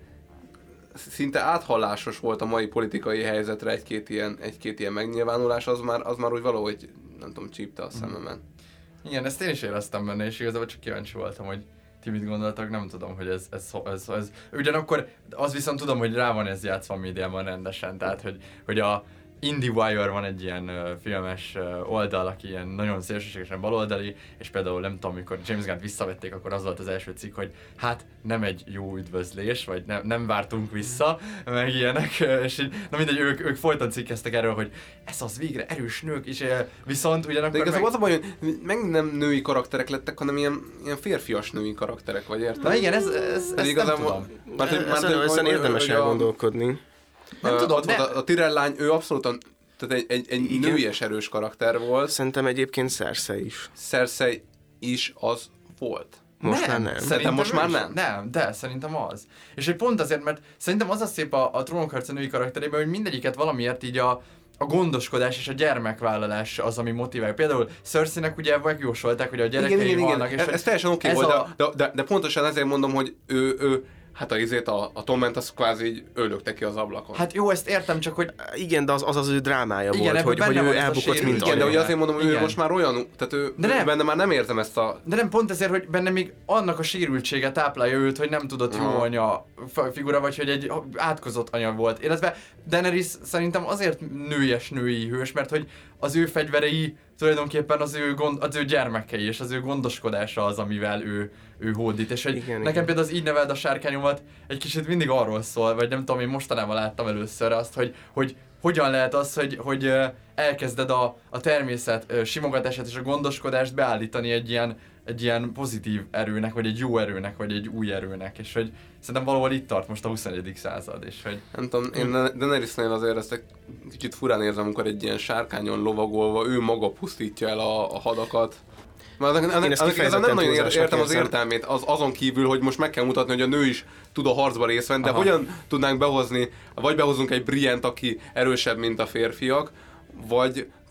szinte áthallásos volt a mai politikai helyzetre egy-két ilyen, egy-két ilyen megnyilvánulás, az már, az már úgy valahogy, nem tudom, csípte a szememen. Igen, ezt én is éreztem benne, és igazából csak kíváncsi voltam, hogy ti mit gondoltak, nem tudom, hogy ez, ez, ez, ez... Ugyanakkor az viszont tudom, hogy rá van ez játszva a médiában rendesen, tehát hogy, hogy a IndieWire van egy ilyen uh, filmes uh, oldal, aki ilyen nagyon szélsőségesen baloldali, és például nem tudom, amikor James Gunn-t visszavették, akkor az volt az első cikk, hogy hát nem egy jó üdvözlés, vagy ne, nem vártunk vissza, meg ilyenek, és így, na mindegy, ők, ők folyton cikkeztek erről, hogy ez az végre erős nők, és uh, viszont ugyanakkor De igazából meg... az a baj, hogy meg nem női karakterek lettek, hanem ilyen, ilyen férfias női karakterek, vagy érted? Na igen, ez, ez, ezt nem tudom. Mert, hogy- mert, Ezen, hogy- ezen hogy- érdemes hogy a- elgondolkodni. Nem Ö, tudom, ott de- volt a, a Tyrell lány, ő abszolút tehát egy, egy, egy nőies erős karakter volt. Szerintem egyébként Cersei is. Cersei is az volt. Most már nem. Szerintem most ő már is- nem. Nem, de szerintem az. És hogy pont azért, mert szerintem az a szép a, a trónokharca női karakterében, hogy mindegyiket valamiért így a, a gondoskodás és a gyermekvállalás az, ami motiválja. Például Cersei-nek ugye megjósolták, hogy a gyerekei Igen, igen, igen. halnak, és Ez, hogy ez teljesen oké ez volt, a- de, de, de pontosan ezért mondom, hogy ő, ő hát a izét, a, a Tomment az kvázi így öldögte ki az ablakon. Hát jó, ezt értem, csak hogy Igen, de az az, az ő drámája Igen, volt, ebben hogy, hogy benne ő van ez a elbukott, sérülés. mint Igen, de anya. ugye azért mondom, hogy ő Igen. most már olyan, tehát ő, De ő nem. benne már nem érzem ezt a... De nem pont ezért, hogy benne még annak a sérültsége táplálja őt, hogy nem tudott jó Aha. anya f- figura, vagy hogy egy átkozott anya volt. Illetve Daenerys szerintem azért nőies női hős, mert hogy az ő fegyverei tulajdonképpen az ő, gond, az ő gyermekei és az ő gondoskodása az, amivel ő, ő hódít. És hogy Igen, nekem igen. például az Így neveld a sárkányomat egy kicsit mindig arról szól, vagy nem tudom, én mostanában láttam először azt, hogy, hogy hogyan lehet az, hogy, hogy ö, elkezded a, a természet ö, simogatását és a gondoskodást beállítani egy ilyen, egy ilyen pozitív erőnek, vagy egy jó erőnek, vagy egy új erőnek, és hogy szerintem valahol itt tart most a huszonegyedik század, és hogy Nem tudom, én Daenerysnél azért ezt egy kicsit furán érzem, amikor egy ilyen sárkányon lovagolva ő maga pusztítja el a, a hadakat. Mert annak, annak, ezt annak igazán nem kifejezetten nagyon ér- túlzásnak értem az érzem. értelmét, az, azon kívül, hogy most meg kell mutatni, hogy a nő is tud a harcba részt venni, de Aha. hogyan tudnánk behozni, vagy behozunk egy Brienne-t, aki erősebb, mint a férfiak, vagy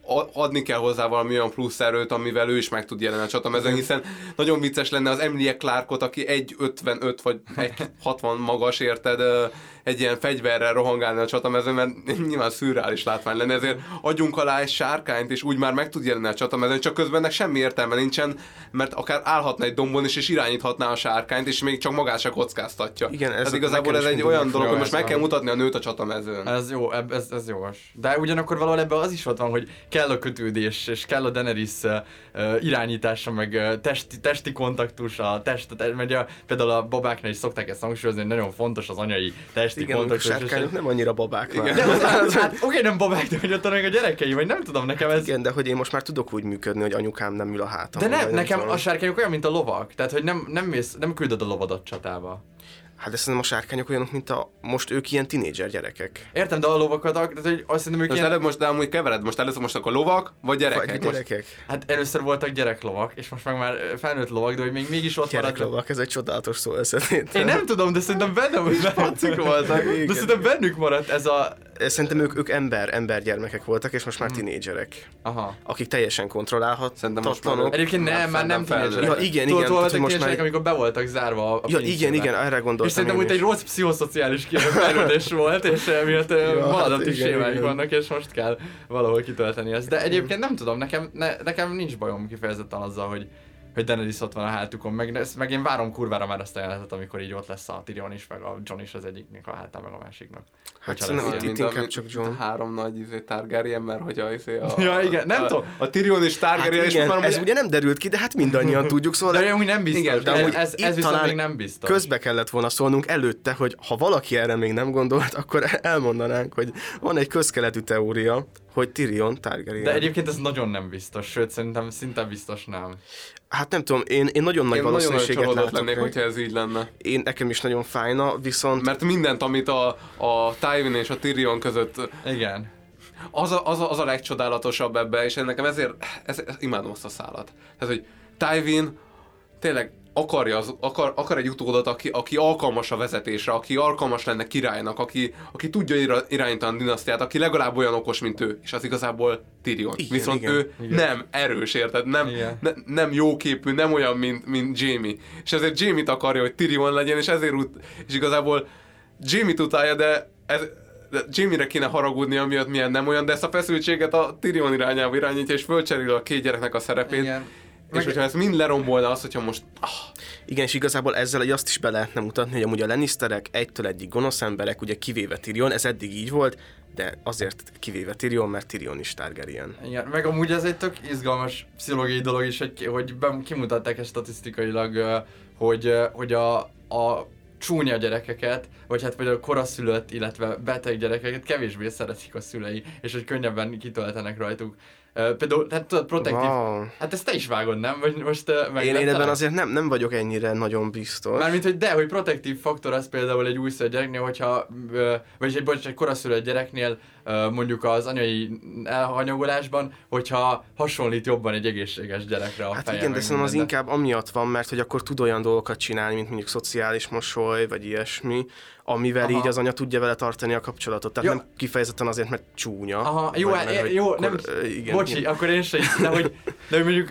adni kell hozzá valami olyan plusz erőt, amivel ő is meg tud jelenni a csatamezőn, hiszen nagyon vicces lenne az Emilia Clarke-ot, aki egy ötvenöt vagy egy hatvan magas, érted, egy ilyen fegyverrel rohangálni a csatamezőn, mert nyilván szürreális látvány lenne, ezért adjunk alá egy sárkányt, és úgy már meg tud jelenni a csatamezőn, csak közben ennek semmi értelme nincsen, mert akár állhatna egy dombon is, és irányíthatná a sárkányt, és még csak magát se kockáztatja. Igen, ez ez igazából ez egy olyan dolog, hogy most meg kell mutatni a nőt a csatamezőn. Ez jó, ez, ez jogos. De ugyanakkor valahol ebben az is ott van, hogy kell a kötődés, és kell a Daenerys uh, irányítása, meg uh, testi, testi kontaktus, a test, mert a, például a babáknál is szokták ezt hangsúlyozni, hogy nagyon fontos az anyai testi igen, kontaktus. Igen, sárkányok nem annyira babák már. Igen, az, az, hát oké, nem babák, de hogy ott vannak a gyerekei, vagy nem tudom, nekem ez... Igen, de hogy én most már tudok úgy működni, hogy anyukám nem ül a hátamon. De nem, nekem tudom. A sárkányok olyan, mint a lovak, tehát hogy nem, nem, mész, nem küldöd a lovadat csatába. Hát de szerintem a sárkányok olyanok, mint a... Most ők ilyen tinédzser gyerekek. Értem, de a lovakat, tehát hogy azt hiszem, ők most ilyen... előbb most, de amúgy kevered, most először most akkor lovak, vagy gyerekek? Vagy gyerekek. Most... Hát először voltak gyereklovak, és most meg már felnőtt lovak, de hogy még mégis ott maradnak. Gyereklovak, ez egy csodálatos szó összetét. Én nem tudom, de szerintem benne Pacik voltak. De szerintem bennük maradt ez a... Szerintem ők, ők ember, ember gyermekek voltak, és most már tinédzserek. Aha. Akik teljesen kontrollálhat. Szerintem most már... Egyébként nem, már nem tinédzserek. Ja, igen, igen. Tudod, hogy most már... amikor be voltak zárva a ja, igen, igen, erre gondoltam. És szerintem úgy egy rossz pszichoszociális fejlődés volt, és emiatt ja, maradati hát sémáik vannak, és most kell valahol kitölteni ezt. De egyébként nem tudom, nekem, ne, nekem nincs bajom kifejezetten azzal, hogy hogy Daenerys ott van a hátukon, meg, meg én várom kurvára már azt a jelenetet, amikor így ott lesz a Tyrion is, meg a Jon is az egyiknek a hátán, meg a másiknak. Hát szerintem itt, itt inkább csak Jon. A három nagy izé, Targaryen, mert hogy a, izé, a, ja, igen, nem a, tudom. A Tyrion is Targaryen, hát és igen, már ez ugye nem derült ki, de hát mindannyian tudjuk, szóval... De amúgy nem biztos, igen, de ez, ez, ez viszont még nem biztos. Közbe kellett volna szólnunk előtte, hogy ha valaki erre még nem gondolt, akkor elmondanánk, hogy van egy közkeletű teória, hogy Tyrion Targaryen. De egyébként ez nagyon nem biztos, sőt szerintem szinte biztos nem. Hát nem tudom, én, én nagyon nagy én valószínűséget nagyon látok. lennék, hogyha ez így lenne. Én nekem is nagyon fájna, viszont... Mert mindent, amit a, a Tywin és a Tyrion között... Igen. Az a, az a, az a legcsodálatosabb ebbe, és nekem ezért ez, ez, imádom azt a szálat. Tehát, hogy Tywin tényleg akarja az, akar, akar egy utódot, aki, aki alkalmas a vezetésre, aki alkalmas lenne királynak, aki, aki tudja irányítani a dinasztiát, aki legalább olyan okos, mint ő, és az igazából Tyrion. Igen, Viszont igen, ő igen. nem erős, érted? Nem, ne, nem jóképű, nem olyan, mint, mint Jaime. És ezért Jaime-t akarja, hogy Tyrion legyen, és ezért ut- és igazából Jaime-t utálja, de ez de Jaime-re kéne haragudni, amiatt milyen nem olyan, de ezt a feszültséget a Tyrion irányába irányítja, és fölcserél a két gyereknek a szerepét. Igen. És meg... hogyha ez mind lerombolna azt, hogyha most... Ah. Igen, és igazából ezzel hogy azt is be lehetne mutatni, hogy amúgy a Lannisterek egytől egyig gonosz emberek, ugye kivéve Tyrion, ez eddig így volt, de azért kivéve Tyrion, mert Tyrion is Targaryen. Igen, meg amúgy ez egy tök izgalmas pszichológiai dolog is, hogy, hogy kimutatták ezt statisztikailag, hogy, hogy a, a csúnya gyerekeket, vagy hát vagy a koraszülött, illetve beteg gyerekeket kevésbé szeretik a szülei, és hogy könnyebben kitöltenek rajtuk. Uh, például, hát tudod, protektív... Wow. Hát ezt te is vágod, nem? Vagy most uh, én, én ebben azért nem, nem vagyok ennyire nagyon biztos. Mármint, hogy de, hogy protektív faktor az például egy újszülött gyereknél, hogyha, uh, vagyis egy, bocs, egy koraszülött gyereknél uh, mondjuk az anyai elhanyagolásban, hogyha hasonlít jobban egy egészséges gyerekre a hát feje. Igen, de szerintem az de... inkább amiatt van, mert hogy akkor tud olyan dolgokat csinálni, mint mondjuk szociális mosoly, vagy ilyesmi, amivel Aha. így az anya tudja vele tartani a kapcsolatot. Tehát jó. Nem kifejezetten azért, mert csúnya. Aha, jó, mert, é, jó, akkor, nem, igen, bocsi, igen. Akkor én sem, de hogy, de hogy mondjuk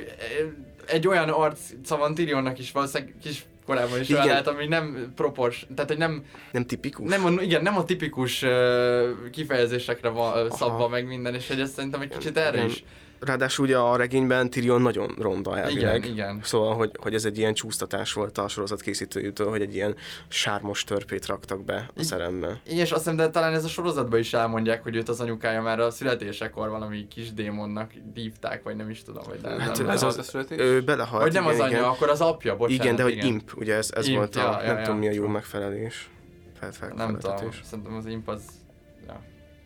egy olyan arca van Tyrionnak is valószínűleg kis korábban is lehet, ami nem propors, tehát hogy nem... Nem tipikus. Nem, igen, nem a tipikus uh, kifejezésekre van szabva meg minden, és hogy ez szerintem egy kicsit erre is. Ráadásul ugye a regényben Tyrion nagyon ronda elvileg. Igen, igen. Szóval, hogy, hogy ez egy ilyen csúsztatás volt a sorozat készítőjétől, hogy egy ilyen sármos törpét raktak be a szerembe. Igen, és azt hiszem, de talán ez a sorozatban is elmondják, hogy őt az anyukája már a születésekor valami kis démonnak hívták, vagy nem is tudom, vagy nem. Hát nem ez az, az ő belehalt. Vagy nem igen, az anyja, igen. akkor az apja, bocsánat. Igen, de hogy igen. imp, ugye ez, ez imp, volt ja, a, ja, nem ja, tudom mi a jó ja. megfelelés. Nem tudom, szerintem az imp az... Ja.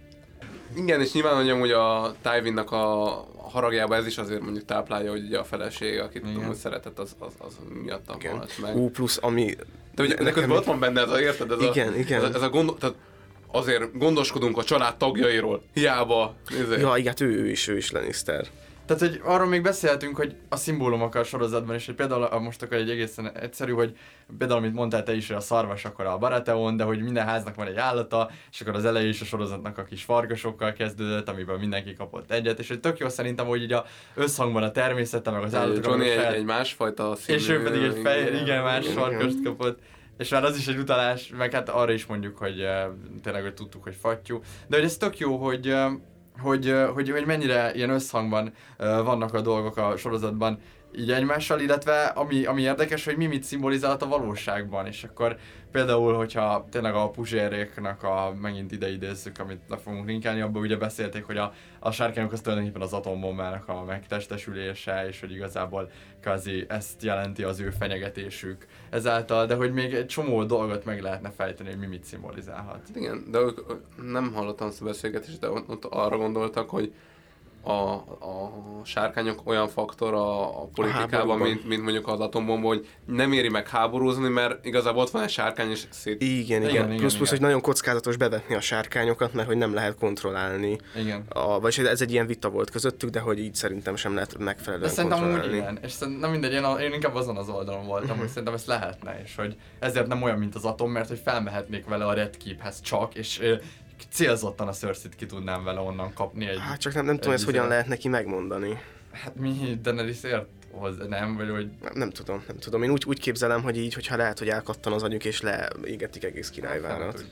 Igen, és nyilván, hogy amúgy a Tywinnak a haragjába ez is azért mondjuk táplálja, hogy ugye a feleség, akit tudom, szeretett, az, az, az miattam halt meg. Ú, plusz ami... De ugye de közben ott van benne ez a, érted? Ez igen, a, igen. Ez, ez a gond, tehát azért gondoskodunk a család tagjairól, hiába... Ezért. Ja, igen, ő, ő is, ő is Lannister. Tehát, hogy arról még beszélhetünk, hogy a szimbólumok a sorozatban is, hogy például most akkor egy egészen egyszerű, hogy például, amit mondtál te is, hogy a szarvas akkor a Baratheon, de hogy minden háznak van egy állata, és akkor az elején is a sorozatnak a kis farkasokkal kezdődött, amiből mindenki kapott egyet, és hogy tök jó szerintem, hogy így a összhangban a természete, meg az állatok. Johnny egy, egy másfajta színű. És ő pedig egy fehér, igen, más farkast kapott. És már az is egy utalás, meg hát arra is mondjuk, hogy uh, tényleg, hogy tudtuk, hogy fattyú. De hogy ez tök jó, hogy, uh, hogy, uh, hogy, hogy mennyire ilyen összhangban uh, vannak a dolgok a sorozatban így egymással, illetve ami, ami érdekes, hogy mi mit szimbolizálhat a valóságban, és akkor például, hogyha tényleg a puzséréknak a, megint ide idézzük, amit le fogunk linkelni, abban ugye beszélték, hogy a, a sárkányok az tulajdonképpen az atombombának a megtestesülése, és hogy igazából kvázi ezt jelenti az ő fenyegetésük ezáltal, de hogy még egy csomó dolgot meg lehetne fejteni, hogy mi mit szimbolizálhat. Igen, de ők, nem hallottam azt a beszélgetést, de ott arra gondoltak, hogy A, a sárkányok olyan faktor a, a politikában, a mint, mint mondjuk az atombomba, hogy nem éri meg háborúzni, mert igazából ott van egy sárkány, és szét... Igen, igen. igen plusz, plusz, hogy nagyon kockázatos bevetni a sárkányokat, mert hogy nem lehet kontrollálni. Igen. A, vagyis ez egy ilyen vita volt közöttük, de hogy így szerintem sem lehet megfelelően de kontrollálni. Szerintem úgy igen, és szerintem nem mindegy, én, a, én inkább azon az oldalon voltam, hogy szerintem ezt lehetne, és hogy ezért nem olyan, mint az atom, mert hogy felmehetnék vele a Red Keephez csak, és célzottan a Cerseit ki tudnám vele onnan kapni egy... Hát csak nem, nem tudom, ezt hogyan lehet neki megmondani. Hát mi Daenerys ért hozzá, nem? Vagy hogy... Nem, nem tudom, nem tudom. Én úgy, úgy képzelem, hogy így, hogyha lehet, hogy elkattan az agyuk és leégetik egész királyvárat.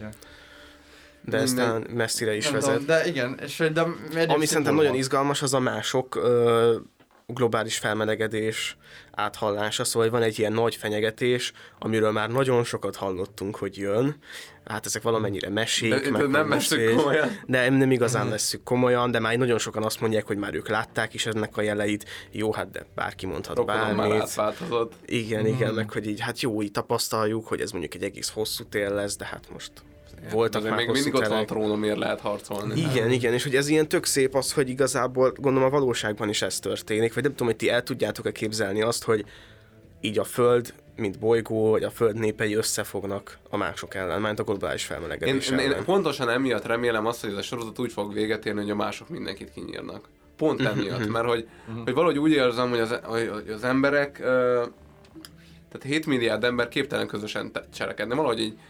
De ez talán messzire is nem vezet. Tudom, de igen, és de... Ami szerintem nagyon izgalmas, az a mások ö, globális felmelegedés áthallása, szóval van egy ilyen nagy fenyegetés, amiről már nagyon sokat hallottunk, hogy jön. Hát ezek valamennyire mesék, de, meg de nem veszük komolyan. De nem igazán vesszük komolyan, de már nagyon sokan azt mondják, hogy már ők látták is ennek a jeleit. Jó, hát de bárki mondhat Rokonom bármit. már átváltozott. Igen, mm. igen, meg hogy így, hát jó, így tapasztaljuk, hogy ez mondjuk egy egész hosszú tél lesz, de hát most voltak de már még hosszú mindig ott van a telek. trónomért lehet harcolni. Igen, hát. igen, és hogy ez ilyen tök szép az, hogy igazából gondolom a valóságban is ez történik, vagy nem tudom, hogy ti el tudjátok-e képzelni azt, hogy így a Föld, mint bolygó, vagy a Föld népei összefognak a mások ellen, mert a globális felmelegedés én, ellen. Én pontosan emiatt remélem azt, hogy ez a sorozat úgy fog véget érni, hogy a mások mindenkit kinyírnak. Pont emiatt, mert hogy, hogy valahogy úgy érzem, hogy az, hogy az emberek, tehát hét milliárd ember képtelen közösen cselekedni. Valahogy így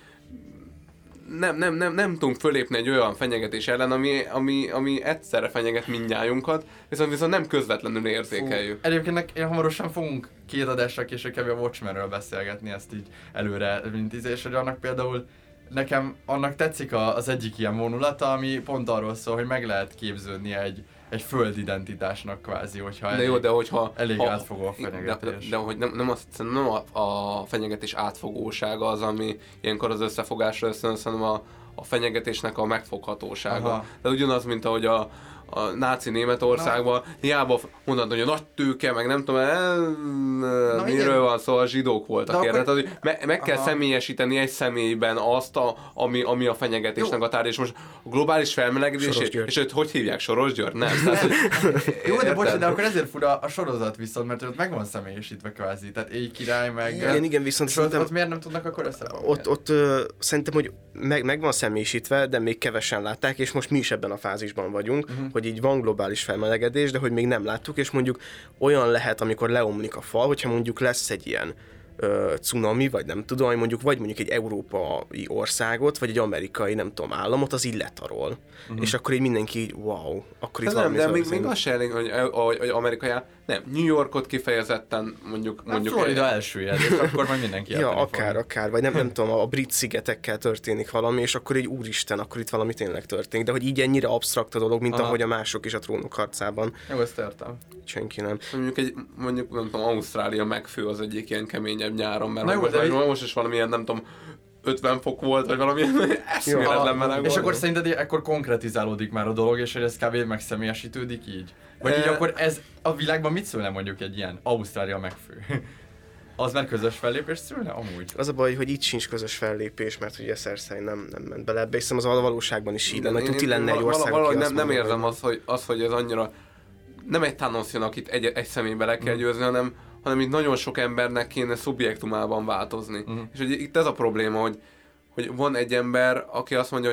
nem, nem, nem, nem tudunk fölépni egy olyan fenyegetés ellen, ami, ami, ami egyszerre fenyeget mindnyájunkat, viszont, viszont nem közvetlenül érzékeljük. Fú, egyébként én hamarosan fogunk két adásra később kb. A Watchmenről beszélgetni, ezt így előre, mint íze, és hogy annak például nekem annak tetszik az egyik ilyen vonulata, ami pont arról szól, hogy meg lehet képződni egy, egy földidentitásnak kvázi, hogyha de elég, jó, de hogyha, elég ha, átfogó a fenyegetés. De, de, de hogy nem, nem, azt, nem a, a fenyegetés átfogósága az, ami ilyenkor az összefogásra összönöz, hanem a, a fenyegetésnek a megfoghatósága. Aha. De ugyanaz, mint ahogy a, a náci Németországban, na. hiába mondod, hogy a nagy tőke, meg nem tudom, el, na, miről igen. van szó, a zsidók voltak érde. Akkor... Tehát, me, meg kell aha. személyesíteni egy személyben azt, a, ami, ami a fenyegetésnek jó. a tárgy, és most a globális felmelegedés, és, és őt hogy hívják, Soros György? Nem. Tehát, hogy... Jó, de bocsánat, de akkor ezért fura a sorozat viszont, mert ott meg van személyesítve kvázi, tehát éj király, meg... Igen, igen, viszont szerintem... Ott miért nem tudnak akkor összefogni? Ott, ott ö, szerintem, hogy meg, meg van személyesítve, de még kevesen látták, és most mi is ebben a fázisban vagyunk, uh-huh. hogy így van globális felmelegedés, de hogy még nem láttuk, és mondjuk olyan lehet, amikor leomlik a fal, hogyha mondjuk lesz egy ilyen ö, cunami, vagy nem tudom, mondjuk, vagy mondjuk egy európai országot, vagy egy amerikai, nem tudom, államot, az így letarol. Uh-huh. És akkor így mindenki így, wow, akkor itt valami nem, de még, még az se elég, hogy, hogy, hogy amerikai áll, nem, New Yorkot kifejezetten mondjuk... mondjuk Florida elsője, és akkor majd mindenki ja, akár, fog. akár, vagy nem, nem tudom, a brit szigetekkel történik valami, és akkor így úristen, akkor itt valami tényleg történik, de hogy így ennyire absztrakt a dolog, mint aha. ahogy a mások is a Trónok harcában. Jó, ezt értem. Senki nem. Mondjuk egy, mondjuk nem tudom, Ausztrália megfő az egyik ilyen keményebb nyáron, mert jó, most, így... most is valamilyen, nem tudom, ötven fok volt, vagy valami eszméletlen meleg. És akkor szerinted akkor konkretizálódik már a dolog, és hogy ez kb. Megszemélyesítődik így? Vagy így akkor ez a világban mit szólna mondjuk egy ilyen Ausztrália megfő? Az már közös fellépés szülne amúgy? Az a baj, hogy itt sincs közös fellépés, mert ugye Cersei nem, nem ment bele ebbe, és az a valóságban is így lenne, hogy tuti lenne egy ország, valahogy nem, nem érzem azt, hogy, az, hogy ez annyira nem egy Thanos jön, akit egy, egy személybe le kell győzni, hanem, hanem itt nagyon sok embernek kéne szubjektumában változni. Uh-huh. És hogy itt ez a probléma, hogy, hogy van egy ember, aki azt mondja, hogy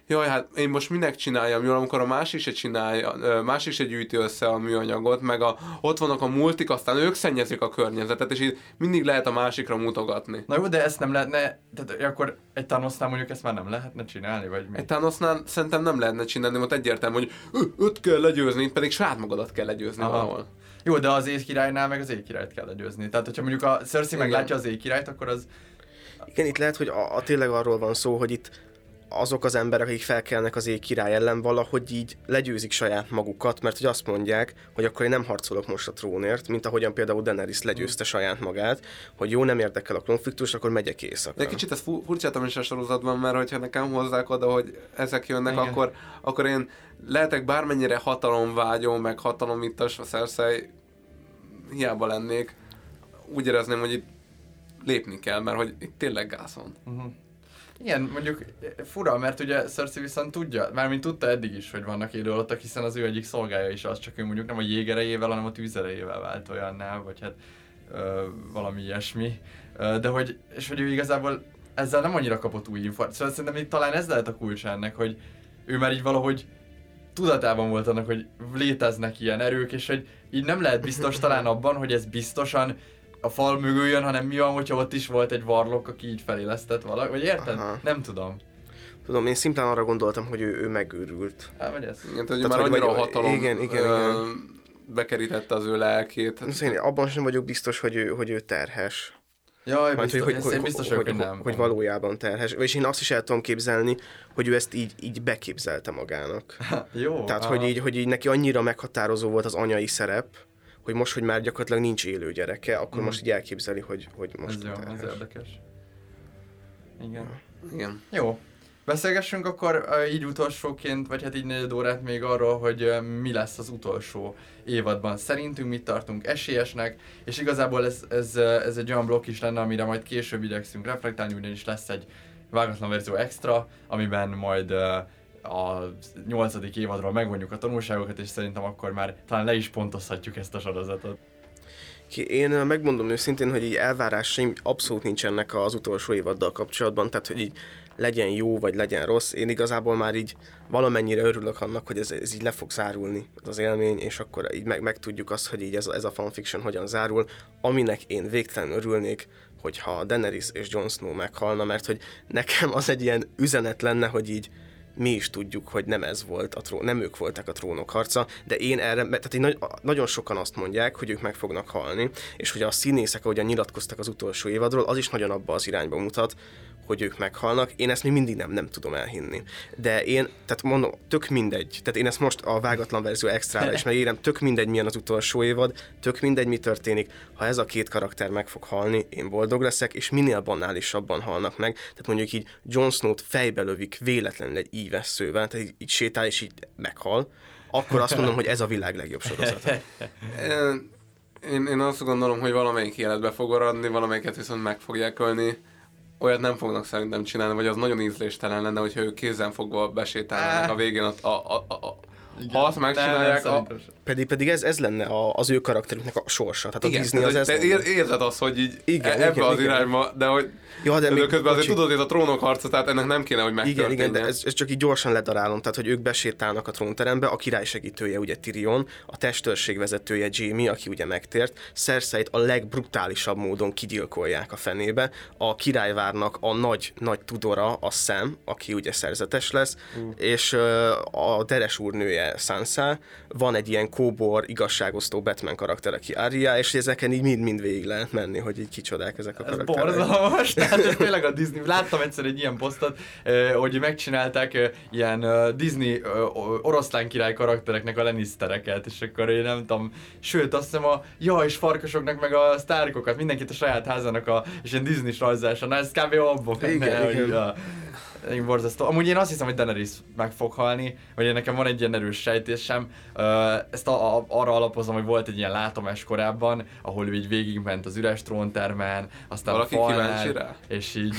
jaj, hát én most minek csináljam jól, amikor a másik se csinálja, másik se gyűjti össze a műanyagot, meg a, ott vannak a multik, aztán ők szennyezik a környezetet, és így mindig lehet a másikra mutogatni. Na jó, de ezt nem lehetne, tehát akkor egy Thanosnál mondjuk ezt már nem lehetne csinálni, vagy mi? Egy Thanosnál szerintem nem lehetne csinálni, mert egyértelmű, hogy öt kell legyőzni, pedig saját magadat kell legyőzni Aha. valahol. Jó, de az Éjkirálynál meg az Éjkirályt kell legyőzni. Tehát, hogyha mondjuk a Cersei meglátja az Éjkirályt, akkor az... Igen, itt lehet, hogy a, a tényleg arról van szó, hogy itt azok az emberek, akik felkelnek az Éjkirály ellen, valahogy így legyőzik saját magukat, mert hogy azt mondják, hogy akkor én nem harcolok most a trónért, mint ahogyan például Daenerys legyőzte saját magát, hogy jó, nem érdekel a konfliktus, akkor megyek éjszakra. De kicsit ezt furcsáltam is a sorozatban, mert hogyha nekem hozzák oda, hogy ezek jönnek, akkor, akkor én lehetek bármennyire hatalomvágyó, meg hatalomittas a Cersei, hiába lennék, úgy érezném, hogy itt lépni kell, mert hogy itt tényleg gáz van. Uh-huh. Igen, mondjuk fura, mert ugye Cersei viszont tudja, mármint tudta eddig is, hogy vannak élőhalottak, hiszen az ő egyik szolgája is az, csak ő mondjuk nem a jégerejével, hanem a tűzerejével vált olyannál, vagy hát ö, valami ilyesmi. Ö, de hogy, és hogy ő igazából ezzel nem annyira kapott új információt, szóval szerintem itt talán ez lehet a kulcs ennek, hogy ő már így valahogy tudatában volt annak, hogy léteznek ilyen erők, és hogy így nem lehet biztos talán abban, hogy ez biztosan a fal mögül jön, hanem mi van, hogyha ott is volt egy varlok, aki így felélesztett valaki, vagy érted? Aha. Nem tudom. Tudom, én szimplán arra gondoltam, hogy ő, ő megőrült. Hát, vagy ez? Igen, tehát, hogy már annyira a hatalom igen, igen, ö, igen. bekerítette az ő lelkét. Én abban sem vagyok biztos, hogy ő, hogy ő terhes. Jaj, Majd, biztos, hogy, hogy, én biztos vagyok, hogy, hogy nem. Hogy valójában terhes. És én azt is el tudom képzelni, hogy ő ezt így, így beképzelte magának. Jó. Tehát, hogy így, hogy így neki annyira meghatározó volt az anyai szerep, hogy most, hogy már gyakorlatilag nincs élő gyereke, akkor mm. most így elképzeli, hogy, hogy most ez jó, terhes. ez érdekes. Igen. Igen. Jó. Beszélgessünk akkor uh, így utolsóként, vagy hát így negyed órát még arról, hogy uh, mi lesz az utolsó évadban. Szerintünk mit tartunk esélyesnek, és igazából ez, ez, uh, ez egy olyan blokk is lenne, amire majd később igyekszünk reflektálni, ugyanis lesz egy vágatlan verzió extra, amiben majd uh, a nyolcadik évadról megvonjuk a tanulságokat, és szerintem akkor már talán le is pontozhatjuk ezt a sorozatot. Én megmondom őszintén, hogy így elvárásaim abszolút nincsenek az utolsó évaddal kapcsolatban, tehát hogy így legyen jó, vagy legyen rossz. Én igazából már így valamennyire örülök annak, hogy ez, ez így le fog zárulni, ez az élmény, és akkor így meg, megtudjuk azt, hogy így ez, ez a fanfiction hogyan zárul, aminek én végtelenül örülnék, hogyha Daenerys és Jon Snow meghalna, mert hogy nekem az egy ilyen üzenet lenne, hogy így mi is tudjuk, hogy nem ez volt a trón, nem ők voltak a trónok harca, de én erre, tehát így nagy, nagyon sokan azt mondják, hogy ők meg fognak halni, és hogy a színészek, ahogyan nyilatkoztak az utolsó évadról, az is nagyon abba az irányba mutat, hogy ők meghalnak. Én ezt még mindig nem, nem tudom elhinni. De én, tehát mondom, tök mindegy. Tehát én ezt most a vágatlan verzió extrára is megírem, tök mindegy, milyen az utolsó évad, tök mindegy, mi történik. Ha ez a két karakter meg fog halni, én boldog leszek, és minél banálisabban halnak meg. Tehát mondjuk így Jon Snow-t fejbe lövik véletlenül egy íveszővel, tehát így, így sétál, és így meghal, akkor azt mondom, hogy ez a világ legjobb sorozata. Én, én azt gondolom, hogy valamelyik életbe fog maradni, valamelyiket viszont meg fogják ölni. Olyat nem fognak szerintem csinálni, vagy az nagyon ízléstelen lenne, hogyha ők kézzenfogva besétálnának a végén a, a, a, a ha azt megcsinálják, a... pedig, pedig ez, ez lenne a, az ő karakterüknek a sorsa. Tehát igen, a Disney az ez te ér, érzed azt, hogy így igen, ebbe igen, az igen. irányba, de hogy ja, de de még, közben azért tudod, hogy ez a trónok harca, tehát ennek nem kéne, hogy megtörténjen. Igen, igen, de ez, ez csak így gyorsan ledarálom, tehát hogy ők besétálnak a trónterembe, a király segítője ugye Tyrion, a testőrség vezetője Jaime, aki ugye megtért, Cerseit a legbrutálisabb módon kigyilkolják a fenébe, a királyvárnak a nagy, nagy tudora a Sam, aki ugye szerzetes lesz, uh. és uh, a deres úrnője Sansa, van egy ilyen kóbor, igazságosztó Batman karakter, aki Arya, és ezeken így mind-mind végig lehet menni, hogy így kicsodák ezek a ez karakterek. Borzalmas, tehát ez tényleg a Disney. Láttam egyszer egy ilyen posztot, hogy megcsinálták ilyen Disney oroszlán király karaktereknek a Lannistereket, és akkor én nem tudom, sőt azt hiszem a ja és farkasoknak meg a Starkokat, mindenkit a saját házának a, és ilyen Disney rajzása, na ez kb. Abba igen, hogy igen. A, borzasztó. Amúgy én azt hiszem, hogy Daenerys meg fog halni, vagy nekem van egy ilyen erős sejtésem. Ezt a, a, arra alapozom, hogy volt egy ilyen látomás korábban, ahol ő így végigment az üres tróntermen, aztán valaki a falnál, rá? és így...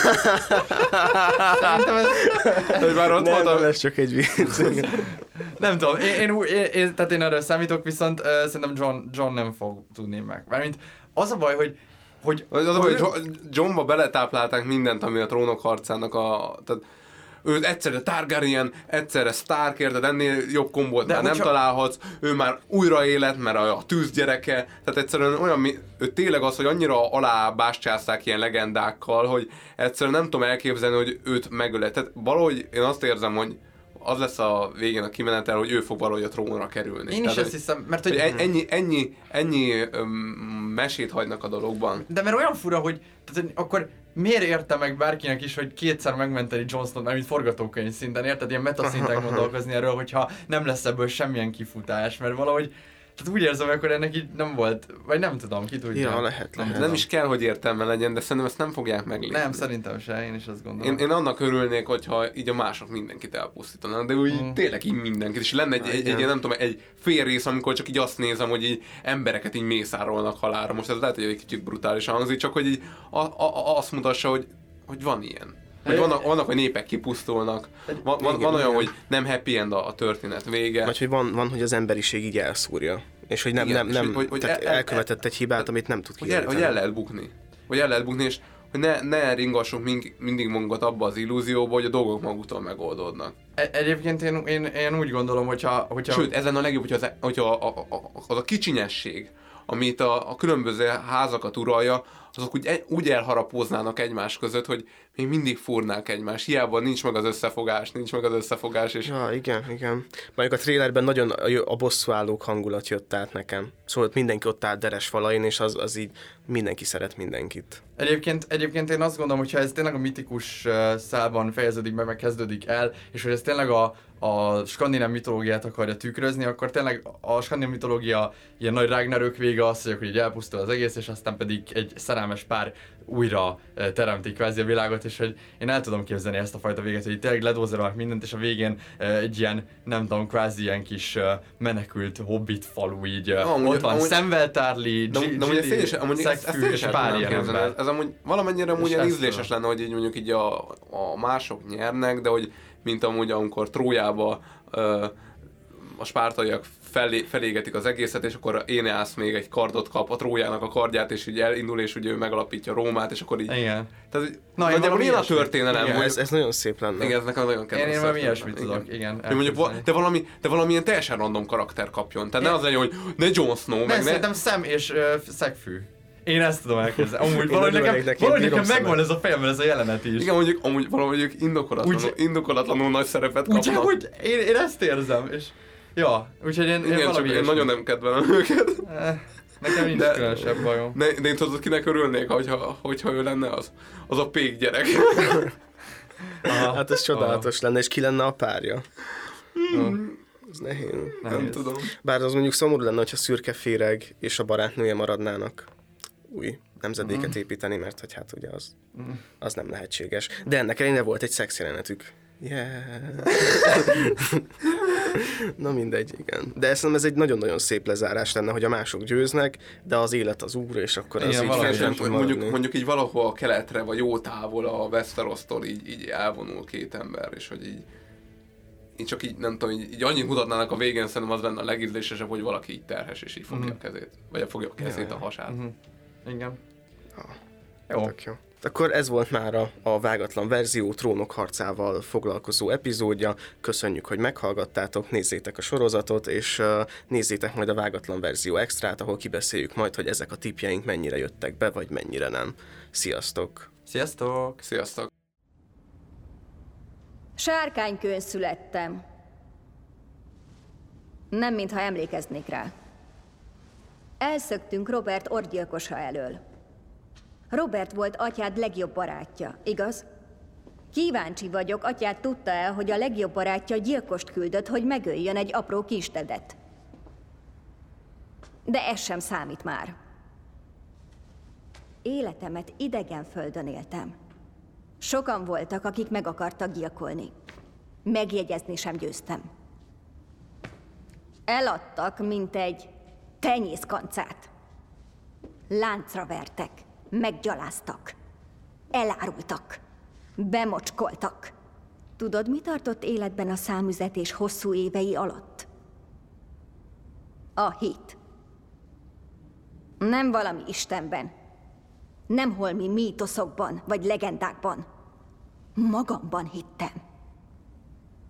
Szerintem ez... hogy már ott nem, voltam. ez csak egy vicc. Nem tudom, én, én, én, én, tehát én erről számítok, viszont uh, szerintem John, John nem fog tudni meg. Mármint az a baj, hogy hogy, az a baj, hogy Johnba beletáplálták mindent, ami a trónok harcának a... Tehát ő egyszerre Targaryen, egyszerre Stark, érted, ennél jobb kombót már nem csak... találhatsz, ő már újraélet, mert a, a tűz gyereke, tehát egyszerűen olyan, ő tényleg az, hogy annyira alábástyázták ilyen legendákkal, hogy egyszerűen nem tudom elképzelni, hogy őt megölet. Tehát valahogy én azt érzem, hogy az lesz a végén a kimenetel, hogy ő fog valahogy a trónra kerülni. Én Tehát, is ezt hiszem, mert hogy... hogy ennyi, ennyi, ennyi öm, mesét hagynak a dologban. De mert olyan fura, hogy, tehát, hogy akkor miért érte meg bárkinek is, hogy kétszer megmenteni Jon Snow-t, mint forgatókönyv szinten, érted? Ilyen metaszinten gondolkozni erről, hogyha nem lesz ebből semmilyen kifutás, mert valahogy tehát úgy érzem, hogy akkor ennek így nem volt, vagy nem tudom, ki tudja. Ja, lehet, lehet. Nem, nem is kell, hogy értelme legyen, de szerintem ezt nem fogják meglépni. Nem, szerintem se, én is azt gondolom. Én, én annak örülnék, hogyha így a mások mindenkit elpusztítanak, de úgy mm. tényleg így mindenkit, és lenne egy, egy, egy, nem tudom, egy fél rész, amikor csak így azt nézem, hogy így embereket így mészárolnak halálra. Most ez lehet, hogy egy kicsit brutálisan hangzik, csak hogy így a, a, a, azt mutassa, hogy, hogy van ilyen. Hogy vannak, vannak, hogy népek kipusztulnak, van, van, van olyan, hogy nem happy end a, a történet vége. Vagy hogy van, van, hogy az emberiség így elszúrja. És hogy nem, igen, nem, nem hogy, hogy tehát el, elkövetett egy hibát, amit nem tud kijelenteni. Hogy, el, hogy el lehet bukni. Hogy el lehet bukni, és hogy ne, ne ringassunk mindig, mindig magunkat abba az illúzióba, hogy a dolgok maguktól megoldódnak. E- egyébként én, én, én úgy gondolom, hogyha... hogyha... Sőt, ez lenne a legjobb, hogyha az, hogyha a, a, a, az a kicsinyesség, amit a, a különböző házakat uralja, azok úgy, úgy elharapóznának egymás között, hogy még mindig fúrnák egymást. Hiába nincs meg az összefogás, nincs meg az összefogás. És... Ja, igen, igen. Mondjuk a trailerben nagyon a bosszúállók hangulat jött át nekem. Szóval mindenki ott áll deres falain, és az, az így mindenki szeret mindenkit. Egyébként, egyébként én azt gondolom, hogy ha ez tényleg a mitikus uh, szálban fejeződik be, meg kezdődik el, és hogy ez tényleg a, a skandináv mitológiát akarja tükrözni, akkor tényleg a skandináv mitológia ilyen nagy Ragnarök vége az, hogy így elpusztul az egész, és aztán pedig egy szerelmes pár újra uh, teremtik kvázi a világot, és hogy én el tudom képzelni ezt a fajta véget, hogy tényleg ledózerolnak mindent, és a végén uh, egy ilyen, nem tudom, kvázi ilyen kis uh, menekült hobbit falu így, uh, amúgy, ott van amúgy, Szemveltárli, Gilly, szegfű, és pár ilyen ember. Ez, ez amúgy valamennyire amúgy ilyen ízléses lenne, hogy így mondjuk így a, a mások nyernek, de hogy mint amúgy amikor Trójába uh, a spártaiak felé, felégetik az egészet, és akkor Éneász még egy kardot kap, a Trójának a kardját, és így elindul, és ugye ő megalapítja Rómát, és akkor így... Igen. Tehát, na, nagyjából ilyen a történelem. Igen, ez, ez nagyon szép lenne. Igen, ez nekem nagyon kedves. Én, én valami ilyesmit tudok, igen. igen mondjuk, de, valami, de valami ilyen teljesen random karakter kapjon. Tehát ne az legyen, hogy ne Jon Snow, meg ne... Szerintem Sam és uh, szegfű. Én ezt tudom elképzelni. Amúgy valahogy nekem, valahogy nekem megvan ez a fejemben, ez a jelenet is. Igen, mondjuk, amúgy valahogy ők indokolatlanul, úgy, indokolatlanul nagy szerepet kapnak. Ugye, hogy én, én ezt érzem, és... Ja, úgyhogy én, igen, én valami én nagyon nem kedvelem őket. Nekem nincs de, különösebb bajom. De, de én tudod, kinek örülnék, hogyha, hogyha ő lenne az. Az a pék gyerek. Aha, hát ez csodálatos lenne, és ki lenne a párja? Hmm. Ez nehéz. Nem, nem tudom. Bár az mondjuk szomorú lenne, hogyha szürke féreg és a barátnője maradnának új nemzedéket mm. építeni, mert hogy hát ugye az, mm. az nem lehetséges. De ennek ellenére volt egy szexjelenetük. Yeah. Na mindegy, igen. De ezt ez egy nagyon-nagyon szép lezárás lenne, hogy a mások győznek, de az élet az úr, és akkor az igen, így fent tud mondjuk, mondjuk így valahol a keletre, vagy jó távol a Westerostól így, így elvonul két ember, és hogy így így csak így, nem tudom, így, így annyit mutatnának a végén, szerintem az lenne a legízlésesebb, hogy valaki így terhes, és így fogja mm-hmm. a kezét. Vagy fogja a kezét, ja, a hasát. Mm-hmm. Igen. Ha. Jó. jó. Akkor ez volt már a, a vágatlan verzió Trónok harcával foglalkozó epizódja. Köszönjük, hogy meghallgattátok, nézzétek a sorozatot, és uh, nézzétek majd a vágatlan verzió extrát, ahol kibeszéljük majd, hogy ezek a tippjeink mennyire jöttek be, vagy mennyire nem. Sziasztok! Sziasztok! Sziasztok! Sárkánykőn születtem. Nem mintha emlékeznék rá. Elszöktünk Robert orgyilkosa elől. Robert volt atyád legjobb barátja, igaz? Kíváncsi vagyok, atyád tudta-e, hogy a legjobb barátja gyilkost küldött, hogy megöljön egy apró kisdedet. De ez sem számít már. Életemet idegen földön éltem. Sokan voltak, akik meg akartak gyilkolni. Megjegyezni sem győztem. Eladtak, mint egy tenyészkancát. Láncra vertek, meggyaláztak, elárultak, bemocskoltak. Tudod, mi tartott életben a számüzetés hosszú évei alatt? A hit. Nem valami Istenben. Nem holmi mítoszokban vagy legendákban. Magamban hittem.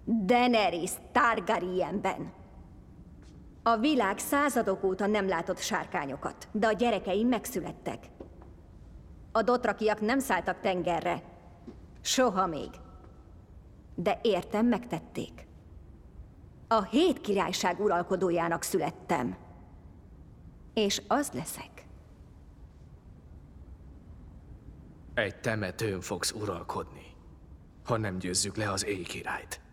Daenerys Targaryenben. A világ századok óta nem látott sárkányokat, de a gyerekeim megszülettek. A dothrakiak nem szálltak tengerre. Soha még. De értem, megtették. A hét királyság uralkodójának születtem. És az leszek. Egy temetőn fogsz uralkodni, ha nem győzzük le az éjkirályt.